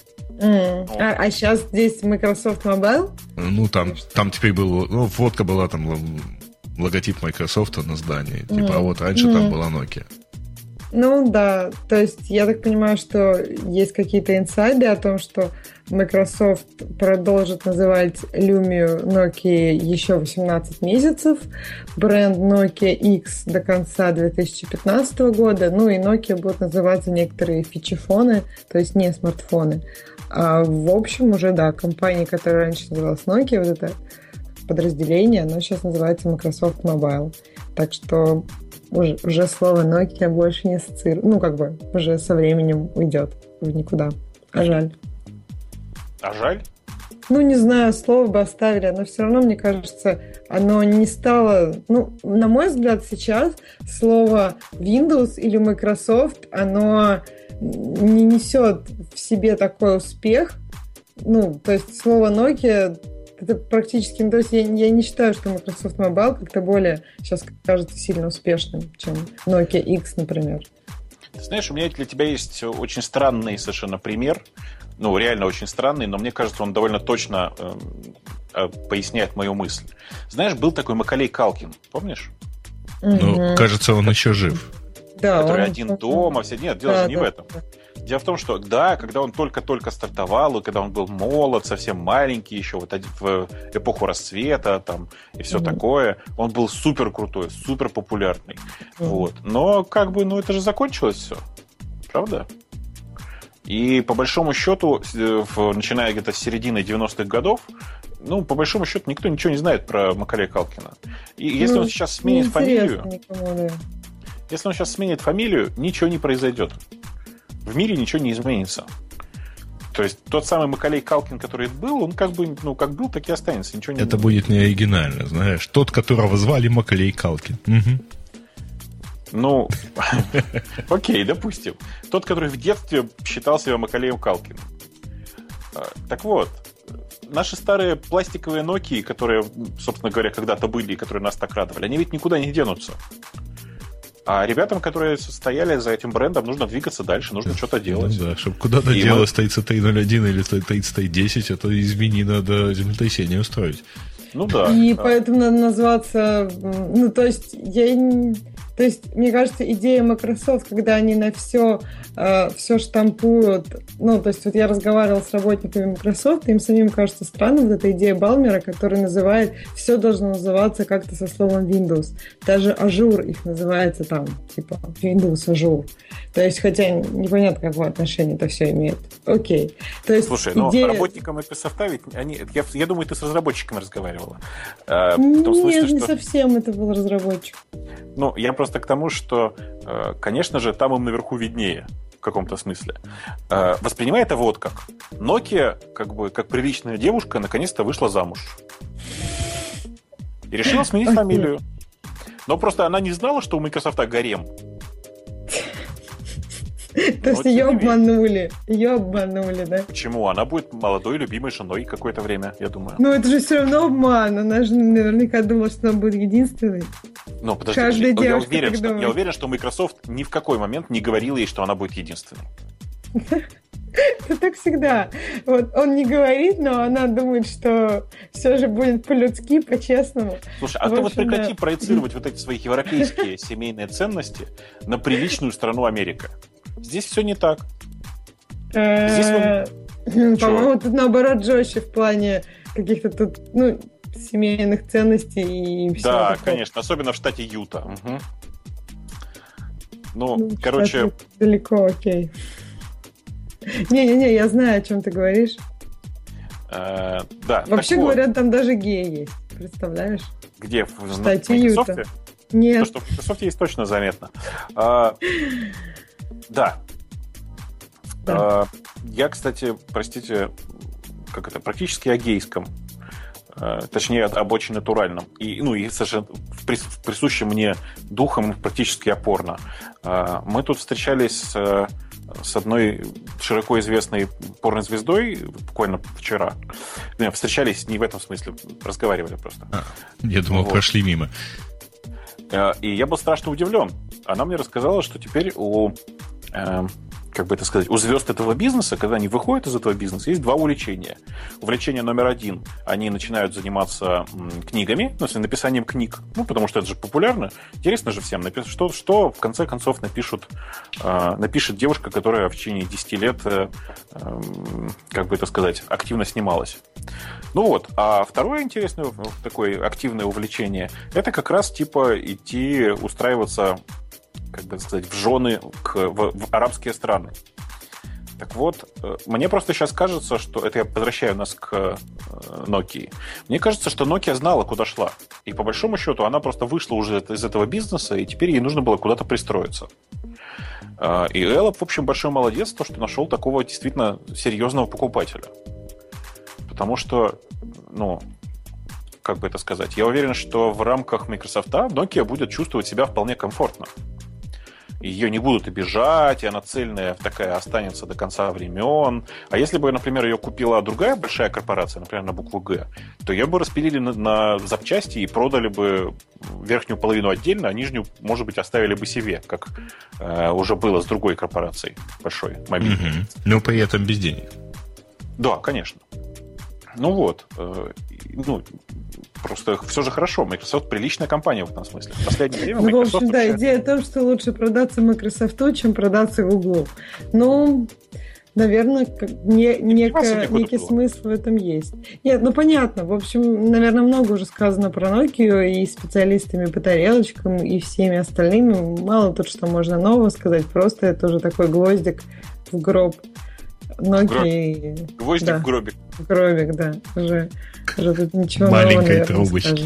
А сейчас здесь Microsoft Mobile? Ну, там теперь было... Ну, фотка была там... логотип Microsoft на здании. Типа, а вот раньше там была Nokia. Ну да, то есть я так понимаю, что есть какие-то инсайды о том, что Microsoft продолжит называть Lumia Nokia еще 18 месяцев, бренд Nokia X до конца 2015 года, ну и Nokia будут называться некоторые фичефоны, то есть не смартфоны. А в общем уже, да, компания, которая раньше называлась Nokia, вот это подразделение, оно сейчас называется Microsoft Mobile. Так что уже слово Nokia больше не ассоциирует. Ну, как бы уже со временем уйдет в никуда. А жаль. А жаль? Ну, не знаю, слово бы оставили, но все равно, мне кажется, оно не стало... Ну, на мой взгляд, сейчас слово Windows или Microsoft, оно не несет в себе такой успех. Ну, то есть слово Nokia... Это практически... То есть я не считаю, что Microsoft Mobile как-то более сейчас кажется сильно успешным, чем Nokia X, например. Ты знаешь, у меня для тебя есть очень странный совершенно пример. Ну, реально очень странный, но мне кажется, он довольно точно поясняет мою мысль. Знаешь, был такой Макалей Калкин, помнишь? Ну, кажется, он еще жив. Да, который один дома, все. Нет, дело же не в этом. Дело в том, что, да, когда он только-только стартовал, и когда он был молод, совсем маленький, еще вот в эпоху расцвета там, и все такое, он был супер крутой, супер популярный. Вот. Но как бы, это же закончилось все. Правда? И по большому счету, начиная где-то с середины 90-х годов, по большому счету, никто ничего не знает про Макалея Калкина. И если он сейчас сменит фамилию... Если он сейчас сменит фамилию, ничего не произойдет. В мире ничего не изменится. То есть тот самый Макалей Калкин, который был, он как бы, как был, так и останется. Ничего не... Это будет не оригинально, знаешь. Тот, которого звали Макалей Калкин. Ну, окей, допустим. Тот, который в детстве считал себя Макалеем Калкиным. Так вот, наши старые пластиковые Nokia, которые, собственно говоря, когда-то были и которые нас так радовали, они ведь никуда не денутся. А ребятам, которые стояли за этим брендом, нужно двигаться дальше, нужно что-то делать. Да, чтобы куда-то делать TC301 или TC310, это, извини, надо землетрясение устроить. Ну да. И поэтому надо назваться... То есть, мне кажется, идея Microsoft, когда они на все штампуют... то есть, вот я разговаривала с работниками Microsoft, им самим кажется странным вот эта идея Балмера, который называет... Все должно называться как-то со словом Windows. Даже Azure их называется там, типа Windows Azure. То есть, хотя непонятно, какое отношение это все имеет. Окей. То есть, слушай, работникам Microsoft ведь... Я думаю, ты с разработчиками разговаривала. Нет, не совсем это был разработчик. Я просто к тому, что, конечно же, там им наверху виднее в каком-то смысле. Воспринимай это вот как. Nokia, как приличная девушка, наконец-то вышла замуж. И решила сменить фамилию. Но просто она не знала, что у Microsoft гарем. То есть ее обманули. Ее обманули, да? Почему? Она будет молодой, любимой женой какое-то время, я думаю. Но это же все равно обман. Она же наверняка думала, что она будет единственной. Ну, подожди, я уверен, что Microsoft ни в какой момент не говорил ей, что она будет единственной. Это так всегда. Вот он не говорит, но она думает, что все же будет по-людски, по-честному. Слушай, а ты вот прекрати проецировать вот эти свои европейские семейные ценности на приличную страну Америка. Здесь все не так. По-моему, тут наоборот жестче в плане каких-то тут, семейных ценностей и всего Да, такого. конечно, особенно в штате Юта. Ну, короче... Далеко, окей. Не-не-не, я знаю, о чем ты говоришь. Да. Вообще, говорят, там даже геи есть. Представляешь? Где? В штате Юта. Нет. То, что в Microsoft есть, точно заметно. Да. Я, кстати, простите, практически о гейском. Точнее, об очень натуральном. И совершенно присущим мне духом практически опорно. Мы тут встречались с одной широко известной порнозвездой буквально вчера. Встречались не в этом смысле, разговаривали просто. Я думал, прошли мимо. И я был страшно удивлен. Она мне рассказала, что теперь у звезд этого бизнеса, когда они выходят из этого бизнеса, есть два увлечения. Увлечение номер один. Они начинают заниматься книгами, написанием книг. Потому что это же популярно. Интересно же всем, что в конце концов напишет девушка, которая в течение 10 лет, активно снималась. А второе интересное такое активное увлечение, это как раз идти устраиваться в жены в арабские страны. Так вот, мне просто сейчас кажется, что... Это я возвращаю нас к Nokia. Мне кажется, что Nokia знала, куда шла. И по большому счету она просто вышла уже из этого бизнеса, и теперь ей нужно было куда-то пристроиться. И Эллоп, в общем, большой молодец, что нашел такого действительно серьезного покупателя. Потому что, я уверен, что в рамках Microsoft Nokia будет чувствовать себя вполне комфортно. Ее не будут обижать, и она цельная такая останется до конца времен. А если бы, например, ее купила другая большая корпорация, например, на букву «Г», то ее бы распилили на запчасти и продали бы верхнюю половину отдельно, а нижнюю, может быть, оставили бы себе, как уже было с другой корпорацией большой, мобильной. Но при этом без денег. Да, конечно. Просто все же хорошо. Microsoft приличная компания в этом смысле. В последнее время Microsoft... В общем, идея в том, что лучше продаться Microsoft, чем продаться Google. Наверное, некий смысл в этом есть. Нет, понятно. В общем, наверное, много уже сказано про Nokia и специалистами по тарелочкам, и всеми остальными. Мало тут что можно нового сказать. Просто это уже такой гвоздик в гроб. Nokia. Гвоздик в гробик. В гробик, да. Уже тут ничего маленькой нового, трубочки.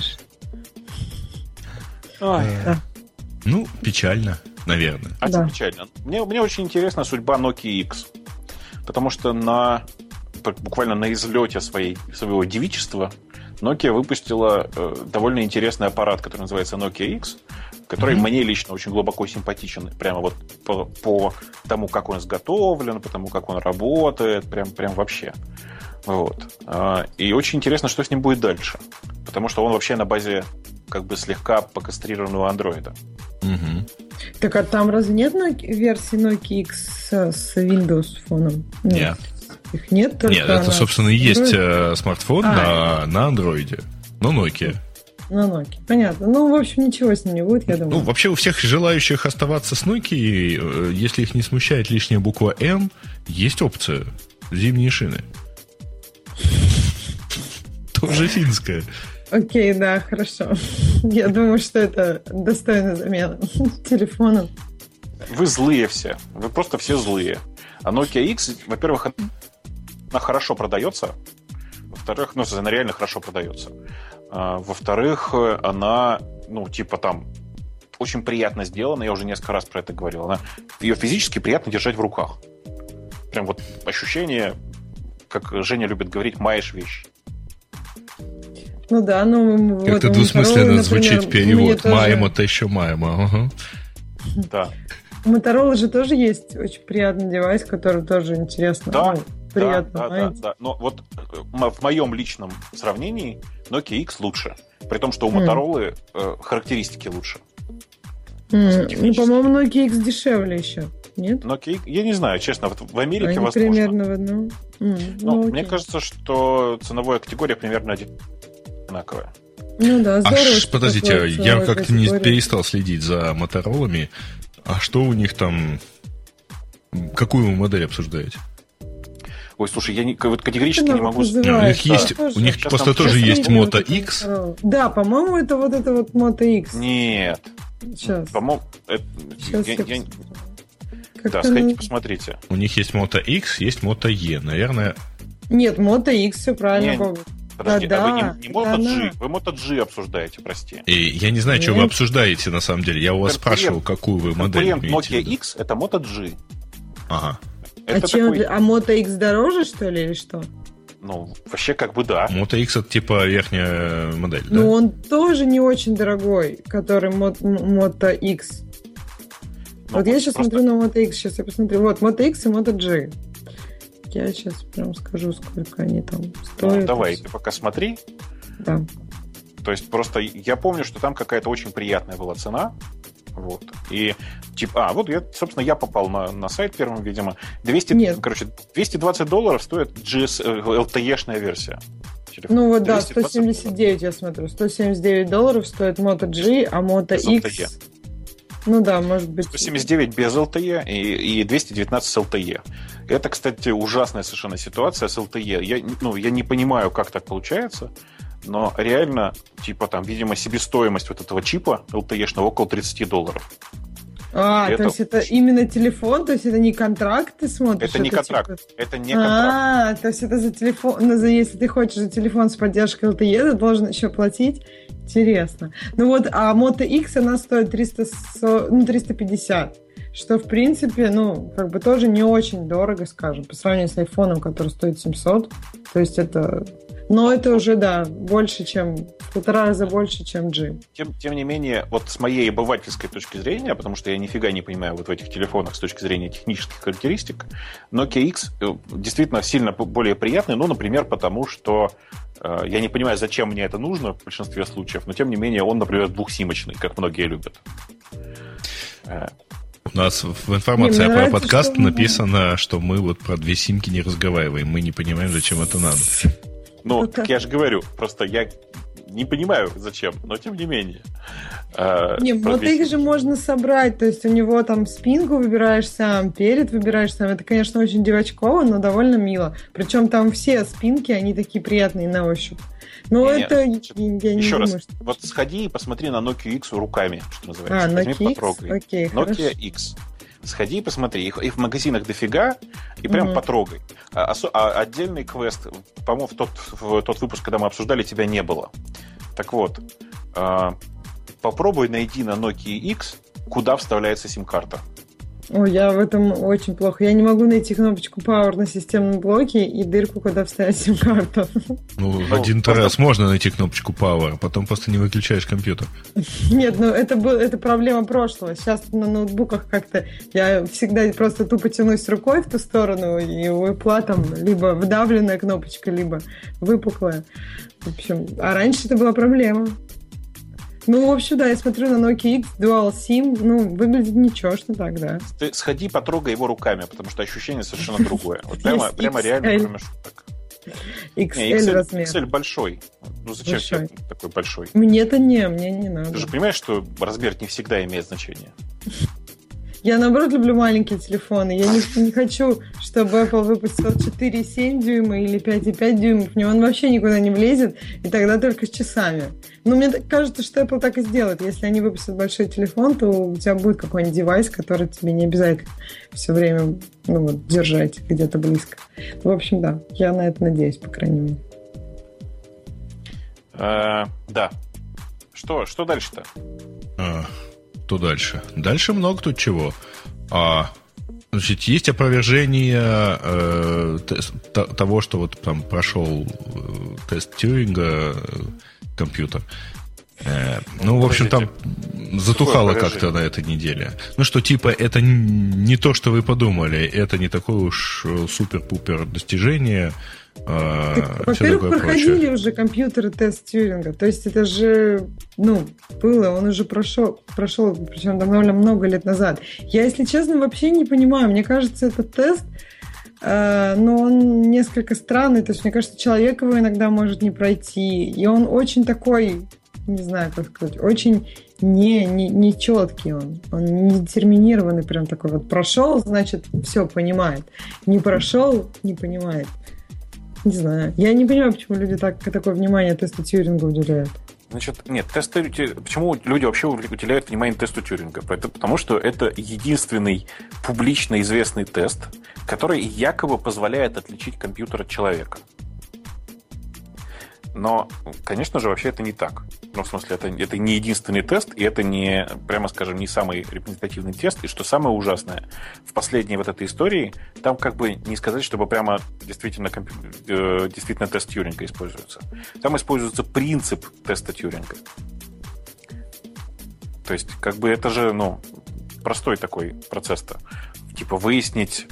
Да. Печально, наверное. Печально. Мне очень интересна судьба Nokia X. Потому что буквально на излете своего девичества Nokia выпустила довольно интересный аппарат, который называется Nokia X, который мне лично очень глубоко симпатичен. Прямо вот по тому, как он изготовлен, по тому, как он работает, прям вообще. И очень интересно, что с ним будет дальше. Потому что он вообще на базе слегка покастрированного андроида. Так а там разве нет версии Nokia X с Windows фоном? Нет. Их нет только. Нет, это, собственно, и есть смартфон на андроиде. Но Nokia. На Nokia. Понятно. В общем, ничего с ним не будет, я думаю. Вообще у всех желающих оставаться с Nokia, если их не смущает лишняя буква М, есть опция. Зимние шины. Тоже финская. Окей, да, хорошо. Я думаю, что это достойная замена телефона. Вы злые все. Вы просто все злые. А Nokia X, во-первых, она хорошо продается. Во-вторых, она реально хорошо продается. Во-вторых, она, очень приятно сделана. Я уже несколько раз про это говорил. Ее физически приятно держать в руках. Прям вот ощущение, как Женя любит говорить, маешь вещь. Как-то двусмысленно звучит перевод. Маемо, то еще маемо. Да. У Motorola же тоже есть очень приятный девайс, который тоже интересно. Да, приятно. Да. Но вот в моем личном сравнении Nokia X лучше. При том, что у Motorola характеристики лучше. Ну, по-моему, Nokia X дешевле еще. Нет? Nokia X, я не знаю, честно, вот в Америке они возможно. Примерно в одном. Мне кажется, что ценовая категория примерно одинаковая. Ну да, здорово. Подождите, я как-то не перестал следить за Моторолами. А что у них там? Какую вы модель обсуждаете? Ой, слушай, я вот категорически не могу... У них просто тоже есть Moto X. Да, по-моему, это вот Moto X. Нет. Сейчас. По-моему, да, сходите, посмотрите. У них есть Moto X, есть Moto E, наверное. Нет, Moto X, все правильно. Подожди, а вы не Moto G, вы Moto G обсуждаете, прости. И я не знаю, что вы обсуждаете на самом деле. Я у вас спрашивал, какую вы модель имеете. Nokia X это Moto G. Ага. А Moto X дороже, что ли, или что? Ну, вообще как бы да. Moto X это типа верхняя модель, да? Ну, он тоже не очень дорогой, который Moto X. Вот я сейчас смотрю на Moto X, сейчас я посмотрю. Вот, Moto X и Moto G. Я сейчас прям скажу, сколько они там стоят. Ну, давай, ты пока смотри. Да. То есть просто я помню, что там какая-то очень приятная была цена. Вот. И типа, вот я попал на сайт первым, видимо. $220 стоит LTE-шная версия. Ну вот да, 179 я смотрю. $179 стоит Moto G, а Moto X... Ну да, может быть. 179 без LTE и 219 с LTE. Это, кстати, ужасная совершенно ситуация с LTE. Я не понимаю, как так получается, но реально, типа там, видимо, себестоимость вот этого чипа LTE-шного около $30. То есть это именно телефон, то есть это не контракт ты смотришь? Это не контракт, это не контракт. То есть это за телефон, если ты хочешь за телефон с поддержкой LTE, ты должен еще платить? Интересно. Ну вот, а Moto X, она стоит 350, что, в принципе, как бы тоже не очень дорого, скажем, по сравнению с айфоном, который стоит 700. То есть это... Но это уже, да, больше, чем... в 1,5 раза больше, чем G. Тем не менее, вот с моей обывательской точки зрения, потому что я нифига не понимаю вот в этих телефонах с точки зрения технических характеристик, Nokia X действительно сильно более приятный, например, потому что я не понимаю, зачем мне это нужно в большинстве случаев, но тем не менее он, например, двухсимочный, как многие любят. У нас в информации про подкаст написано, что мы вот про 2 симки не разговариваем, мы не понимаем, зачем это надо. Так я же говорю, просто я не понимаю, зачем, но тем не менее. Moto X же можно собрать, то есть у него там спинку выбираешь сам, перед выбираешь сам. Это, конечно, очень девочково, но довольно мило. Причем там все спинки, они такие приятные на ощупь. Но я не еще думаю, раз, вот сходи и посмотри на Nokia X руками, что называется. Nokia X? Окей, Nokia X. Сходи и посмотри. Их в магазинах дофига, и прям потрогай. Отдельный квест, по-моему, в тот выпуск, когда мы обсуждали, тебя не было. Так вот, попробуй найди на Nokia X, куда вставляется сим-карта. Ой, я в этом очень плохо. Я не могу найти кнопочку Power на системном блоке и дырку, куда вставить сим-карту. Один раз можно найти кнопочку Power, а потом просто не выключаешь компьютер. Нет, это проблема прошлого. Сейчас на ноутбуках как-то я всегда просто тупо тянусь рукой в ту сторону, и у Apple там либо вдавленная кнопочка, либо выпуклая. В общем, а раньше это была проблема. В общем, да, я смотрю на Nokia X Dual SIM, выглядит ничешно так, да. Ты сходи, потрогай его руками, потому что ощущение совершенно другое. Вот прямо реально, кроме шуток. XL размер. XL большой. Зачем тебе такой большой? Мне не надо. Ты же понимаешь, что размер не всегда имеет значение. Я, наоборот, люблю маленькие телефоны. Я не хочу, чтобы Apple выпустил 4,7 дюйма или 5,5 дюймов. В него он вообще никуда не влезет, и тогда только с часами. Но мне кажется, что Apple так и сделает. Если они выпустят большой телефон, то у тебя будет какой-нибудь девайс, который тебе не обязательно все время держать где-то близко. В общем, да, я на это надеюсь, по крайней мере. Да. Что дальше-то? Что дальше? Дальше много тут чего. Значит, есть опровержение того, что вот там прошел тест Тьюринга компьютер. Ну, в общем, там затухало как-то на этой неделе. Ну, что типа это не то, что вы подумали, это не такое уж супер-пупер достижение. Во-первых, проходили уже компьютеры тест Тьюринга. То есть это же, было, он уже прошел, причем довольно много лет назад. Я, если честно, вообще не понимаю. Мне кажется, этот тест, но он несколько странный. То есть, мне кажется, человек его иногда может не пройти. И он очень такой, не знаю, как сказать, очень не четкий он не детерминированный, прям такой вот прошел, значит, все понимает. Не прошел, не понимает. Не знаю. Я не понимаю, почему люди такое внимание тесту Тьюринга уделяют. Значит, нет, почему люди вообще уделяют внимание тесту Тьюринга? Потому что это единственный публично известный тест, который якобы позволяет отличить компьютер от человека. Но, конечно же, вообще это не так. Ну, в смысле, это не единственный тест, и это не, прямо скажем, не самый репрезентативный тест. И что самое ужасное, в последней вот этой истории, там как бы не сказать, чтобы прямо действительно тест Тьюринга используется. Там используется принцип теста Тьюринга. То есть, как бы это же, простой такой процесс-то. Типа выяснить...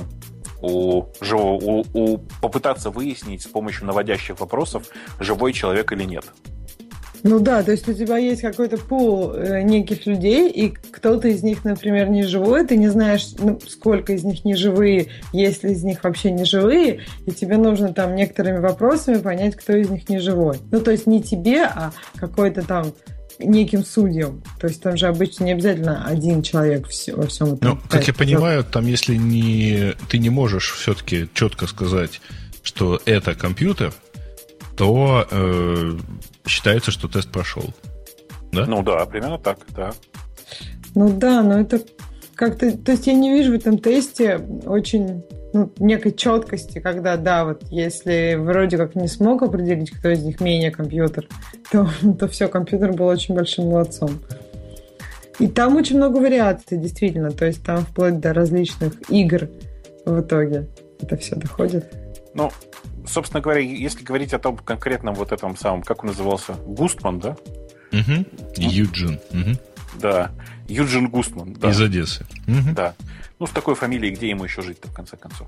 попытаться выяснить с помощью наводящих вопросов, живой человек или нет. Ну да, то есть у тебя есть какой-то пул неких людей, и кто-то из них, например, не живой, ты не знаешь, сколько из них не живые, есть ли из них вообще не живые, и тебе нужно там некоторыми вопросами понять, кто из них не живой. Ну, то есть не тебе, а какой-то там неким судьям. То есть там же обычно не обязательно один человек во всем этом. Ну, как я понимаю, там если ты не можешь все-таки четко сказать, что это компьютер, то считается, что тест прошел. Да? Ну да, примерно так, да. Ну да, но это как-то... То есть я не вижу в этом тесте очень некой четкости, когда, да, вот если вроде как не смог определить, кто из них менее компьютер, то все, компьютер был очень большим молодцом. И там очень много вариаций, действительно. То есть там вплоть до различных игр в итоге это все доходит. Ну, собственно говоря, если говорить о том конкретном вот этом самом, как он назывался, Густман, да? Угу. Юджин. Угу. Да, Юджин Густман. Да. Из Одессы. Угу. Да. Ну, с такой фамилией, где ему еще жить-то, в конце концов?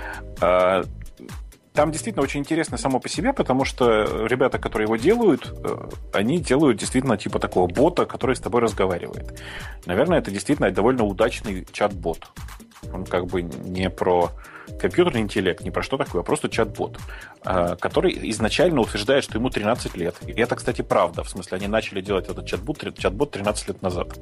Там действительно очень интересно само по себе, потому что ребята, которые его делают, они делают действительно типа такого бота, который с тобой разговаривает. Наверное, это действительно довольно удачный чат-бот. Он как бы не про компьютерный интеллект, не про что такое, а просто чат-бот, который изначально утверждает, что ему 13 лет. И это, кстати, правда. В смысле, они начали делать этот чат-бот 13 лет назад.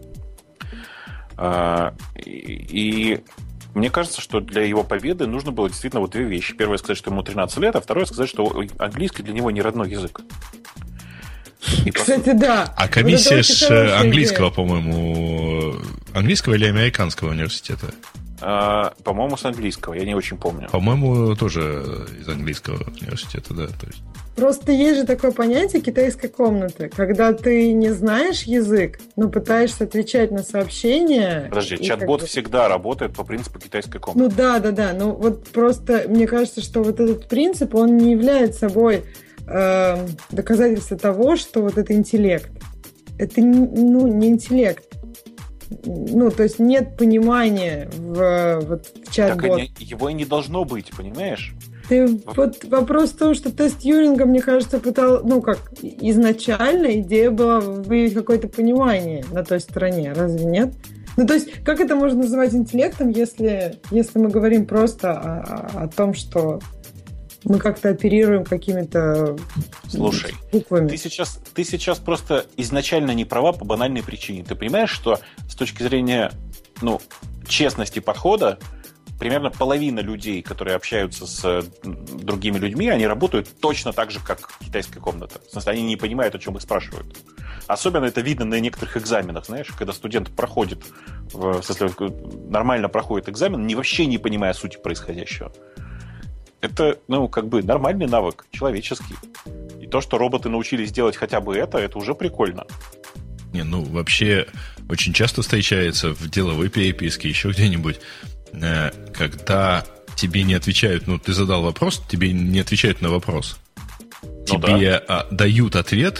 И мне кажется, что для его победы нужно было действительно вот две вещи. Первое — сказать, что ему 13 лет, а второе — сказать, что английский для него не родной язык. Кстати, да. А комиссия с английского, по-моему, английского или американского университета? По-моему, с английского, я не очень помню. По-моему, тоже из английского университета, да. То есть. Просто есть же такое понятие китайской комнаты, когда ты не знаешь язык, но пытаешься отвечать на сообщения. Подожди, чат-бот всегда работает по принципу китайской комнаты. Ну да. Ну вот просто мне кажется, что вот этот принцип, он не является собой доказательство того, что вот это интеллект. Это не интеллект. Ну, то есть нет понимания в чат-бот. Так его и не должно быть, понимаешь? Вот вопрос в том, что тест Тьюринга, мне кажется, изначально идея была выявить какое-то понимание на той стороне, разве нет? Ну, то есть, как это можно называть интеллектом, если мы говорим просто о том, что мы как-то оперируем какими-то буквами? Ты сейчас просто изначально не права по банальной причине. Ты понимаешь, что с точки зрения честности подхода, примерно половина людей, которые общаются с другими людьми, они работают точно так же, как китайская комната. В смысле, они не понимают, о чем их спрашивают. Особенно это видно на некоторых экзаменах, знаешь, когда студент проходит, нормально проходит экзамен, вообще не понимая сути происходящего. Это, нормальный навык, человеческий. И то, что роботы научились делать хотя бы это уже прикольно. Вообще, очень часто встречается в деловой переписке, еще где-нибудь, когда тебе не отвечают, ты задал вопрос, тебе не отвечают на вопрос. Тебе дают ответ,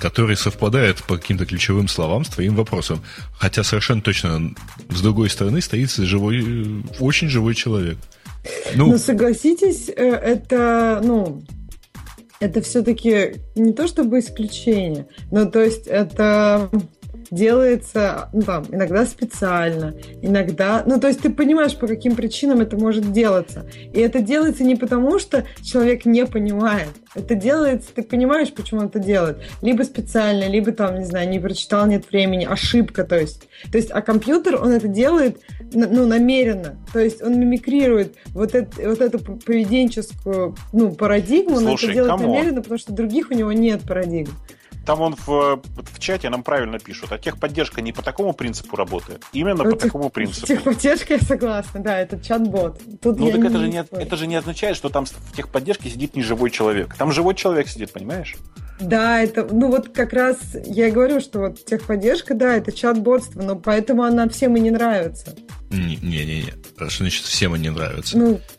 который совпадает по каким-то ключевым словам с твоим вопросом. Хотя совершенно точно с другой стороны стоит живой, очень живой человек. Но согласитесь, это все-таки не то чтобы исключение, но то есть это делается иногда специально, иногда... то есть ты понимаешь, по каким причинам это может делаться. И это делается не потому, что человек не понимает. Это делается, ты понимаешь, почему он это делает. Либо специально, либо не прочитал, нет времени, ошибка, то есть, а компьютер, он это делает, намеренно. То есть он мимикрирует вот эту поведенческую, парадигму, он это делает намеренно, потому что других у него нет парадигм. Там он в чате нам правильно пишут, а техподдержка не по такому принципу работает, именно по такому принципу. Техподдержка, я согласна, да, это чат-бот. Это же не означает, что там в техподдержке сидит не живой человек. Там живой человек сидит, понимаешь? Да, это, как раз я и говорю, что техподдержка, да, это чат-ботство, но поэтому она всем и не нравится. Не. Что значит всем и не нравится?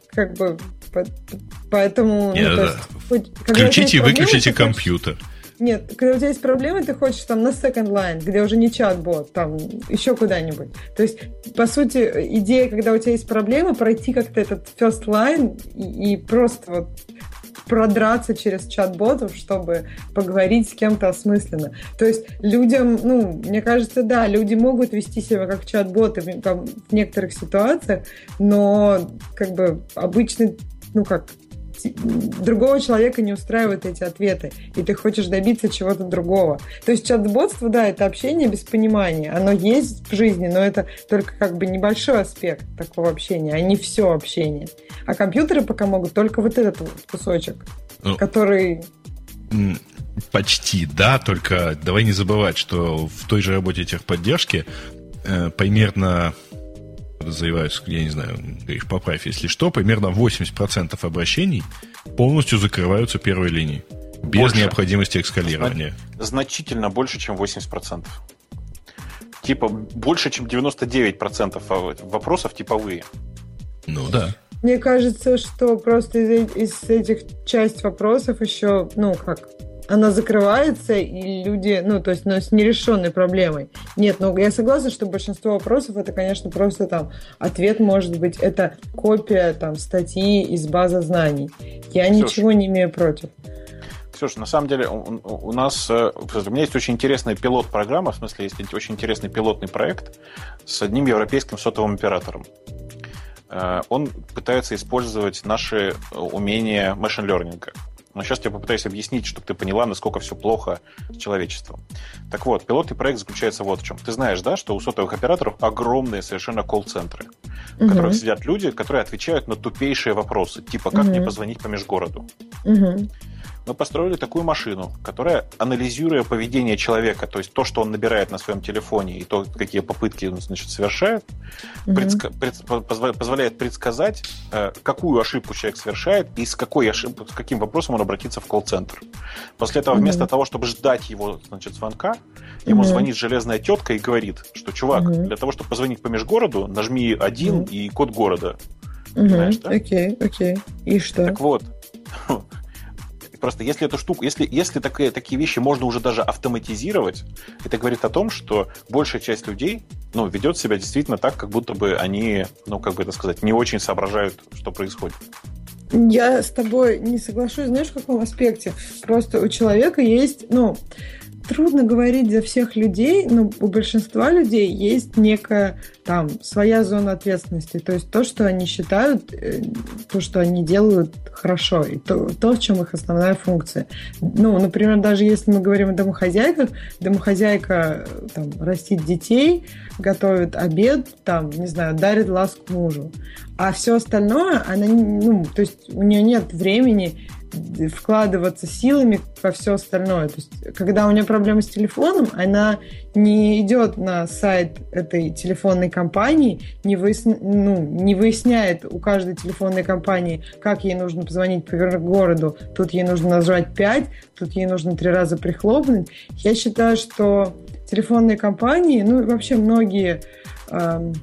Поэтому... Включите и выключите компьютер. Нет, когда у тебя есть проблемы, ты хочешь на second line, где уже не чат-бот, еще куда-нибудь. То есть, по сути, идея, когда у тебя есть проблемы, пройти как-то этот first line и просто продраться через чат-ботов, чтобы поговорить с кем-то осмысленно. То есть людям, мне кажется, да, люди могут вести себя как чат-боты в некоторых ситуациях, но обычно, другого человека не устраивают эти ответы, и ты хочешь добиться чего-то другого. То есть чат-ботство, да, это общение без понимания. Оно есть в жизни, но это только небольшой аспект такого общения, а не все общение. А компьютеры пока могут только вот этот кусочек, который... Почти, да, только давай не забывать, что в той же работе техподдержки примерно... подозреваюсь, я не знаю, их поправь, если что, примерно 80% обращений полностью закрываются первой линией. Без необходимости эскалирования. Значительно больше, чем 80%. Больше, чем 99% вопросов типовые. Да. Мне кажется, что просто из этих часть вопросов еще, она закрывается, и люди, с нерешенной проблемой. Нет, я согласна, что большинство вопросов, это, конечно, просто ответ может быть, это копия статьи из базы знаний. Я ничего не имею против. Ксюша, на самом деле у меня есть очень интересная пилот-программа, в смысле, есть очень интересный пилотный проект с одним европейским сотовым оператором. Он пытается использовать наши умения машин-лернинга. Но сейчас я попытаюсь объяснить, чтобы ты поняла, насколько все плохо с человечеством. Так вот, пилотный проект заключается вот в чем. Ты знаешь, да, что у сотовых операторов огромные совершенно колл-центры, в которых сидят люди, которые отвечают на тупейшие вопросы, типа «как мне позвонить по межгороду?». Мы построили такую машину, которая, анализируя поведение человека, то есть то, что он набирает на своем телефоне, и то, какие попытки он, совершает, позволяет предсказать, какую ошибку человек совершает и с каким вопросом он обратится в колл-центр. После этого, вместо того, чтобы ждать его, звонка, ему звонит железная тетка и говорит, что, чувак, для того, чтобы позвонить по межгороду, нажми 1 и код города. Понимаешь, да? Окей. И что? Так вот. Просто если эту штуку, если такие вещи можно уже даже автоматизировать, это говорит о том, что большая часть людей ведет себя действительно так, как будто бы они, не очень соображают, что происходит. Я с тобой не соглашусь, знаешь, в каком аспекте? Просто у человека есть, трудно говорить за всех людей, но у большинства людей есть некая своя зона ответственности. То есть то, что они считают, то, что они делают хорошо, и то, в чем их основная функция. Например, даже если мы говорим о домохозяйках, домохозяйка растит детей, готовит обед, дарит ласку мужу. А все остальное, она, то есть у нее нет времени вкладываться силами во все остальное. То есть, когда у нее проблемы с телефоном, она не идет на сайт этой телефонной компании, не выясняет у каждой телефонной компании, как ей нужно позвонить по городу. Тут ей нужно нажать 5, тут ей нужно 3 раза прихлопнуть. Я считаю, что телефонные компании, вообще многие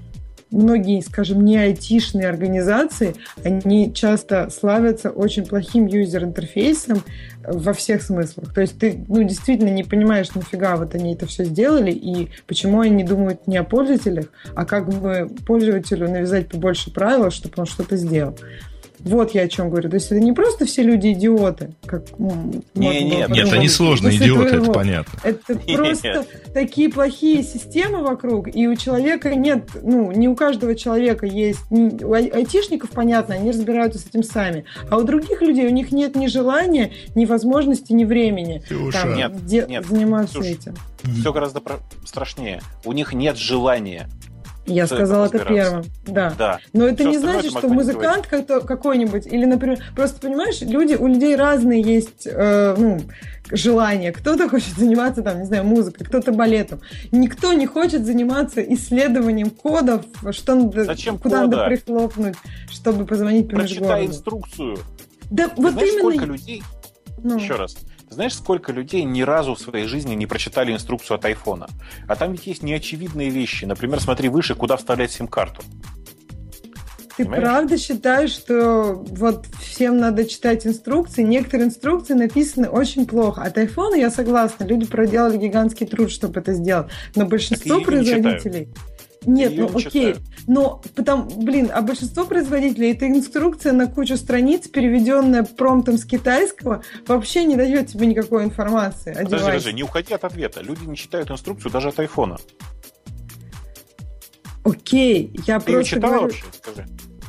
многие, скажем, не айтишные организации, они часто славятся очень плохим юзер-интерфейсом во всех смыслах. То есть ты действительно не понимаешь, нафига вот они это все сделали и почему они думают не о пользователях, а как бы пользователю навязать побольше правил, чтобы он что-то сделал. Вот я о чем говорю. То есть это не просто все люди идиоты. Как, нет, они сложные идиоты, это понятно. Это просто такие плохие системы вокруг, и у человека нет, не у каждого человека есть, у айтишников, понятно, они разбираются с этим сами, а у других людей у них нет ни желания, ни возможности, ни времени заниматься этим. Все гораздо страшнее. У них нет желания. Я сказала это первым. Да. Но это не значит, что музыкант какой-нибудь, или, например, просто понимаешь, у людей разные есть желания. Кто-то хочет заниматься, там, не знаю, музыкой, кто-то балетом. Никто не хочет заниматься исследованием кодов, куда надо прихлопнуть, чтобы позвонить по межгороду. Прочитай инструкцию. Да, вот знаешь, именно. Сколько людей... Еще раз. Знаешь, сколько людей ни разу в своей жизни не прочитали инструкцию от айфона? А там ведь есть неочевидные вещи. Например, смотри выше, куда вставлять сим-карту. Ты правда считаешь, что вот всем надо читать инструкции? Некоторые инструкции написаны очень плохо. От айфона я согласна, люди проделали гигантский труд, чтобы это сделать. Но большинство производителей... Нет, окей. Но а большинство производителей эта инструкция на кучу страниц, переведенная промптом с китайского, вообще не дает тебе никакой информации о девайсе. Подожди, не уходи от ответа. Люди не читают инструкцию даже от айфона. Окей, я Ты просто читала говорю... вообще? Скажи.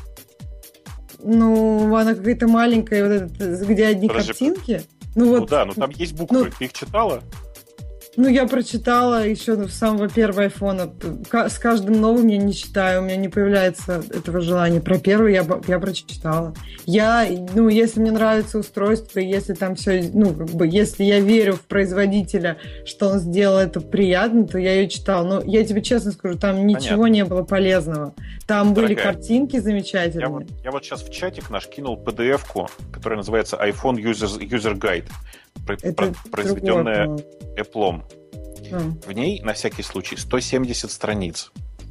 Она какая-то маленькая, где одни картинки. Там есть буквы. Ты их читала? Я прочитала еще с самого первого айфона. С каждым новым я не читаю, у меня не появляется этого желания. Про первый я прочитала. Если мне нравится устройство, если там все, если я верю в производителя, что он сделал это приятно, то я ее читала. Но я тебе честно скажу, там ничего не было полезного. Там были картинки замечательные. Я вот сейчас в чатик наш кинул PDF-ку, которая называется iPhone User Guide. Произведенная Apple. В ней, на всякий случай, 170 страниц.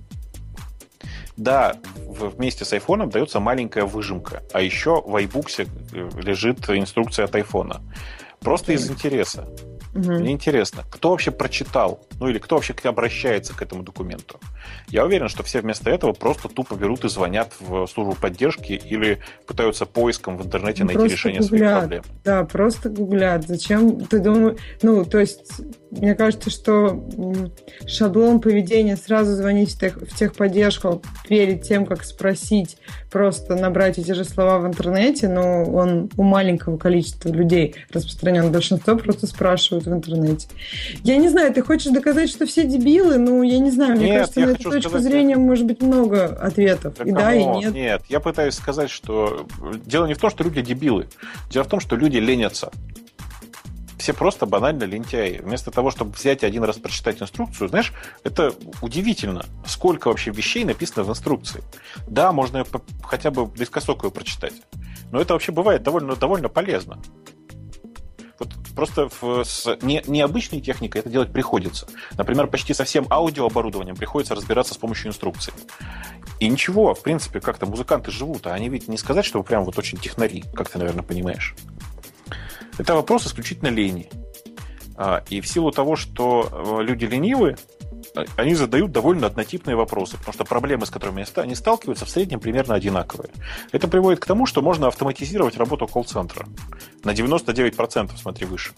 Да, вместе с айфоном дается маленькая выжимка, а еще в iBooks лежит инструкция от айфона. Просто из интереса. Мне интересно, кто вообще прочитал, или кто вообще обращается к этому документу. Я уверен, что все вместо этого просто тупо берут и звонят в службу поддержки или пытаются поиском в интернете найти решение своих проблем. Да, просто гуглят. Зачем? Ты думаешь... то есть, мне кажется, что шаблон поведения сразу звонить в техподдержку перед тем, как спросить, просто набрать эти же слова в интернете, он у маленького количества людей распространен. Большинство просто спрашивают в интернете. Я не знаю, ты хочешь доказать, что все дебилы? Я не знаю, мне кажется, на эту точку зрения может быть много ответов. И да, и нет. Нет, я пытаюсь сказать, что дело не в том, что люди дебилы. Дело в том, что люди ленятся. Все просто банально лентяи. Вместо того, чтобы взять и один раз прочитать инструкцию, знаешь, это удивительно, сколько вообще вещей написано в инструкции. Да, можно ее хотя бы близкосокую прочитать. Но это вообще бывает довольно полезно. Вот просто с необычной техникой это делать приходится. Например, почти со всем аудиооборудованием приходится разбираться с помощью инструкций. И ничего, в принципе, как-то музыканты живут, а они ведь не сказать, что прям вот очень технари, как ты, наверное, понимаешь. Это вопрос исключительно лени. И в силу того, что люди ленивы, они задают довольно однотипные вопросы, потому что проблемы, с которыми они сталкиваются, в среднем примерно одинаковые. Это приводит к тому, что можно автоматизировать работу колл-центра. На 99%, смотри выше.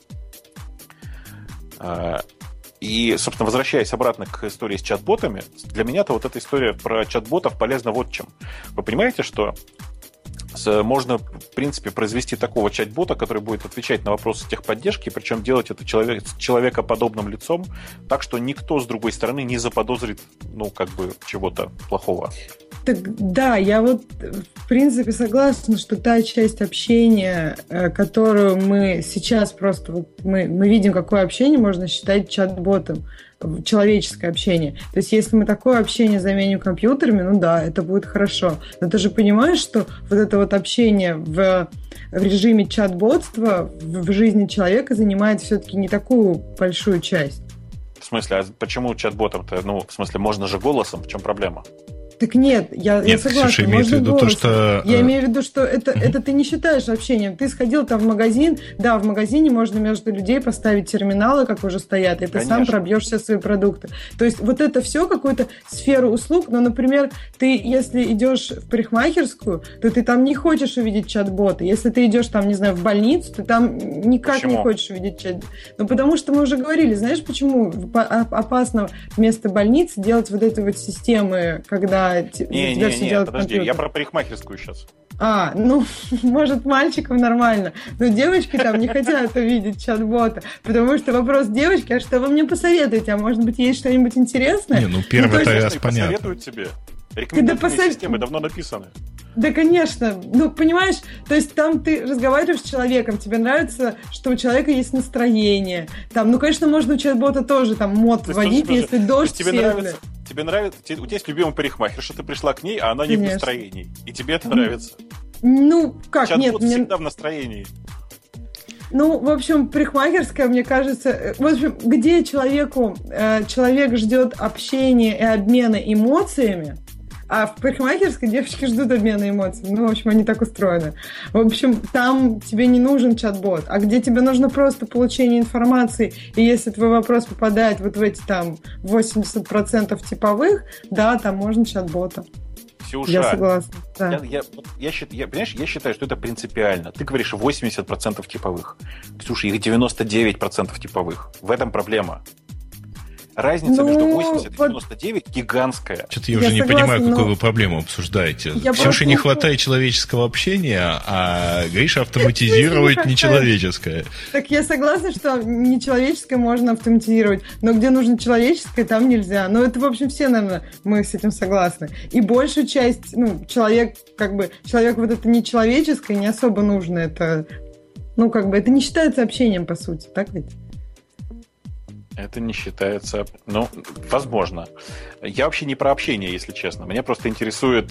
И, собственно, возвращаясь обратно к истории с чат-ботами, для меня-то вот эта история про чат-ботов полезна вот чем. Вы понимаете, что можно, в принципе, произвести такого чат-бота, который будет отвечать на вопросы техподдержки, причем делать это человекоподобным лицом, так что никто с другой стороны не заподозрит, чего-то плохого. Так, да, я в принципе согласна, что та часть общения, которую мы сейчас просто мы видим, какое общение можно считать чат-ботом, человеческое общение. То есть, если мы такое общение заменим компьютерами, да, это будет хорошо. Но ты же понимаешь, что вот это общение в режиме чат-ботства в жизни человека занимает все-таки не такую большую часть. В смысле, а почему чат-ботом-то? В смысле, можно же голосом, в чем проблема? Так нет, я согласна. Ксюша имеет в виду то, что... Я имею в виду, что это ты не считаешь общением. Ты сходил там в магазин, да, в магазине можно между людей поставить терминалы, как уже стоят, и ты сам пробьешь все свои продукты. То есть вот это все какую-то сферу услуг, но, например, ты, если идешь в парикмахерскую, то ты там не хочешь увидеть чат-бота. Если ты идешь там, не знаю, в больницу, ты там никак не хочешь увидеть чат-бота. Ну, потому что мы уже говорили, знаешь, почему опасно вместо больницы делать вот эти вот системы, когда тебя все делают. Подожди, я про парикмахерскую сейчас. Ну, может, мальчикам нормально, но девочки там не хотят увидеть чат-бота, потому что вопрос девочки, а что вы мне посоветуете? А может быть, есть что-нибудь интересное? Первый раз понятно. Посоветуют тебе. Рекомендательные системы давно написаны. Да, конечно. Ну, понимаешь, то есть там ты разговариваешь с человеком, тебе нравится, что у человека есть настроение. Там, ну, конечно, можно у чат-бота тоже там мод вводить, если дождь сильный. Тебе нравится, у тебя есть любимый парикмахер, что ты пришла к ней, а она не в настроении. И тебе это нравится. Ну, как, чат-бот всегда в настроении. Ну, в общем, парикмахерская, мне кажется... В общем, где человек ждет общения и обмена эмоциями, а в парикмахерской девочки ждут обмена эмоциями. Ну, в общем, они так устроены. В общем, там тебе не нужен чат-бот, а где тебе нужно просто получение информации, и если твой вопрос попадает вот в эти там 80% типовых, да, там можно чат-бота. Ксюша, я согласна. Да. Я считаю, что это принципиально. Ты говоришь 80% типовых. Ксюша, их 99% типовых. В этом проблема. Разница между 80 и 99 гигантская. Что-то я уже не понимаю, какую вы проблему обсуждаете. Ксюше не хватает человеческого общения, а Гриша автоматизировать нечеловеческое. Так я согласна, что нечеловеческое можно автоматизировать, но где нужно человеческое, там нельзя. Но это, в общем, все, наверное, мы с этим согласны. И большую часть, человек вот это нечеловеческое, не особо нужно. Это, это не считается общением, по сути, так ведь? Это не считается... возможно. Я вообще не про общение, если честно. Меня просто интересует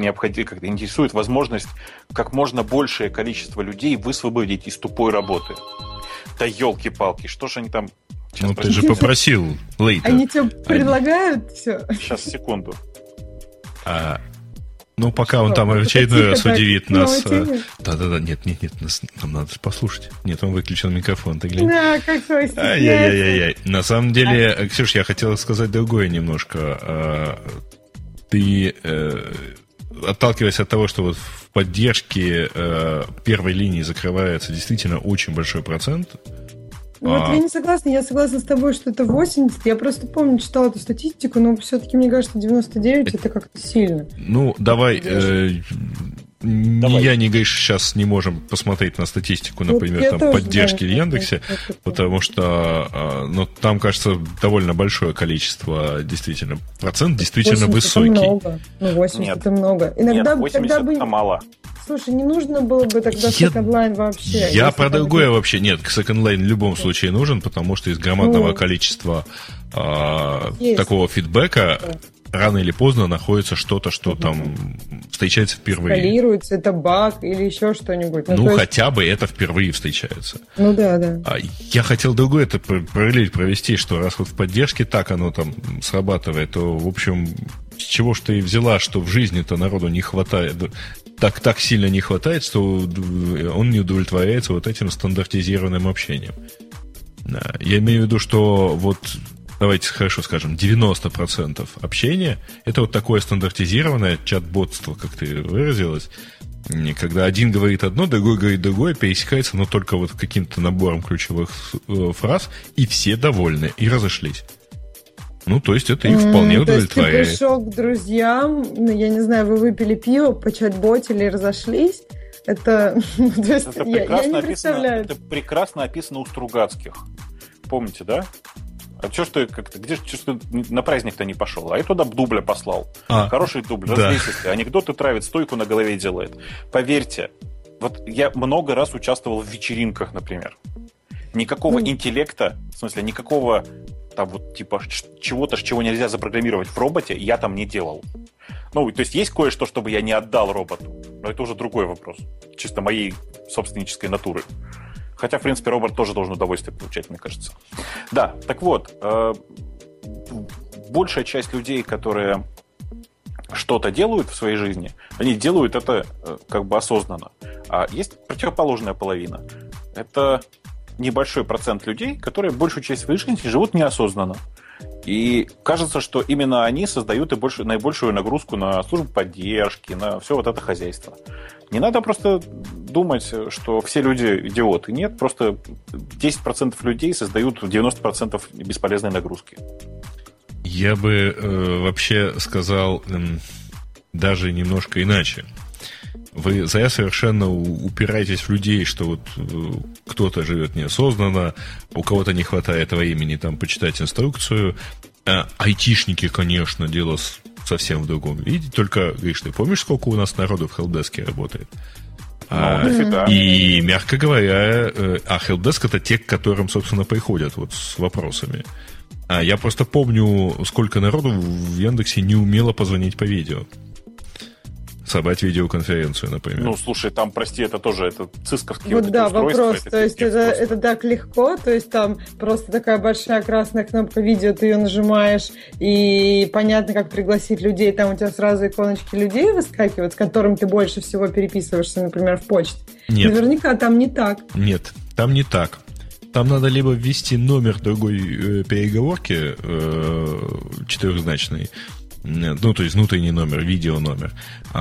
возможность как можно большее количество людей высвободить из тупой работы. Да елки-палки, что же они там... ты же попросил, Лейта. Они тебе предлагают все? Сейчас, секунду. Пока он там очередной раз удивит нас. Да-да-да, нет, нам надо послушать. Нет, он выключил микрофон, ты глянь. Да, как свой стесняется. Ай-яй-яй-яй. На самом деле, Ксюш, я хотел сказать другое немножко. Ты, отталкиваясь от того, что вот в поддержке первой линии закрывается действительно очень большой процент. Я не согласна. Я согласна с тобой, что это 80. Я просто помню, читала эту статистику, но все-таки, мне кажется, 99 это как-то сильно. Давай. Ни я, ни Гриша сейчас не можем посмотреть на статистику, например, поддержки в Яндексе, потому что там, кажется, довольно большое количество, действительно, процент действительно высокий. Это много. 80 это много. Иногда 80 это мало. Слушай, не нужно было бы тогда Second Line вообще. Я про другое вообще. Нет, Second Line в любом случае нужен, потому что из громадного количества такого фидбэка рано или поздно находится что-то, что там встречается впервые. Скалируется, это баг или еще что-нибудь. Хотя бы это впервые встречается. Да. Я хотел другое это параллель провести, что раз вот в поддержке так оно там срабатывает, то, в общем, с чего ж ты взяла, что в жизни-то народу не хватает, так сильно не хватает, что он не удовлетворяется вот этим стандартизированным общением. Я имею в виду, что вот давайте хорошо скажем, 90% общения – это вот такое стандартизированное чат-ботство, как ты выразилась, когда один говорит одно, другой говорит другое, пересекается, но только вот каким-то набором ключевых фраз, и все довольны, и разошлись. То есть это их вполне удовлетворяет. То есть ты пришел к друзьям, я не знаю, вы выпили пиво, почат-ботили и разошлись? Это я не представляю. Это прекрасно описано у Стругацких. Помните, да? А что ж ты на праздник-то не пошел? А я туда дубля послал. Хороший дубль, развесистый. Анекдоты травит, стойку на голове делает. Поверьте, вот я много раз участвовал в вечеринках, например. Никакого интеллекта, в смысле, никакого там вот типа чего-то, чего нельзя запрограммировать в роботе, я там не делал. То есть кое-что, чтобы я не отдал роботу. Но это уже другой вопрос. Чисто моей собственнической натуры. Хотя, в принципе, робот тоже должен удовольствие получать, мне кажется. Да, так вот, большая часть людей, которые что-то делают в своей жизни, они делают это как бы осознанно. А есть противоположная половина. Это небольшой процент людей, которые большую часть своей жизни живут неосознанно. И кажется, что именно они создают наибольшую нагрузку на службу поддержки, на все вот это хозяйство. Не надо просто думать, что все люди идиоты. Нет, просто 10% людей создают 90% бесполезной нагрузки. Я бы вообще сказал даже немножко иначе. Вы зря совершенно упираетесь в людей, что вот кто-то живет неосознанно, у кого-то не хватает времени там почитать инструкцию. Айтишники, конечно, дело совсем в другом. Видите, только, Гриш, ты помнишь, сколько у нас народу в хелпдеске работает? И, мягко говоря, хелпдеск — это те, к которым, собственно, приходят вот с вопросами. Я просто помню, сколько народу в Яндексе не умело позвонить по видео. Собрать видеоконференцию, например. Ну, слушай, там, прости, это тоже цисковские вот да, вопрос. То есть это так легко, то есть там просто такая большая красная кнопка видео, ты ее нажимаешь, и понятно, как пригласить людей, там у тебя сразу иконочки людей выскакивают, с которым ты больше всего переписываешься, например, в почте. Нет. Наверняка там не так. Нет, там не так. Там надо либо ввести номер другой переговорки четырехзначный, ну, то есть внутренний номер, видео номер,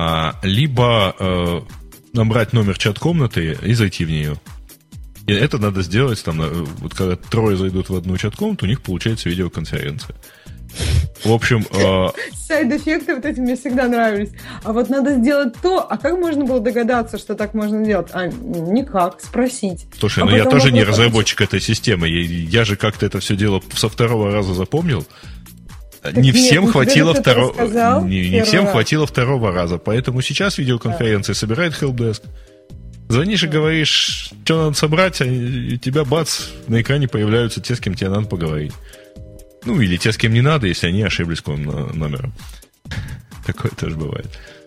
либо набрать номер чат-комнаты и зайти в нее. И это надо сделать, там, вот когда трое зайдут в одну чат-комнату, у них получается видеоконференция. В общем... Сайд-эффекты вот эти мне всегда нравились. А вот надо сделать то, а как можно было догадаться, что так можно делать? Никак, спросить. Слушай, я тоже не разработчик этой системы. Я же как-то это все дело со второго раза запомнил. Не всем хватило второго раза. Поэтому сейчас видеоконференции собирает хелпдеск. Звонишь и говоришь, что надо собрать, а у тебя, бац, на экране появляются те, с кем тебе надо поговорить. Ну, или те, с кем не надо, если они ошиблись номером. Такое тоже бывает.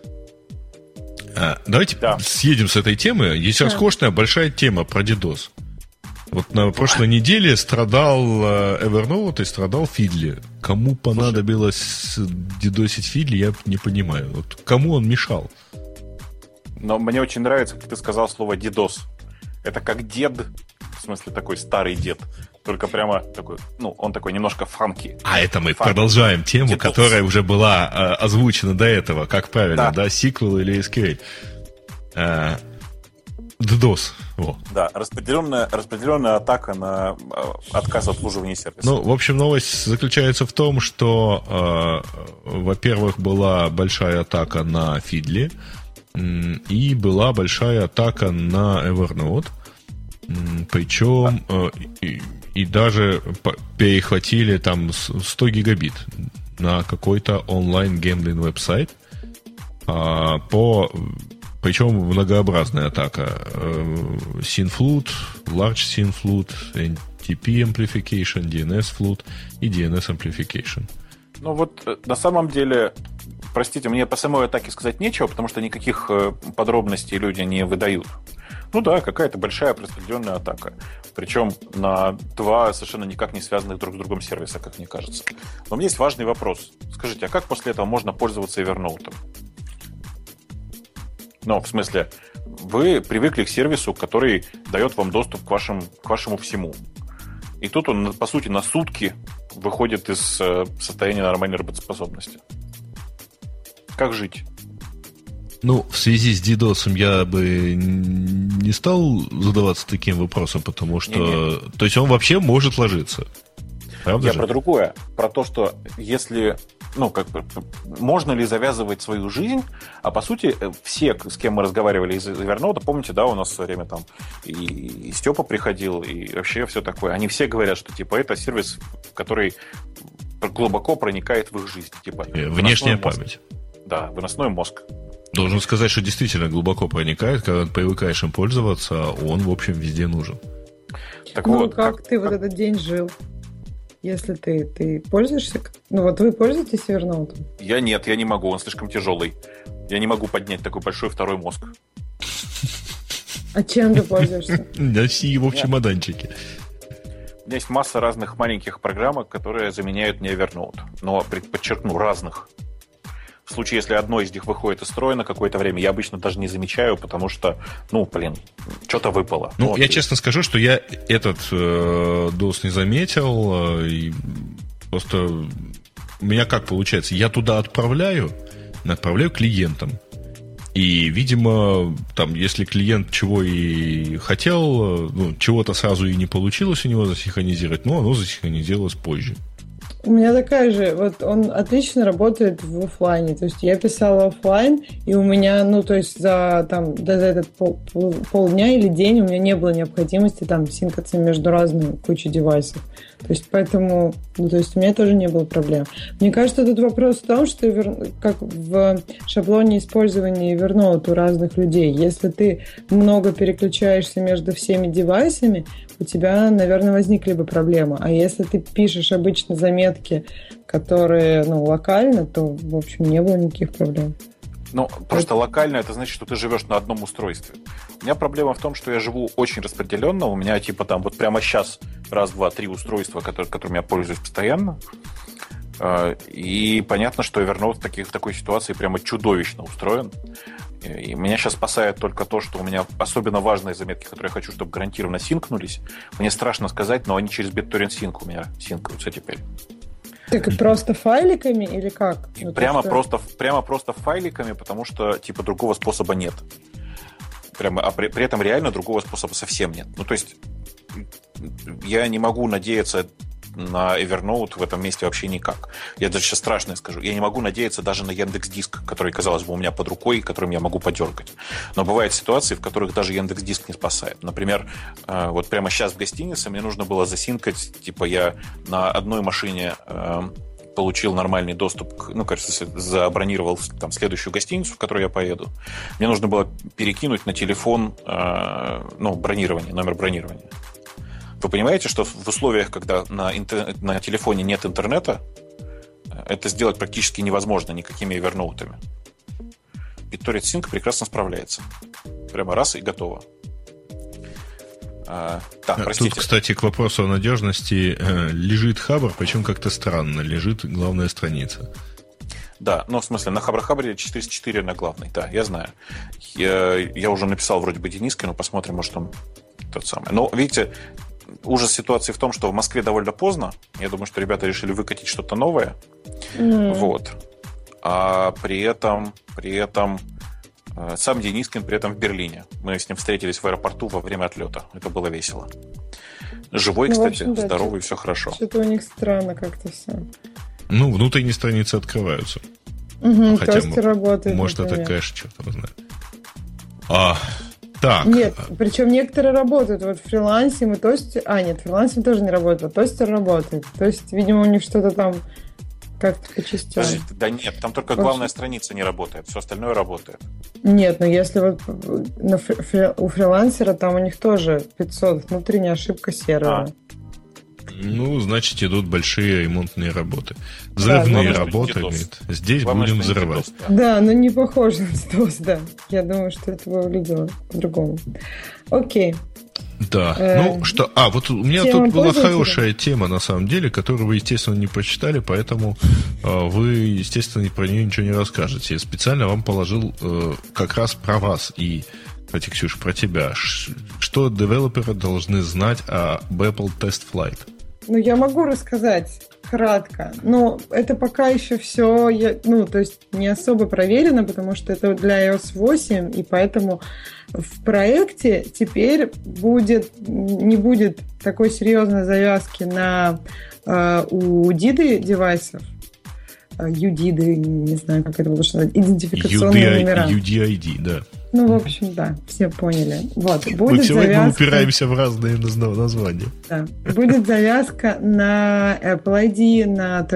Давайте съедем с этой темы. Есть роскошная большая тема про DDoS. Вот на прошлой неделе страдал Evernote и страдал Feedly. Кому понадобилось дидосить Feedly, я не понимаю. Вот кому он мешал? Но мне очень нравится, как ты сказал слово DDoS. Это как дед, в смысле такой старый дед, только прямо такой, ну, он такой немножко фанки. Это мы продолжаем тему, DDoS, которая уже была озвучена до этого. Как правильно, да? SQL или SQL? DDoS. Во. Да, распределенная атака на отказ от обслуживания сервиса. Ну, в общем, новость заключается в том, что, во-первых, была большая атака на Feedly, и была большая атака на Evernote. Причем и даже перехватили там 100 гигабит на какой-то онлайн-гэмблинг веб-сайт. Причем многообразная атака. SYN-FLOOD, Large SYN-FLOOD, NTP Amplification, DNS-FLOOD и DNS Amplification. Ну вот на самом деле, простите, мне по самой атаке сказать нечего, потому что никаких подробностей люди не выдают. Ну да, какая-то большая распределенная атака. Причем на два совершенно никак не связанных друг с другом сервиса, как мне кажется. Но у меня есть важный вопрос. Скажите, а как после этого можно пользоваться Evernote? Ну, в смысле, вы привыкли к сервису, который дает вам доступ к вашему всему. И тут он, по сути, на сутки выходит из состояния нормальной работоспособности. Как жить? Ну, в связи с DDoS я бы не стал задаваться таким вопросом, потому что... То есть он вообще может ложиться. Правда я же? Про другое. Про то, что если... Ну, как бы, можно ли завязывать свою жизнь? А по сути, все, с кем мы разговаривали из Evernote, помните, да, у нас все время там и Степа приходил, и вообще все такое. Они все говорят, что типа это сервис, который глубоко проникает в их жизнь. Типа, внешняя память. Да, выносной мозг. Должен сказать, что действительно глубоко проникает, когда привыкаешь им пользоваться, он, в общем, везде нужен. Так ну, вот, как ты вот этот день жил? Если ты пользуешься... Ну, вот вы пользуетесь Evernote? Я нет, я не могу, он слишком тяжелый. Я не могу поднять такой большой второй мозг. А чем ты пользуешься? Носи его в чемоданчике. У меня есть масса разных маленьких программок, которые заменяют мне Evernote. Но, подчеркну, разных. В случае, если одно из них выходит из строя на какое-то время, я обычно даже не замечаю, потому что, что-то выпало. Я честно скажу, что я этот DOS не заметил, и просто у меня как получается, я туда отправляю клиентам. И, видимо, там, если клиент чего и хотел, чего-то сразу и не получилось у него засинхронизировать, оно засинхронизировалось позже. У меня такая же, он отлично работает в офлайне, то есть я писала офлайн, и у меня, за этот полдня или день у меня не было необходимости там синкаться между разными кучей девайсов, то есть поэтому, у меня тоже не было проблем. Мне кажется, тут вопрос в том, что как в шаблоне использования Evernote у разных людей, если ты много переключаешься между всеми девайсами, у тебя, наверное, возникли бы проблемы. А если ты пишешь обычно заметки, которые, локально, то, в общем, не было никаких проблем. Просто локально это значит, что ты живешь на одном устройстве. У меня проблема в том, что я живу очень распределенно. У меня прямо сейчас 1, 2, 3 устройства, которыми я пользуюсь постоянно. И понятно, что Evernote в такой ситуации прямо чудовищно устроен. И меня сейчас спасает только то, что у меня особенно важные заметки, которые я хочу, чтобы гарантированно синкнулись. Мне страшно сказать, но они через BitTorrent Sync у меня синкаются теперь. Так и просто файликами или как? Прямо просто файликами, потому что другого способа нет. При этом реально другого способа совсем нет. То есть я не могу надеяться на Evernote в этом месте вообще никак. Я даже сейчас страшное скажу. Я не могу надеяться даже на Яндекс.Диск, который, казалось бы, у меня под рукой, которым я могу подергать. Но бывают ситуации, в которых даже Яндекс.Диск не спасает. Например, прямо сейчас в гостинице мне нужно было засинкать, я на одной машине получил нормальный доступ, забронировал там следующую гостиницу, в которую я поеду. Мне нужно было перекинуть на телефон бронирование, номер бронирования. Вы понимаете, что в условиях, когда на телефоне нет интернета, это сделать практически невозможно никакими Evernote'ами. BitTorrent Sync прекрасно справляется. Прямо раз и готово. Простите. Тут, кстати, к вопросу о надежности лежит Хабр, причем как-то странно. Лежит главная страница. Да, в смысле, на Хабр-Хабре 404 на главной, да, я знаю. Я уже написал вроде бы Дениске, но посмотрим, может, он тот самый. Но, видите, ужас ситуации в том, что в Москве довольно поздно. Я думаю, что ребята решили выкатить что-то новое. А при этом сам Денискин при этом в Берлине. Мы с ним встретились в аэропорту во время отлета. Это было весело. Живой, кстати, здоровый, все хорошо. Что-то у них странно как-то все. Внутренние страницы открываются. Хотя тостер работает. Может, например. это кэш, черт его знает. Так. Нет, причем некоторые работают. Вот в фрилансе мы тостер... нет, в фрилансе тоже не работает, а тостер работает. То есть, видимо, у них что-то там как-то по частям. Да нет, там только главная страница не работает, все остальное работает. Нет, если у фрилансера там у них тоже 500 внутренняя ошибка сервера. Значит, идут большие ремонтные работы. Взрывные работы. Здесь будем взрывать. Да, но не похоже на DOS, да. Я думаю, что это выглядело по-другому. Окей. Да. Вот у меня тут была хорошая тема, на самом деле, которую вы, естественно, не прочитали, поэтому вы, естественно, про нее ничего не расскажете. Я специально вам положил как раз про вас и, кстати, Ксюша, про тебя. Что девелоперы должны знать об Apple Test Flight? Я могу рассказать кратко, но это пока еще все, то есть не особо проверено, потому что это для iOS 8, и поэтому в проекте теперь не будет такой серьезной завязки на у DID девайсов, UDID, не знаю, как это лучше назвать, идентификационные номера. UDID, да. В общем, да, все поняли. Мы сегодня упираемся в разные названия. Да. Будет завязка на Apple ID,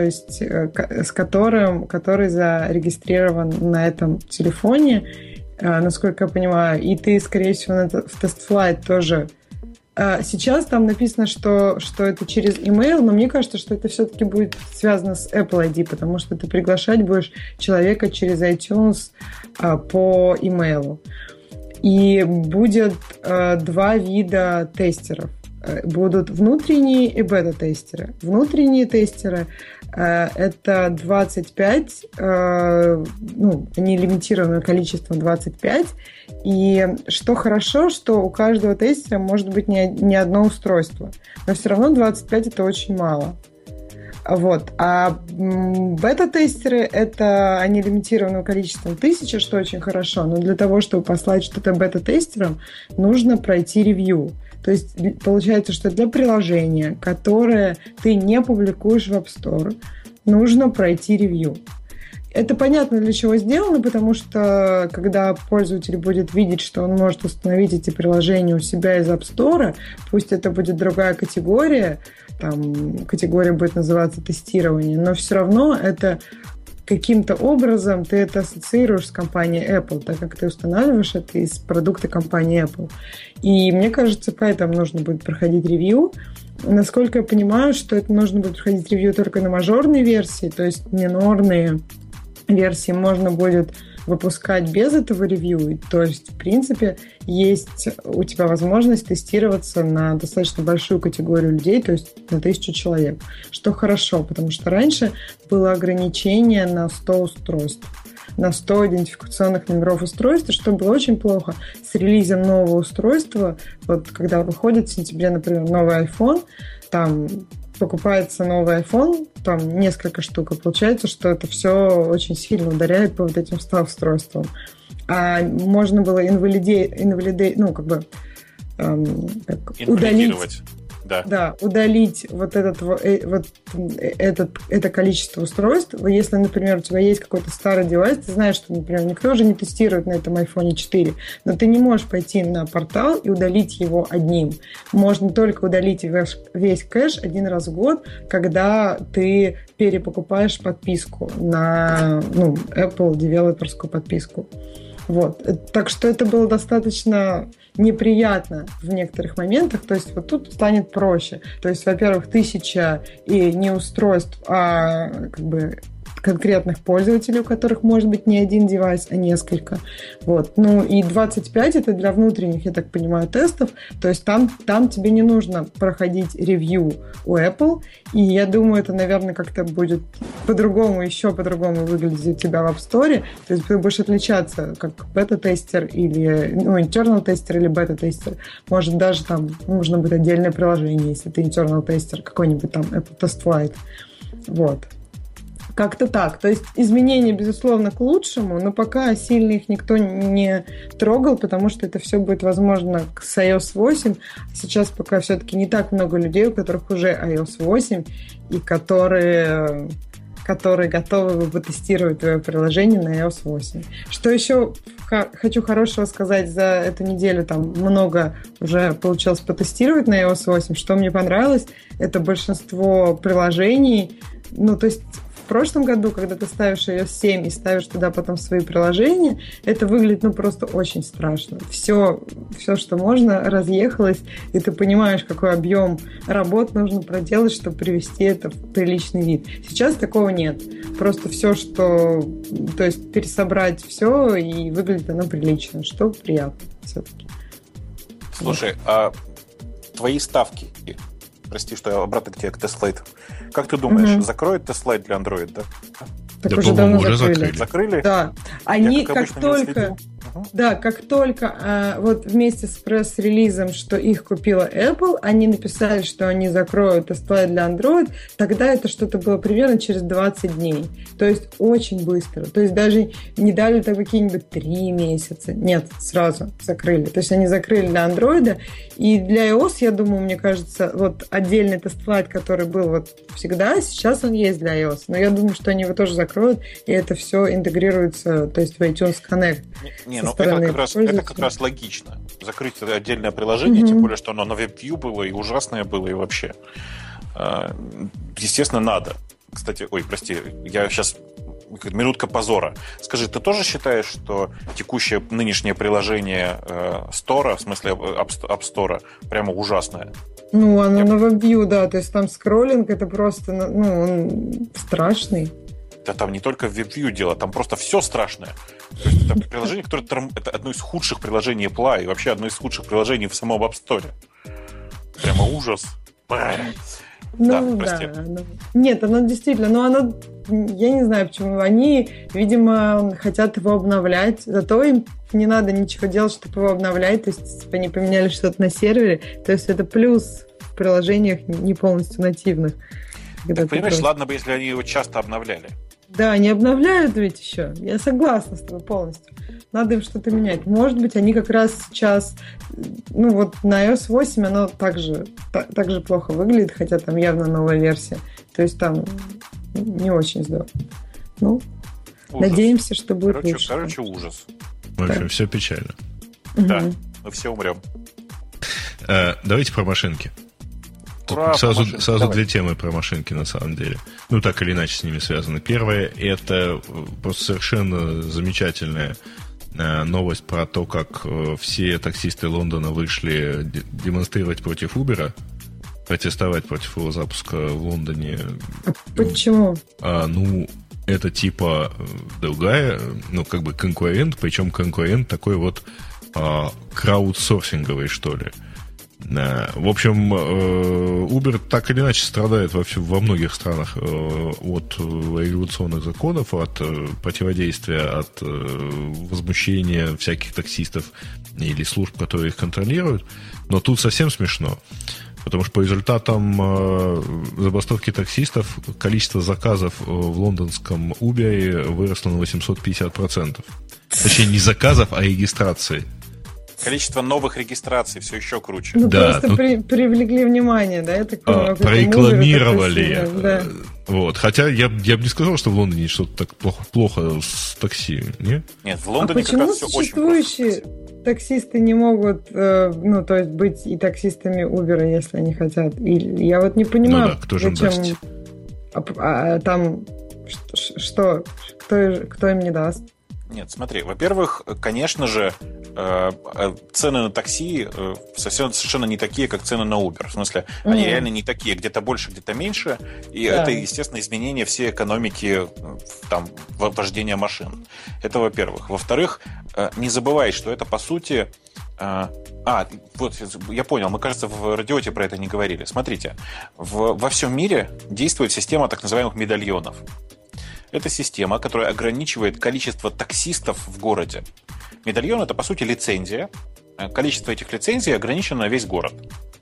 который зарегистрирован на этом телефоне, насколько я понимаю. И ты, скорее всего, в TestFlight тоже. Сейчас там написано, что это через email, но мне кажется, что это все-таки будет связано с Apple ID, потому что ты приглашать будешь человека через iTunes по email. И будет 2 вида тестеров. Будут внутренние и бета-тестеры. Внутренние тестеры Это 25, они лимитированы количеством 25. И что хорошо, что у каждого тестера может быть не одно устройство. Но все равно 25 это очень мало. Вот. А бета-тестеры они лимитированы количеством 1000, что очень хорошо. Но для того, чтобы послать что-то бета-тестерам, нужно пройти ревью. То есть получается, что для приложения, которое ты не публикуешь в App Store, нужно пройти ревью. Это понятно, для чего сделано, потому что когда пользователь будет видеть, что он может установить эти приложения у себя из App Store, пусть это будет другая категория, там категория будет называться тестирование, но все равно это каким-то образом ты это ассоциируешь с компанией Apple, так как ты устанавливаешь это из продукта компании Apple. И мне кажется, поэтому нужно будет проходить ревью. Насколько я понимаю, что это нужно будет проходить ревью только на мажорной версии, то есть минорные версии можно будет выпускать без этого ревью. То есть, в принципе, есть у тебя возможность тестироваться на достаточно большую категорию людей, то есть на 1000 человек. Что хорошо, потому что раньше было ограничение на 100 устройств, на 100 идентификационных номеров устройства, что было очень плохо. С релизом нового устройства, вот когда выходит в сентябре, например, новый iPhone, там покупается новый iPhone, там несколько штук, и получается, что это все очень сильно ударяет по вот этим 100 устройствам. А можно было удалить. Да, удалить это количество устройств. Если, например, у тебя есть какой-то старый девайс, ты знаешь, что, например, никто уже не тестирует на этом iPhone 4, но ты не можешь пойти на портал и удалить его одним. Можно только удалить весь кэш один раз в год, когда ты перепокупаешь подписку на Apple девелоперскую подписку. Вот. Так что это было достаточно неприятно в некоторых моментах. То есть вот тут станет проще. То есть, во-первых, 1000 и не устройств, а конкретных пользователей, у которых может быть не один девайс, а несколько. Вот. Ну и 25 это для внутренних, я так понимаю, тестов. То есть там тебе не нужно проходить ревью у Apple. И я думаю, это, наверное, как-то будет еще по-другому выглядеть у тебя в App Store. То есть ты будешь отличаться как бета-тестер или internal тестер или бета-тестер. Может, даже там нужно будет отдельное приложение, если ты internal тестер, какой-нибудь там Apple Test Flight. Вот. Как-то так. То есть изменения, безусловно, к лучшему, но пока сильно их никто не трогал, потому что это все будет возможно с iOS 8. Сейчас пока все-таки не так много людей, у которых уже iOS 8, и которые готовы потестировать твое приложение на iOS 8. Что еще хочу хорошего сказать за эту неделю, там много уже получилось потестировать на iOS 8. Что мне понравилось, это большинство приложений, то есть в прошлом году, когда ты ставишь iOS 7 и ставишь туда потом свои приложения, это выглядит просто очень страшно. Все, что можно, разъехалось, и ты понимаешь, какой объем работ нужно проделать, чтобы привести это в приличный вид. Сейчас такого нет. Просто все, то есть пересобрать все, и выглядит оно прилично, что приятно все-таки. Слушай, а твои ставки... Прости, что я обратно к тебе, к TestFlight. Как ты думаешь, закроют TestFlight для Android, да? Так уже давно закрыли. Закрыли? Да. Они как только вот вместе с пресс-релизом, что их купила Apple, они написали, что они закроют TestFlight для Android, тогда это что-то было примерно через 20 дней. То есть очень быстро. То есть даже не дали там какие-нибудь 3 месяца. Нет, сразу закрыли. То есть они закрыли для Android. И для iOS, я думаю, мне кажется, вот отдельный TestFlight, который был вот всегда, сейчас он есть для iOS. Но я думаю, что они его тоже закроют, и это все интегрируется, то есть в iTunes Connect. Это как раз логично. Закрыть отдельное приложение, тем более, что оно на WebView было, и ужасное было, и вообще. Естественно, надо. Кстати, я сейчас... Минутка позора. Скажи, ты тоже считаешь, что текущее нынешнее приложение Store, в смысле App Store, прямо ужасное? Оно на WebView, да. То есть там скроллинг, это просто, он страшный. Да там не только в WebView дело, там просто все страшное. То есть это приложение, которое это одно из худших приложений Apple и вообще одно из худших приложений в самом App Store. Прямо ужас. Ну, прости. да. Нет, оно действительно, но оно, я не знаю почему, они, видимо, хотят его обновлять, зато им не надо ничего делать, чтобы его обновлять, то есть они поменяли что-то на сервере, то есть это плюс в приложениях не полностью нативных. Так, понимаешь, ладно бы, если они его часто обновляли. Да, они обновляют ведь еще. Я согласна с тобой полностью. Надо им что-то менять. Может быть, они как раз сейчас... Ну, вот на iOS 8 оно так же плохо выглядит, хотя там явно новая версия. То есть там не очень здорово. Ну, ужас. Надеемся, что будет лучше. Короче, ужас. В общем, все печально. Да, мы все умрем. Давайте про машинки. Ура, сразу две темы про машинки, на самом деле. Ну, так или иначе с ними связаны. Первое, это просто совершенно замечательная новость про то, как все таксисты Лондона вышли демонстрировать против Uber, протестовать против его запуска в Лондоне. А почему? Это типа другая, как бы конкурент, причем конкурент такой вот краудсорсинговый, что ли. В общем, Uber так или иначе страдает во многих странах от регуляционных законов, от противодействия, от возмущения всяких таксистов или служб, которые их контролируют. Но тут совсем смешно, потому что по результатам забастовки таксистов количество заказов в лондонском Uber выросло на 850%. Точнее, не заказов, а регистраций. Количество новых регистраций все еще круче. Просто привлекли внимание, да? Я так понимаю, прорекламировали. Да. Вот. Хотя я бы не сказал, что в Лондоне что-то так плохо с такси, не? Нет, в Лондоне как раз все очень плохо. Почему существующие таксисты не могут, то есть быть и таксистами Uber, если они хотят? И я вот не понимаю, кто же им даст? Там что? Кто им не даст? Нет, смотри, во-первых, конечно же, цены на такси совершенно не такие, как цены на Uber. В смысле, они реально не такие, где-то больше, где-то меньше. И это, естественно, изменение всей экономики вождения машин. Это во-первых. Во-вторых, не забывай, что это, по сути... вот я понял, мы, кажется, в радиоте про это не говорили. Смотрите, во всем мире действует система так называемых медальонов. Это система, которая ограничивает количество таксистов в городе. Медальон – это, по сути, лицензия. Количество этих лицензий ограничено на весь город.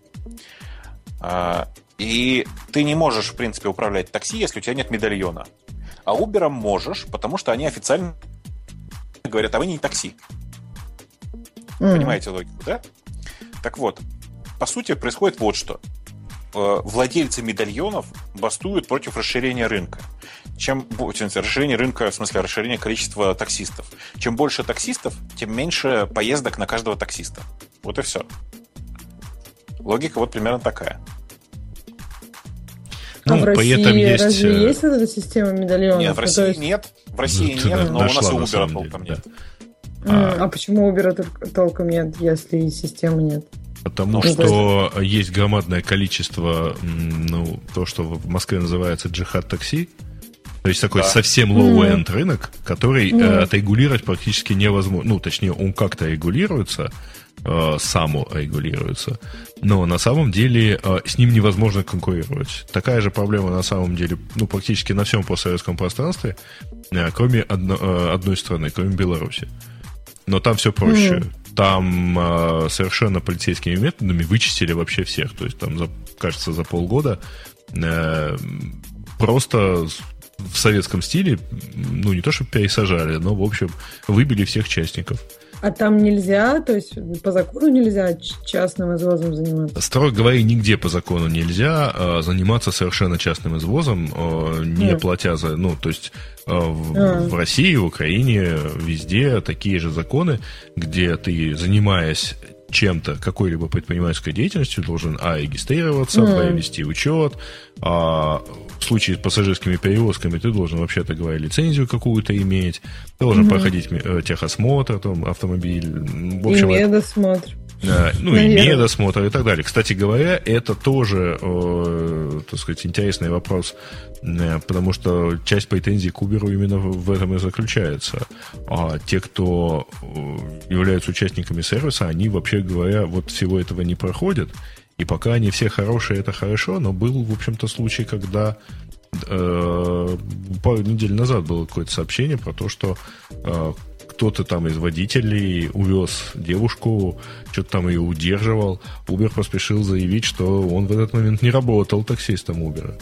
И ты не можешь, в принципе, управлять такси, если у тебя нет медальона. А Uber можешь, потому что они официально говорят, а вы не такси. Понимаете логику, да? Так вот, по сути, происходит вот что. Владельцы медальонов бастуют против расширения рынка. Расширение рынка, в смысле расширение количества таксистов. Чем больше таксистов, тем меньше поездок на каждого таксиста. Вот и все. Логика вот примерно такая. В России разве есть вот эта система медальонов? Нет, в России нет. В России нет, но у нас и Uber толком нет. А почему Uber толком нет, если и системы нет? Потому что есть громадное количество, то, что в Москве называется джихад-такси. То есть такой совсем low-end рынок, который отрегулировать практически невозможно. Точнее, он как-то регулируется, саморегулируется, но на самом деле с ним невозможно конкурировать. Такая же проблема на самом деле практически на всем постсоветском пространстве, кроме одной страны, кроме Беларуси. Но там все проще. Там совершенно полицейскими методами вычистили вообще всех. То есть там, кажется, за полгода просто в советском стиле, не то чтобы пересажали, но, в общем, выбили всех участников. А там нельзя, то есть по закону нельзя частным извозом заниматься? Строго говоря, нигде по закону нельзя заниматься совершенно частным извозом, не платя за... то есть в России, в Украине, везде такие же законы, где ты, занимаясь чем-то, какой-либо предпринимательской деятельностью, должен регистрироваться, вести учет, в случае с пассажирскими перевозками ты должен, вообще-то говоря, лицензию какую-то иметь, ты должен проходить техосмотр, автомобиль. В общем, и медосмотр. И медосмотр и так далее. Кстати говоря, это тоже, так сказать, интересный вопрос, потому что часть претензий к Uber именно в этом и заключается. А те, кто являются участниками сервиса, они, вообще говоря, вот всего этого не проходят. И пока они все хорошие, это хорошо, но был, в общем-то, случай, когда пару недель назад было какое-то сообщение про то, что кто-то там из водителей увез девушку, что-то там ее удерживал. Uber поспешил заявить, что он в этот момент не работал таксистом Uber.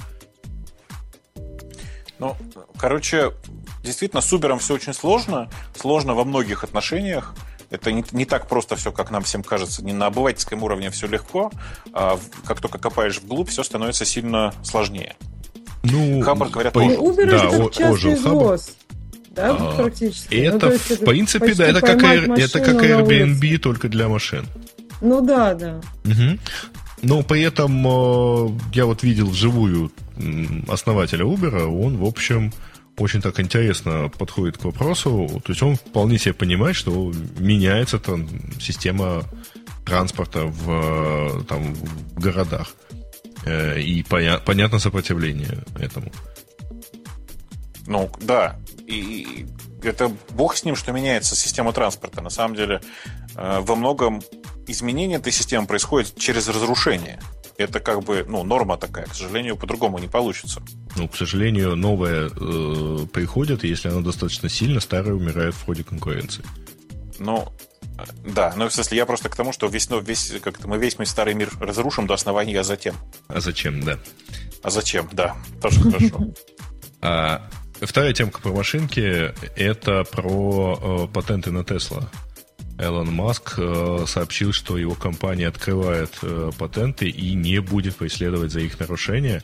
Ну, короче, действительно, с Uber все очень сложно. Сложно во многих отношениях. Это не так просто все, как нам всем кажется. Не на обывательском уровне все легко, а как только копаешь вглубь, все становится сильно сложнее. Ну, Хабр, говорят, Uber это частный извоз. Да, практически. Это, в принципе, да, это как Airbnb, только для машин. Ну да. Угу. Но при этом я вот видел вживую основателя Uber, он, в общем, очень так интересно подходит к вопросу. То есть он вполне себе понимает, что меняется там система транспорта в городах. И понятно сопротивление этому. Ну, да. И это бог с ним, что меняется система транспорта. На самом деле, во многом изменение этой системы происходит через разрушение. Это как бы, норма такая. К сожалению, по-другому не получится. Ну, к сожалению, новое приходит, и если оно достаточно сильно, старое умирает в ходе конкуренции. Ну, да. Ну, в смысле, я просто к тому, что мы весь старый мир разрушим до основания, а затем. А зачем, да. А зачем, да. Тоже хорошо. Вторая темка про машинки – это про патенты на Tesla. Элон Маск сообщил, что его компания открывает патенты и не будет преследовать за их нарушение,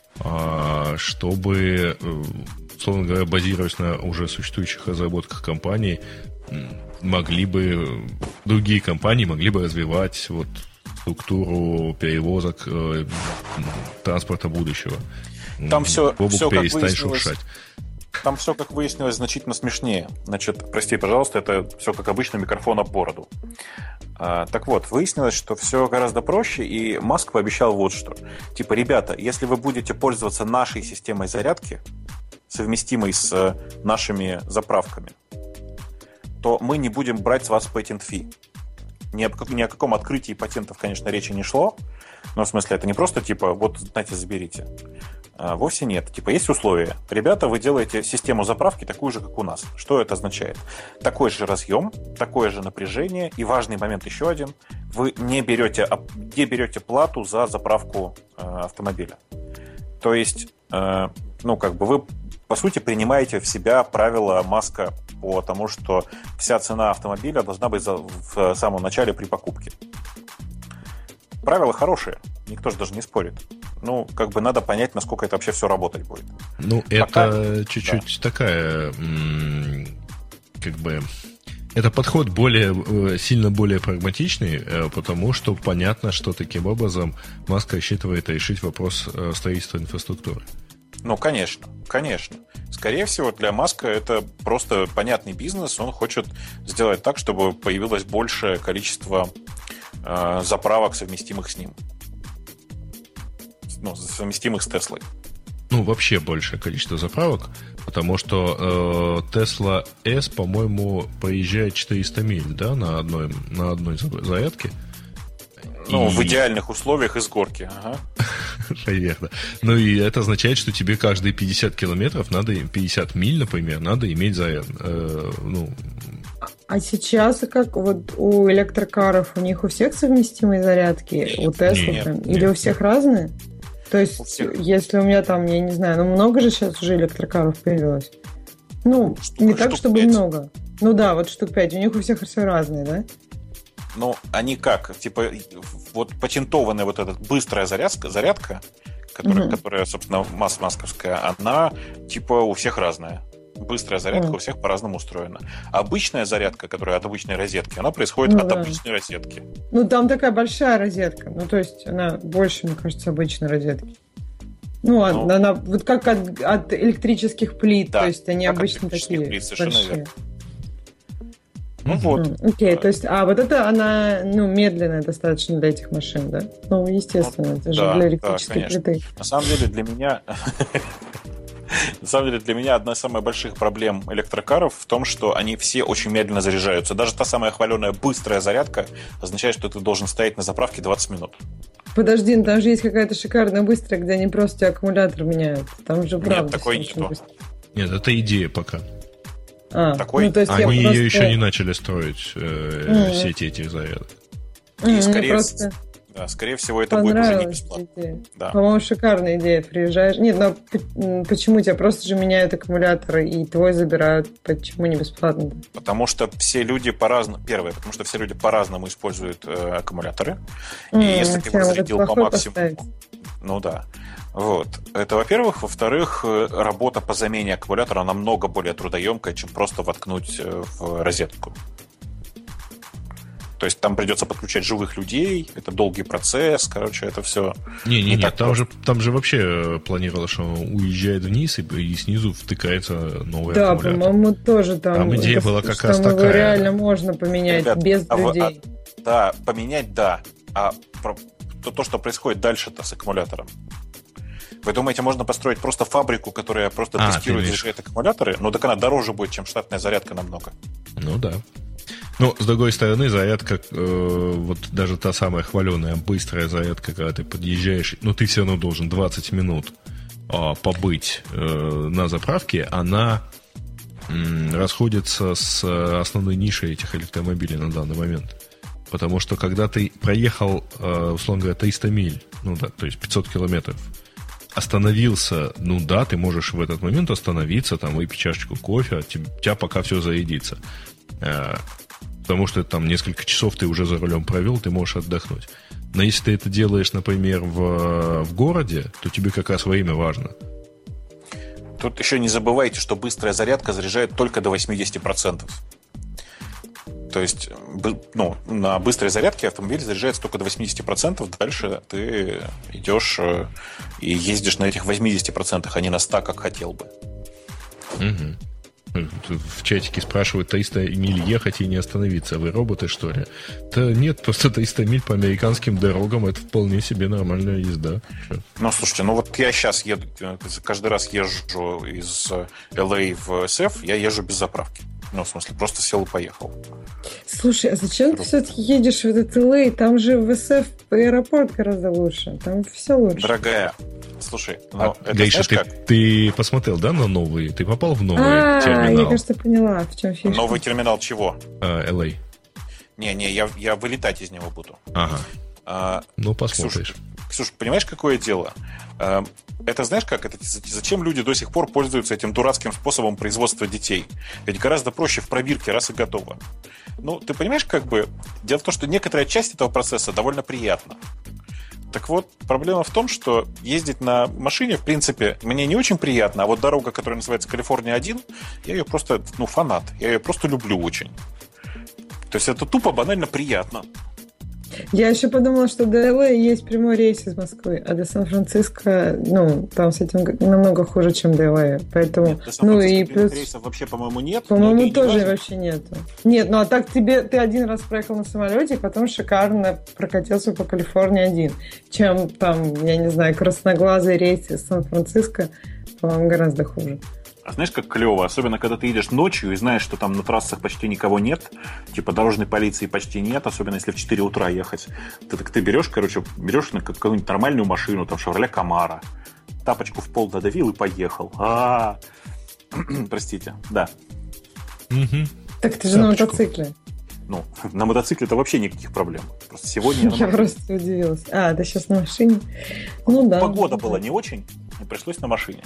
чтобы, условно говоря, базируясь на уже существующих разработках компаний, другие компании могли бы развивать вот структуру перевозок транспорта будущего. Там все перестань шуршать. Там все, как выяснилось, значительно смешнее. Значит, прости, пожалуйста, это все как обычно, микрофон об бороду. Так вот, выяснилось, что все гораздо проще, и Маск пообещал вот что. Типа, ребята, если вы будете пользоваться нашей системой зарядки, совместимой с нашими заправками, то мы не будем брать с вас патент-фи. Ни о каком открытии патентов, конечно, речи не шло, но в смысле это не просто типа, вот, знаете, заберите. Вовсе нет. Типа есть условия. Ребята, вы делаете систему заправки такую же, как у нас. Что это означает? Такой же разъем, такое же напряжение. И важный момент еще один. Вы не берете плату за заправку автомобиля. То есть, вы, по сути, принимаете в себя правила Маска по тому, что вся цена автомобиля должна быть в самом начале при покупке. Правила хорошие. Никто же даже не спорит. Надо понять, насколько это вообще все работать будет. Это чуть-чуть такая, это подход сильно более прагматичный, потому что понятно, что таким образом Маск рассчитывает решить вопрос строительства инфраструктуры. Конечно. Скорее всего, для Маска это просто понятный бизнес. Он хочет сделать так, чтобы появилось большее количество заправок, совместимых с ним. Совместимых с Теслой. Вообще большее количество заправок, потому что Tesla S, по-моему, проезжает 400 миль, да, на одной зарядке. В идеальных условиях из горки. Ага. Наверное. И это означает, что тебе каждые 50 километров 50 миль, например, надо иметь заряд. А сейчас как вот у электрокаров, у них у всех совместимые зарядки? У Tesla? Или у всех разные? То есть, если у меня там, я не знаю, много же сейчас уже электрокаров появилось. Не так, чтобы 5. Много. Вот штук 5. У них у всех все разные, да? Они как? Типа, вот патентованная вот эта быстрая зарядка, которая, собственно, масковская, она, типа, у всех разная. Быстрая зарядка у всех по-разному устроена. Обычная зарядка, которая от обычной розетки, она происходит от обычной розетки. Там такая большая розетка. То есть она больше, мне кажется, обычной розетки. Она вот как от электрических плит. Да, то есть они обычно такие плит, большие. Окей, то есть, вот это она, медленная достаточно для этих машин, да? Естественно, это же для электрической плиты. На самом деле для меня... На самом деле, для меня одна из самых больших проблем электрокаров в том, что они все очень медленно заряжаются. Даже та самая хваленая быстрая зарядка означает, что ты должен стоять на заправке 20 минут. Подожди, там же есть какая-то шикарная быстрая, где они просто аккумулятор меняют. Там же правда. Нет, такой нету. Нет, это идея пока. Такой? То есть они ее еще не начали строить, сети этих зарядок. И скорее всего, это будет уже не бесплатно. Да. По-моему, шикарная идея. Приезжаешь... Нет, но почему? Тебя просто же меняют аккумуляторы, и твой забирают. Почему не бесплатно? Потому что все люди по-разному... Первое, потому что все люди по-разному используют аккумуляторы. И если ты его зарядил по максимуму... Ну да. Вот. Это, во-первых. Во-вторых, работа по замене аккумулятора намного более трудоемкая, чем просто воткнуть в розетку. То есть там придется подключать живых людей, это долгий процесс, короче, это все... Не, там же вообще планировалось, что он уезжает вниз и снизу втыкается новый аккумулятор. Да, по-моему, тоже там... Там идея была как раз такая. Его реально можно поменять. Ребят, без людей. Да, поменять, да. А то, что происходит дальше-то с аккумулятором. Вы думаете, можно построить просто фабрику, которая просто тестирует и заряжает аккумуляторы? Ну, так она дороже будет, чем штатная зарядка намного. Ну да. Ну, с другой стороны, зарядка, вот даже та самая хваленая быстрая зарядка, когда ты подъезжаешь, но ты все равно должен 20 минут побыть на заправке, она расходится с основной нишей этих электромобилей на данный момент. Потому что когда ты проехал, условно говоря, 300 миль, ну да, то есть 500 километров, остановился, ну да, ты можешь в этот момент остановиться, там, выпить чашечку кофе, у тебя пока все зарядится. Потому что там несколько часов ты уже за рулем провел, ты можешь отдохнуть. Но если ты это делаешь, например, в городе, то тебе как раз время важно. Тут еще не забывайте, что быстрая зарядка заряжает только до 80%. То есть, ну, на быстрой зарядке автомобиль заряжается только до 80%. Дальше ты идешь и ездишь на этих 80%, а не на 100%, как хотел бы. Угу. В чатике спрашивают, 300 миль ехать и не остановиться. Вы роботы, что ли? Да нет, просто 300 миль по американским дорогам — это вполне себе нормальная езда. Ну, слушайте, ну вот я сейчас еду, каждый раз езжу из LA в SF, я езжу без заправки. Ну, в смысле, просто сел и поехал. Слушай, а зачем ты все-таки едешь в этот LA? Там же в SF аэропорт гораздо лучше. Там все лучше. Дорогая, слушай, ну, это Гриша, знаешь, ты посмотрел, да, на новый? Ты попал в новый терминал? Я, кажется, поняла, в чем фишка. Новый терминал чего? LA. Не, я вылетать из него буду. Ага. Ну, посмотришь. Ксюш, понимаешь, какое дело? Это знаешь как? Это зачем люди до сих пор пользуются этим дурацким способом производства детей? Ведь гораздо проще в пробирке, раз и готово. Ну, ты понимаешь, как бы... Дело в том, что некоторая часть этого процесса довольно приятна. Так вот, проблема в том, что ездить на машине, в принципе, мне не очень приятно, а вот дорога, которая называется Калифорния-1, я ее просто, фанат. Я ее просто люблю очень. То есть это тупо банально приятно. Я еще подумала, что до ЛА есть прямой рейс из Москвы, а до Сан-Франциско, там с этим намного хуже, чем до ЛА. Поэтому, нет, до Сан-Франциско рейсов вообще, по-моему, нет. По-моему, тоже вообще нету. Нет, а так ты один раз проехал на самолете, и потом шикарно прокатился по Калифорнии-1. Чем там, я не знаю, красноглазый рейс из Сан-Франциско, по-моему, гораздо хуже. А знаешь, как клево? Особенно, когда ты едешь ночью и знаешь, что там на трассах почти никого нет, типа дорожной полиции почти нет, особенно если в 4 утра ехать. Ты берешь на какую-нибудь нормальную машину, там Chevrolet Camaro, тапочку в пол додавил и поехал. Простите, да. Так ты же на мотоцикле. На мотоцикле-то вообще никаких проблем. Просто сегодня... Я просто удивилась. Ты сейчас на машине? Да. Погода была не очень, и пришлось на машине.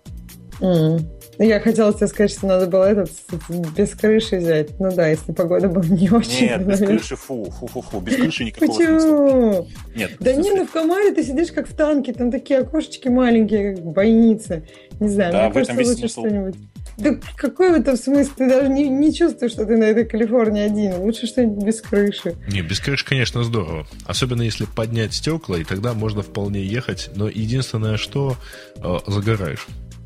Я хотела тебе сказать, что надо было без крыши взять. Ну да, если погода была не очень. Нет, без крыши фу. Без крыши никакого смысла. Почему? Нет. Да в Камаре ты сидишь как в танке, там такие окошечки маленькие, как в больнице. Не знаю, да, мне кажется, лучше что-нибудь. Да какой в этом смысл? Ты даже не чувствуешь, что ты на этой Калифорнии один. Лучше что-нибудь без крыши. Не, без крыши, конечно, здорово. Особенно если поднять стекла, и тогда можно вполне ехать. Но единственное, что загораешь.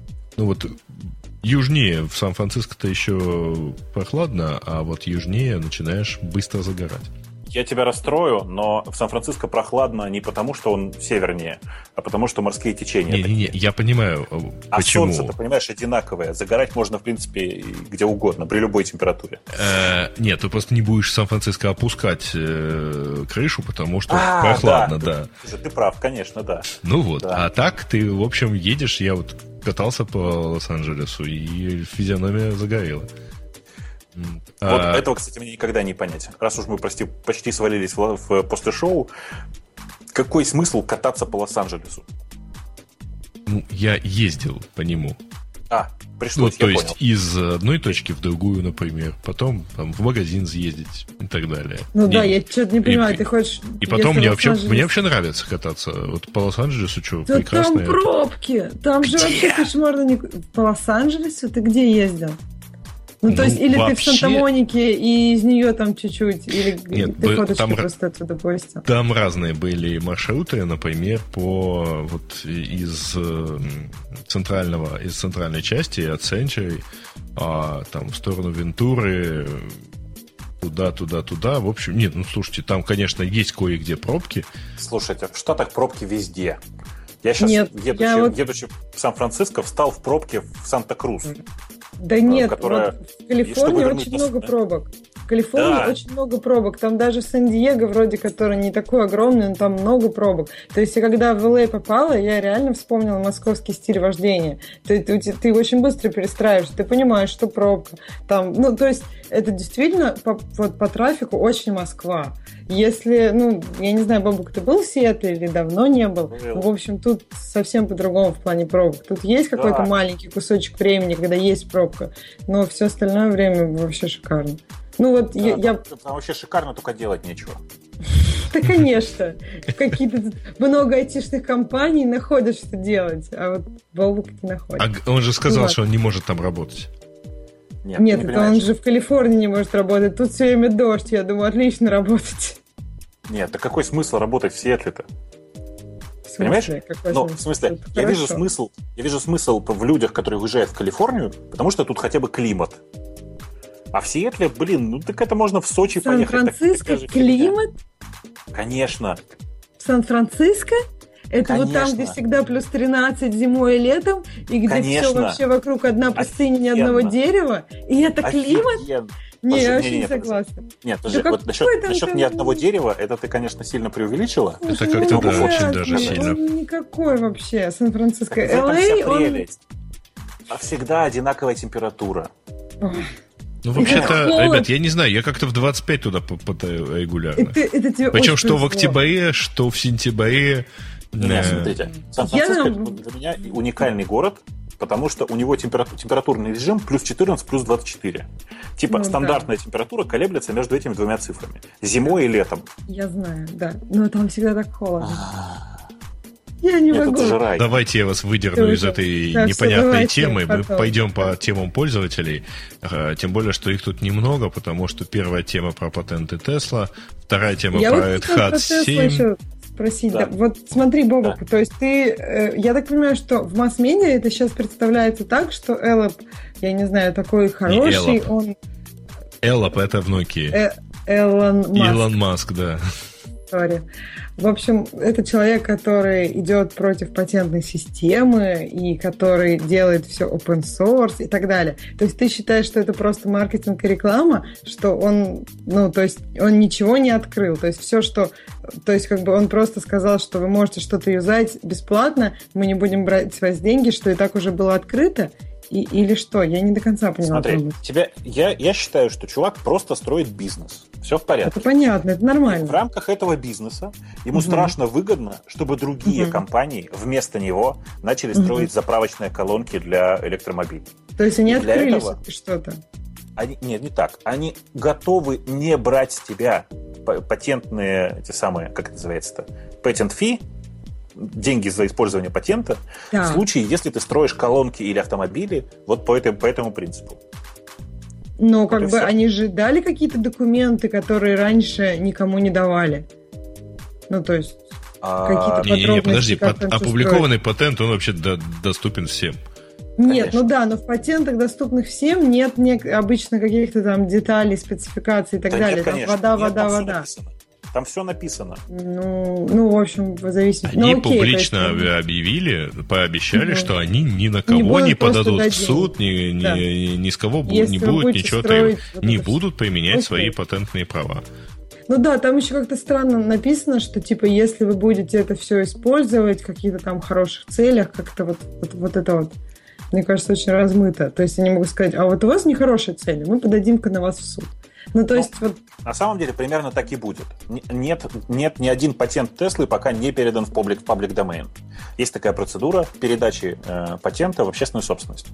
Южнее в Сан-Франциско-то еще прохладно, а вот южнее начинаешь быстро загорать. Я тебя расстрою, но в Сан-Франциско прохладно не потому, что он севернее, а потому, что морские течения. Не, я понимаю, а почему. солнце, ты понимаешь, одинаковое. Загорать можно, в принципе, где угодно, при любой температуре. Нет, ты просто не будешь в Сан-Франциско опускать крышу, потому что прохладно, да. Ты прав, конечно, да. Ну вот, да. А так ты, в общем, едешь, я вот катался по Лос-Анджелесу, и физиономия загорела. Вот этого, кстати, мне никогда не понять. Раз уж мы почти свалились после шоу, какой смысл кататься по Лос-Анджелесу? Ну, я ездил по нему. Пришлось, то есть из одной точки в другую, например, потом там, в магазин съездить и так далее. Ну да, я что-то не понимаю, ты хочешь... И потом мне вообще нравится кататься. Вот по Лос-Анджелесу, что, да прекрасно. Там пробки, там же вообще кошмарно. По Лос-Анджелесу ты где ездил? Ну, то есть, или вообще... ты в Санта-Монике, и из нее там чуть-чуть, или нет, ты фоточки просто оттуда постил? Там разные были маршруты, например, из центральной части, от Century, там в сторону Вентуры, туда. В общем, нет, ну, слушайте, там, конечно, есть кое-где пробки. Слушайте, в Штатах пробки везде. Я сейчас, едучи в Сан-Франциско, встал в пробке в Санта-Крус. Да нет, вот в Калифорнии очень много пробок. В Калифорнии очень много пробок. Там даже Сан-Диего вроде, который не такой огромный, но там много пробок. То есть, когда в Л.А. попала, я реально вспомнила московский стиль вождения. Ты очень быстро перестраиваешься, ты понимаешь, что пробка. Там, ну, то есть, это действительно по трафику очень Москва. Если, я не знаю, Бабук, ты был в Сиэтле или давно не был? В общем, тут совсем по-другому в плане пробок. Тут есть какой-то маленький кусочек времени, когда есть пробка, но все остальное время вообще шикарно. Ну вот Там вообще шикарно, только делать нечего. Да, конечно. Какие-то много айтишных компаний находят, что делать, а вот Бабук не находит. А он же сказал, что он не может там работать. Нет, это он же в Калифорнии не может работать. Тут все время дождь, я думаю, отлично работать. Нет, так какой смысл работать в Сиэтле-то? Понимаешь? В смысле, я вижу смысл в людях, которые уезжают в Калифорнию, потому что тут хотя бы климат. А в Сиэтле, так это можно в Сочи поехать. Сан-Франциско климат? Конечно. В Сан-Франциско? Это Конечно. Вот там, где всегда плюс 13 зимой и летом, и где все вообще вокруг одна пустыня, ни одного дерева. И это климат? Не, я вообще не согласна. Нет, вот насчет ни одного дерева, это ты, конечно, сильно преувеличила. Это как-то очень даже сильно. Он никакой вообще, Сан-Франциско. Л.А. он... Всегда одинаковая температура. Ну, вообще-то, ребят, я не знаю, я как-то в 25 туда попадаю регулярно. Причем что в октябре, что в сентябре. Смотрите, Сан-Франциско для меня уникальный город, потому что у него температурный режим плюс 14, плюс 24. Стандартная температура колеблется между этими двумя цифрами. Зимой и летом. Я знаю, да. Но там всегда так холодно. Я не могу. Давайте я вас выдерну из этой непонятной темы. Мы пойдем по темам пользователей. Тем более, что их тут немного, потому что первая тема про патенты Tesla, вторая тема про Red Hat 7. Спросить. Да. Вот смотри, Бобок, то есть я так понимаю, что в масс-медиа это сейчас представляется так, что Эллоп, я не знаю, такой хороший, он... Эллоп это в Nokia. Илон Маск, да. В общем, это человек, который идет против патентной системы и который делает все open source и так далее. То есть ты считаешь, что это просто маркетинг и реклама, что он, то есть он ничего не открыл. То есть все, что... То есть как бы он просто сказал, что вы можете что-то юзать бесплатно, мы не будем брать с вас деньги, что и так уже было открыто. Или что? Я не до конца поняла. Смотри, я считаю, что чувак просто строит бизнес. Все в порядке. Это понятно, это нормально. И в рамках этого бизнеса ему страшно выгодно, чтобы другие компании вместо него начали строить заправочные колонки для электромобилей. То есть они открыли что-то? Нет, не так. Они готовы не брать с тебя патентные, эти самые, как это называется-то, patent fee, деньги за использование патента, в случае, если ты строишь колонки или автомобили вот по этому принципу. Но как бы они же дали какие-то документы, которые раньше никому не давали. Ну, то есть какие-то подробности. Не, подожди, опубликованный патент, он вообще доступен всем. Нет, конечно. Но в патентах, доступных всем, нет обычно каких-то там деталей, спецификаций и так далее. Нет, там вода. Там все написано. Ну, в общем, зависит. Они публично объявили, пообещали, что они ни на кого не подадут в суд, ни с кого не будут ничего требовать, не будут применять свои патентные права. Ну да, там еще как-то странно написано, что типа если вы будете это все использовать в каких-то там хороших целях, как-то вот это вот, мне кажется, очень размыто. То есть они могут сказать, а вот у вас нехорошие цели, мы подадим-ка на вас в суд. Ну, то есть вот... На самом деле примерно так и будет. Нет ни один патент Теслы пока не передан в public domain. Есть такая процедура передачи патента в общественную собственность.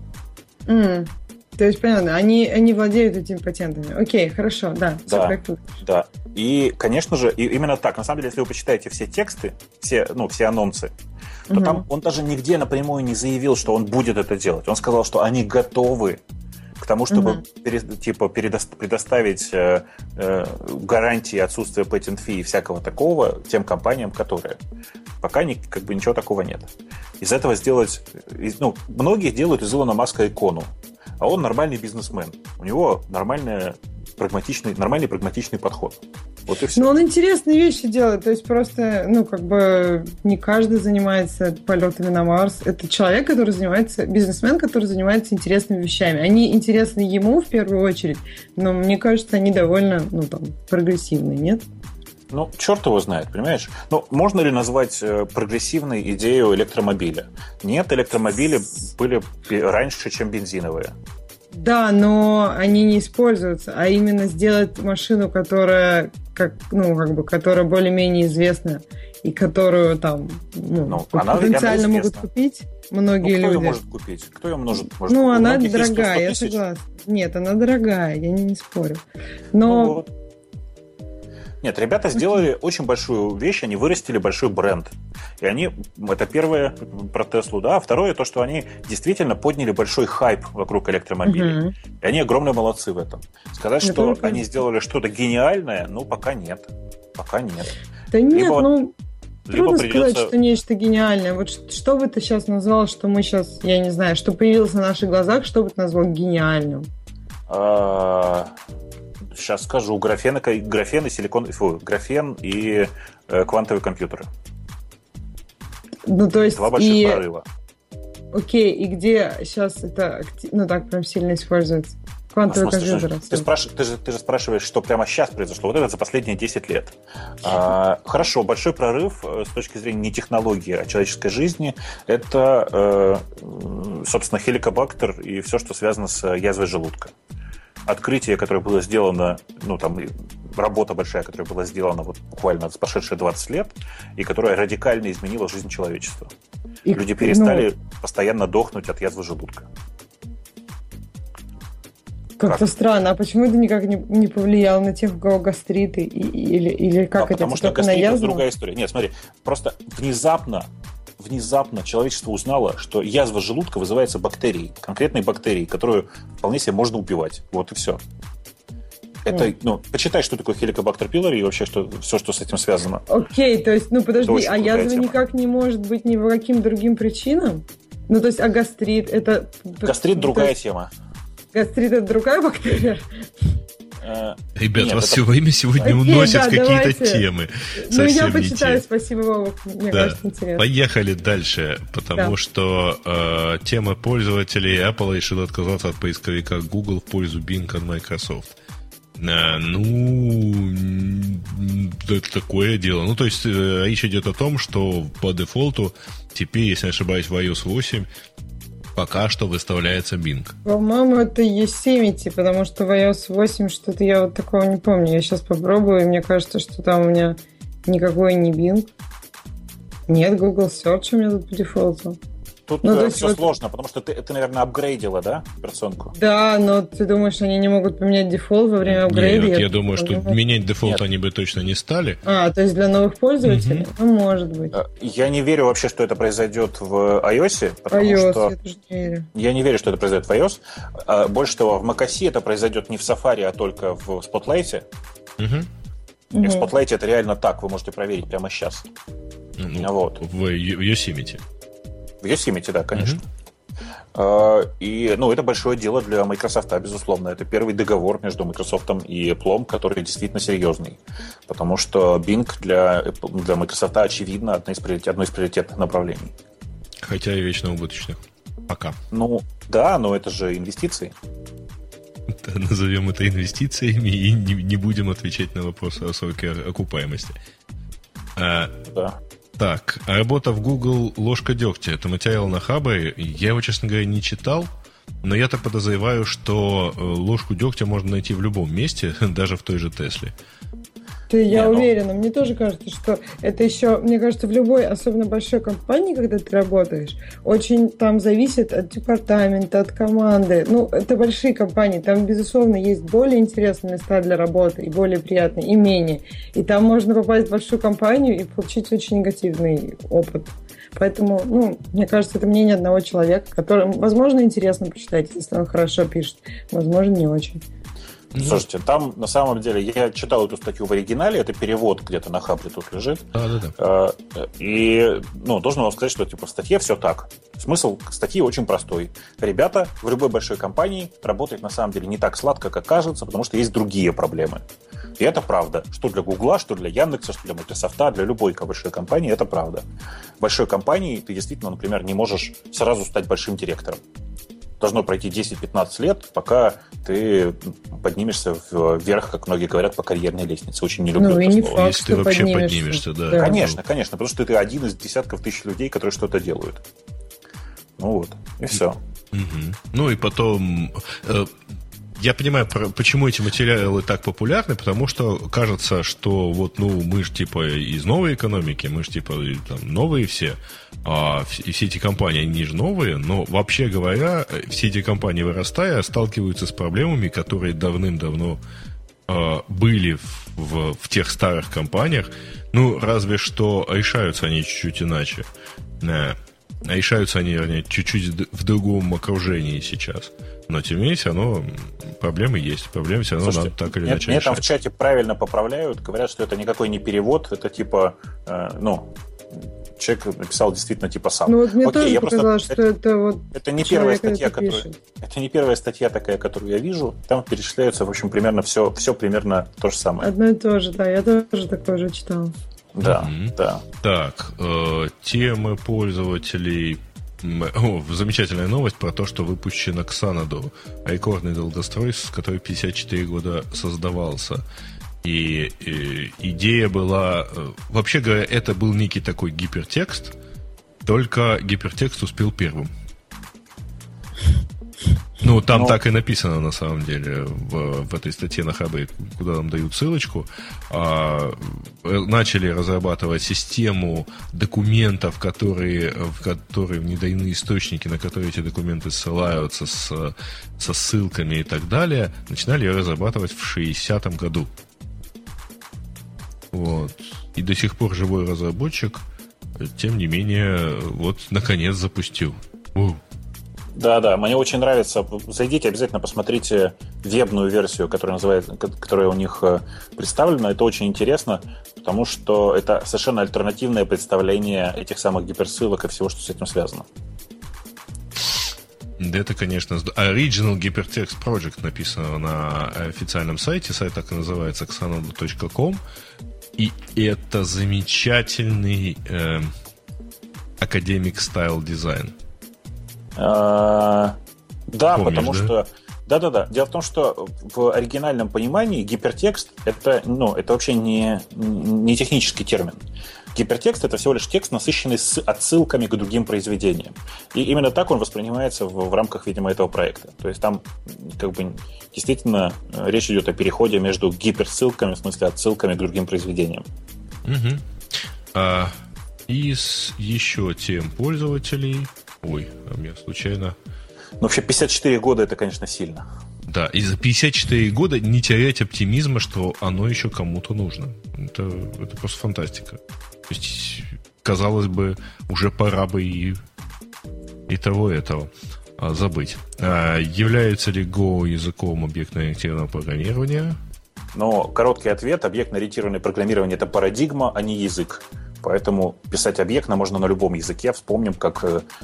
То есть, понятно, они владеют этими патентами. Окей, хорошо, да. Да. И, конечно же, и именно так. На самом деле, если вы почитаете все тексты, все анонсы, то там он даже нигде напрямую не заявил, что он будет это делать. Он сказал, что они готовы к тому, чтобы предоставить гарантии отсутствия патент-фи и всякого такого тем компаниям, которые... Пока ничего такого нет. Из этого сделать... многие делают из Илона Маска икону. А он нормальный бизнесмен. У него нормальный прагматичный подход. Вот и все. Но он интересные вещи делает. То есть просто, не каждый занимается полетами на Марс. Это человек, бизнесмен, который занимается интересными вещами. Они интересны ему в первую очередь, но мне кажется, они довольно, прогрессивные, нет? Черт его знает, понимаешь? Можно ли назвать прогрессивной идею электромобиля? Нет, электромобили были раньше, чем бензиновые. Да, но они не используются, а именно сделать машину, которая которая более-менее известна и которую потенциально могут купить многие люди. Кто ее может купить? Кто ее может купить? Она дорогая, я согласна. Нет, она дорогая, я не спорю. Но... Нет, ребята сделали очень большую вещь, они вырастили большой бренд. И это первое про Теслу, да. А второе, то, что они действительно подняли большой хайп вокруг электромобилей. И они огромные молодцы в этом. Сказать, что они сделали что-то гениальное, пока нет. Пока нет. Да нет, трудно сказать, что нечто гениальное. Вот что бы ты сейчас назвал, что мы сейчас, я не знаю, что появилось на наших глазах, что бы ты назвал гениальным? Сейчас скажу, графен и квантовые компьютеры. То есть два больших прорыва. Окей, и где сейчас это так прям сильно используется? Квантовые компьютеры. Ты же спрашиваешь, что прямо сейчас произошло. Вот это за последние 10 лет. Хорошо, большой прорыв с точки зрения не технологии, а человеческой жизни. Это, собственно, хеликобактер и все, что связано с язвой желудка. Открытие, которое было сделано, работа большая, которая была сделана буквально за прошедшие 20 лет, и которая радикально изменила жизнь человечества. Люди перестали постоянно дохнуть от язвы желудка. Как-то странно. А почему это никак не повлияло на тех, у кого гастриты? Или как это? Потому что гастрит – это другая история. Нет, смотри, просто внезапно человечество узнало, что язва желудка вызывается бактерией, конкретной бактерией, которую вполне себе можно убивать. Вот и все. Это, почитай, что такое хеликобактер пилори и вообще все, что с этим связано. Окей, то есть, подожди, а язва никак не может быть ни по каким другим причинам? То есть, а гастрит это... Гастрит другая тема. Гастрит это другая бактерия? Ребят, вас все время сегодня уносят какие-то темы. Я почитаю, спасибо, Вова. Мне кажется, интересно. Поехали дальше, потому что тема пользователей Apple решила отказаться от поисковика Google в пользу Bing от Microsoft. Это такое дело. То есть речь идет о том, что по дефолту теперь, если не ошибаюсь, в iOS 8 пока что выставляется Bing. По-моему, это Yosemite, потому что в iOS 8 что-то я такого не помню. Я сейчас попробую, и мне кажется, что там у меня никакой не Bing. Нет, Google Search у меня тут по дефолту. Тут все сложно, потому что ты, наверное, апгрейдила, да, операционку? Да, но ты думаешь, они не могут поменять дефолт во время апгрейда? Нет, я думаю, что менять дефолт они бы точно не стали. То есть для новых пользователей? Может быть. Я не верю вообще, что это произойдет в iOS, потому что... Я тоже не верю. Я не верю, что это произойдет в iOS. Больше того, в macOS это произойдет не в Safari, а только в Spotlight. И в Spotlight это реально так, вы можете проверить прямо сейчас. В Yosemite. В Yosemite, да, конечно. И, это большое дело для Microsoft, безусловно. Это первый договор между Microsoft и Apple, который действительно серьезный. Потому что Bing для Microsoft, очевидно, одно из приоритетных направлений. Хотя и вечно убыточных. Пока. Да, но это же инвестиции. Назовем это инвестициями и не будем отвечать на вопросы о сроке окупаемости. Да. Так, работа в Google «Ложка дегтя». Это материал на Хабре. Я его, честно говоря, не читал, но я так подозреваю, что ложку дегтя можно найти в любом месте, даже в той же Тесле. Я уверена, мне тоже кажется, что это еще, мне кажется, в любой, особенно большой компании, когда ты работаешь, очень там зависит от департамента, от команды. Это большие компании, там, безусловно, есть более интересные места для работы и более приятные, и менее. И там можно попасть в большую компанию и получить очень негативный опыт. Поэтому, мне кажется, это мнение одного человека, которому, возможно, интересно почитать, если он хорошо пишет, возможно, не очень. Слушайте, там на самом деле я читал эту статью в оригинале, это перевод где-то на Хабре тут лежит. Да. И должен вам сказать, что в статье все так. Смысл статьи очень простой. Ребята в любой большой компании работают на самом деле не так сладко, как кажется, потому что есть другие проблемы. И это правда. Что для Гугла, что для Яндекса, что для Microsoft, для любой большой компании, это правда. В большой компании ты действительно, например, не можешь сразу стать большим директором. Должно пройти 10-15 лет, пока ты поднимешься вверх, как многие говорят, по карьерной лестнице. Очень не люблю это слово. Если ты вообще поднимешься, да. Конечно, потому что ты один из десятков тысяч людей, которые что-то делают. И все. И потом... Я понимаю, почему эти материалы так популярны, потому что кажется, что мы же из новой экономики, мы же новые все, и все эти компании, они же новые, но вообще говоря, все эти компании, вырастая, сталкиваются с проблемами, которые давным-давно были в тех старых компаниях, разве что решаются они чуть-чуть иначе. Решаются они, вернее, чуть-чуть в другом окружении сейчас. Но, тем не менее, проблемы есть. Проблемы все равно надо так или иначе решать. Мне там в чате правильно поправляют. Говорят, что это никакой не перевод. Это человек написал действительно сам. Мне тоже показалось, что это не первая статья, это не первая статья такая, которую я вижу. Там перечисляются, в общем, примерно все примерно то же самое. Одно и то же, да. Я тоже такое же читал. Да. Так, темы пользователей. Замечательная новость про то, что выпущена Xanadu, рекордный долгострой, который 54 года создавался. И идея была... Вообще говоря, это был некий такой гипертекст, только гипертекст успел первым. Там так и написано, на самом деле, в этой статье на Хабре, куда нам дают ссылочку. Начали разрабатывать систему документов, в которые внедрены источники, на которые эти документы ссылаются со ссылками и так далее. Начинали ее разрабатывать в 60-м году. И до сих пор живой разработчик, тем не менее, наконец запустил. Да, мне очень нравится. Зайдите, обязательно посмотрите вебную версию, которая у них представлена. Это очень интересно, потому что это совершенно альтернативное представление этих самых гиперссылок и всего, что с этим связано. Да, это, конечно, Original Hypertext Project написано на официальном сайте. Сайт так и называется, xanadu.com. И это замечательный academic style дизайн. Да, помнишь, потому что... Да. Дело в том, что в оригинальном понимании гипертекст это вообще не технический термин. Гипертекст — это всего лишь текст, насыщенный с отсылками к другим произведениям. И именно так он воспринимается в рамках, видимо, этого проекта. То есть там действительно речь идет о переходе между гиперссылками, в смысле отсылками к другим произведениям. Из еще тем пользователей... Ой, у меня случайно... Вообще 54 года — это, конечно, сильно. Да, и за 54 года не терять оптимизма, что оно еще кому-то нужно. Это просто фантастика. То есть, казалось бы, уже пора бы и того, и этого забыть. Является ли Go языком объектно-ориентированного программирования? Но короткий ответ: объектно-ориентированное программирование — это парадигма, а не язык. Поэтому писать объектно можно на любом языке. Вспомним, как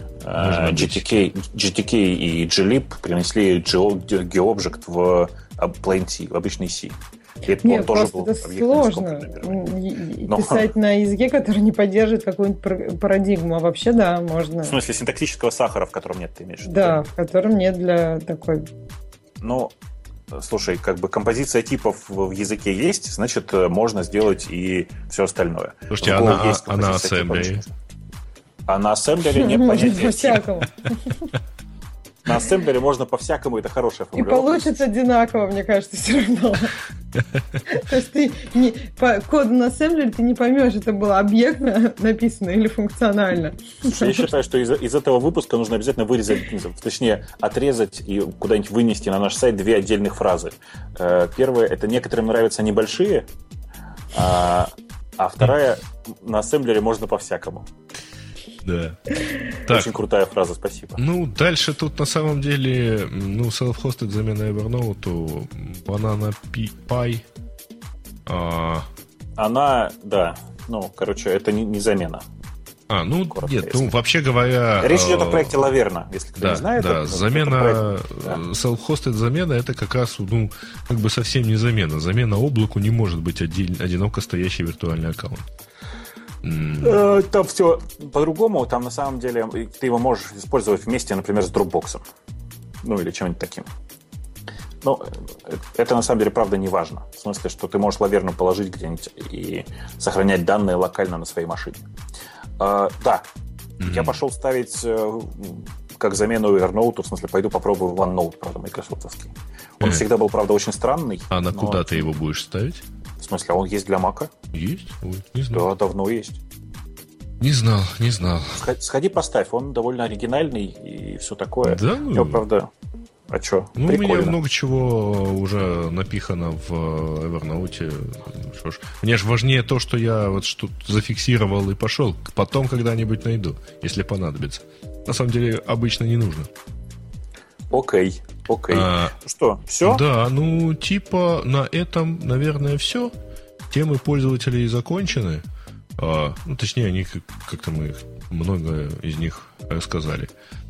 GTK и glib принесли GObject в Plain C, в обычный C. Нет, просто это сложно писать на языке, который не поддерживает какую-нибудь парадигму. А вообще, да, можно. В смысле, синтаксического сахара, в котором нет, ты имеешь в виду? Да, в котором нет для такой... Ну, слушай, как бы композиция типов в языке есть, значит, можно сделать и все остальное. Слушайте, а на ассемблере? А на ассемблере нет понятия. По-всякому. На ассемблере можно по-всякому, это хорошая формулировка. И получится одинаково, мне кажется, все равно. То есть ты по коду на ассемблере ты не поймешь, это было объектно написано или функционально. Я считаю, что из этого выпуска нужно обязательно вырезать, точнее, отрезать и куда-нибудь вынести на наш сайт 2 отдельных фразы. Первая, это некоторым нравятся небольшие, а вторая, на ассемблере можно по-всякому. Да. Очень крутая фраза, спасибо. Ну, дальше тут на самом деле, self-hosted замена Evernote, Banana Pi. Она, да, это не замена. Вообще говоря... Речь идет о проекте Лаверна, если кто не знает. Да, замена, self-hosted замена, это как раз, как бы совсем не замена. Замена облаку не может быть одиноко стоящий виртуальный аккаунт. Там все по-другому. Там на самом деле ты его можешь использовать вместе, например, с Dropbox. Или чем-нибудь таким. Но это на самом деле, правда, не важно. В смысле, что ты можешь Лаверну положить где-нибудь и сохранять данные локально на своей машине. Я пошел ставить как замену Evernote, в смысле, пойду попробую OneNote, правда, майкрософтовский. Он всегда был, правда, очень странный. А на куда ты его будешь ставить? В смысле, он есть для Мака? Есть? Ой, не знал. Да, давно есть. Не знал. Сходи, поставь, он довольно оригинальный и все такое. Да? Правда, а что? У меня много чего уже напихано в Evernote. Что ж, мне же важнее то, что я вот что зафиксировал и пошел. Потом когда-нибудь найду, если понадобится. На самом деле, обычно не нужно. Окей. Что, все? Да, на этом, наверное, все. Темы пользователей закончены. Точнее, они как-то много из них рассказали.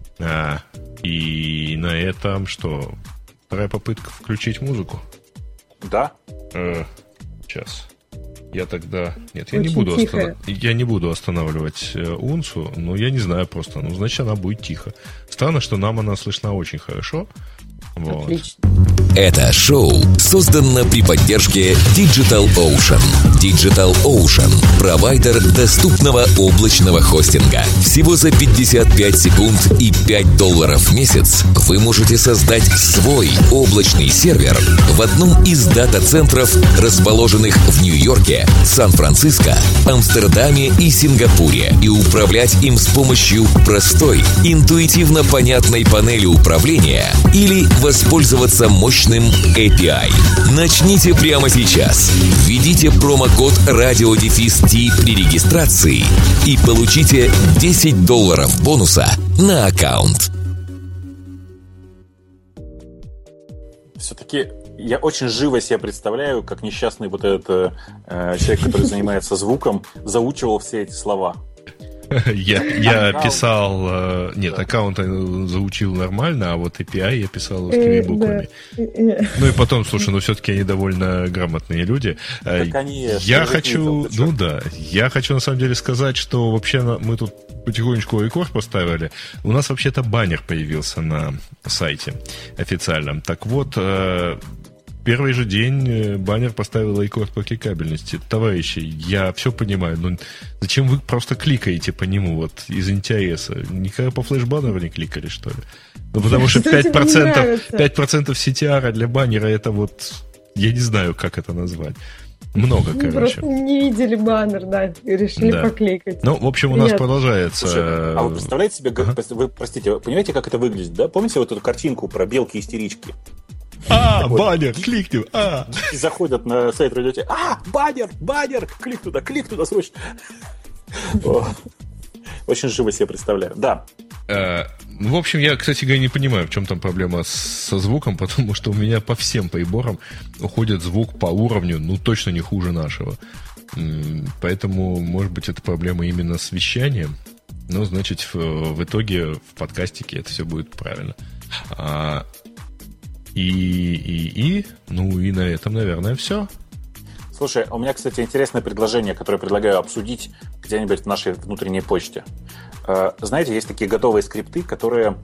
И на этом что? Вторая попытка включить музыку? Да. Сейчас. Я тогда... Нет, я не буду останавливать Унсу, но я не знаю просто. Значит, она будет тихо. Странно, что нам она слышна очень хорошо. Вот. Отлично. Это шоу создано при поддержке Digital Ocean. Digital Ocean – провайдер доступного облачного хостинга. Всего за 55 секунд и $5 в месяц вы можете создать свой облачный сервер в одном из дата-центров, расположенных в Нью-Йорке, Сан-Франциско, Амстердаме и Сингапуре, и управлять им с помощью простой, интуитивно понятной панели управления или воспользоваться мощным API. Начните прямо сейчас. Введите промокод RadioDefist при регистрации и получите $10 бонуса на аккаунт. Все-таки я очень живо себе представляю, как несчастный вот этот человек, который занимается звуком, заучивал все эти слова. Я писал... Нет, аккаунт заучил нормально, а вот API я писал русскими буквами. И потом, слушай, все-таки они довольно грамотные люди. Я хочу на самом деле сказать, что вообще мы тут потихонечку рекорд поставили. У нас вообще-то баннер появился на сайте официальном. Так вот... Первый же день баннер поставил рекорд по кликабельности. Товарищи, я все понимаю, но зачем вы просто кликаете по нему вот из интереса? Никогда по флеш-баннеру не кликали, что ли? Потому что 5% CTR для баннера это вот... Я не знаю, как это назвать. Много, короче. Просто не видели баннер, да, и решили покликать. В общем, у нас продолжается... Слушай, а вы представляете себе, вы понимаете, как это выглядит, да? Помните вот эту картинку про белки-истерички? Баннер, кликнем, И заходят на сайт радио. Баннер, клик туда срочно. Очень живо себе представляю. Да. В общем, я, кстати говоря, не понимаю, в чем там проблема со звуком, потому что у меня по всем приборам уходит звук по уровню, точно не хуже нашего. Поэтому, может быть, это проблема именно с вещанием. Но, значит, в итоге в подкастике это все будет правильно. Ну и на этом, наверное, все. Слушай, у меня, кстати, интересное предложение, которое предлагаю обсудить где-нибудь в нашей внутренней почте. Знаете, есть такие готовые скрипты, которые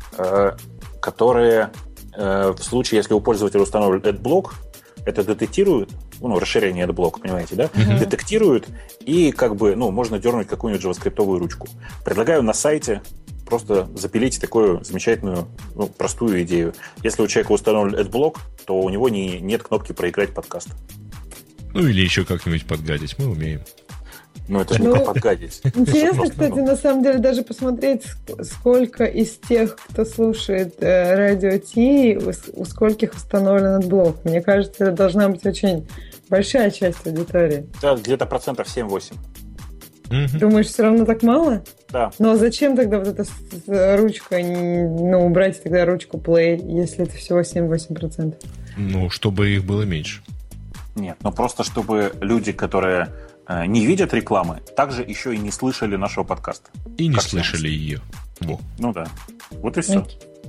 в случае, если у пользователя установлен AdBlock, это детектирует, расширение AdBlock, понимаете, да? Детектирует, и можно дернуть какую-нибудь JavaScript-овую ручку. Предлагаю на сайте просто запилить такую замечательную, простую идею. Если у человека установлен AdBlock, то у него нет кнопки проиграть подкаст. Или еще как-нибудь подгадить, мы умеем. Это же не подгадить. Интересно, кстати, на самом деле даже посмотреть, сколько из тех, кто слушает Радио Ти, у скольких установлен AdBlock. Мне кажется, это должна быть очень большая часть аудитории. Да, где-то 7-8%. Думаешь, все равно так мало? Да. Но зачем тогда вот эта ручка, убрать тогда ручку play, если это всего 7-8%? Чтобы их было меньше. Нет, просто чтобы люди, которые не видят рекламы, также еще и не слышали нашего подкаста. И не слышали ее. Во. Да. Вот и все.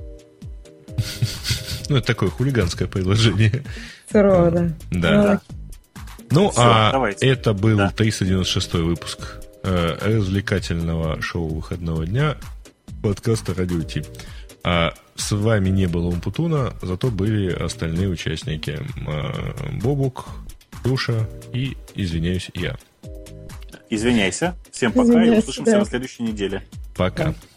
Это такое хулиганское предложение. Сурово, да. Давайте. Это был 396-й выпуск развлекательного шоу выходного дня подкаста Радио Ти. С вами не было Умпутуна, зато были остальные участники. Бобук, Душа и, извиняюсь, я. Извиняйся. Всем пока и услышимся на следующей неделе. Пока.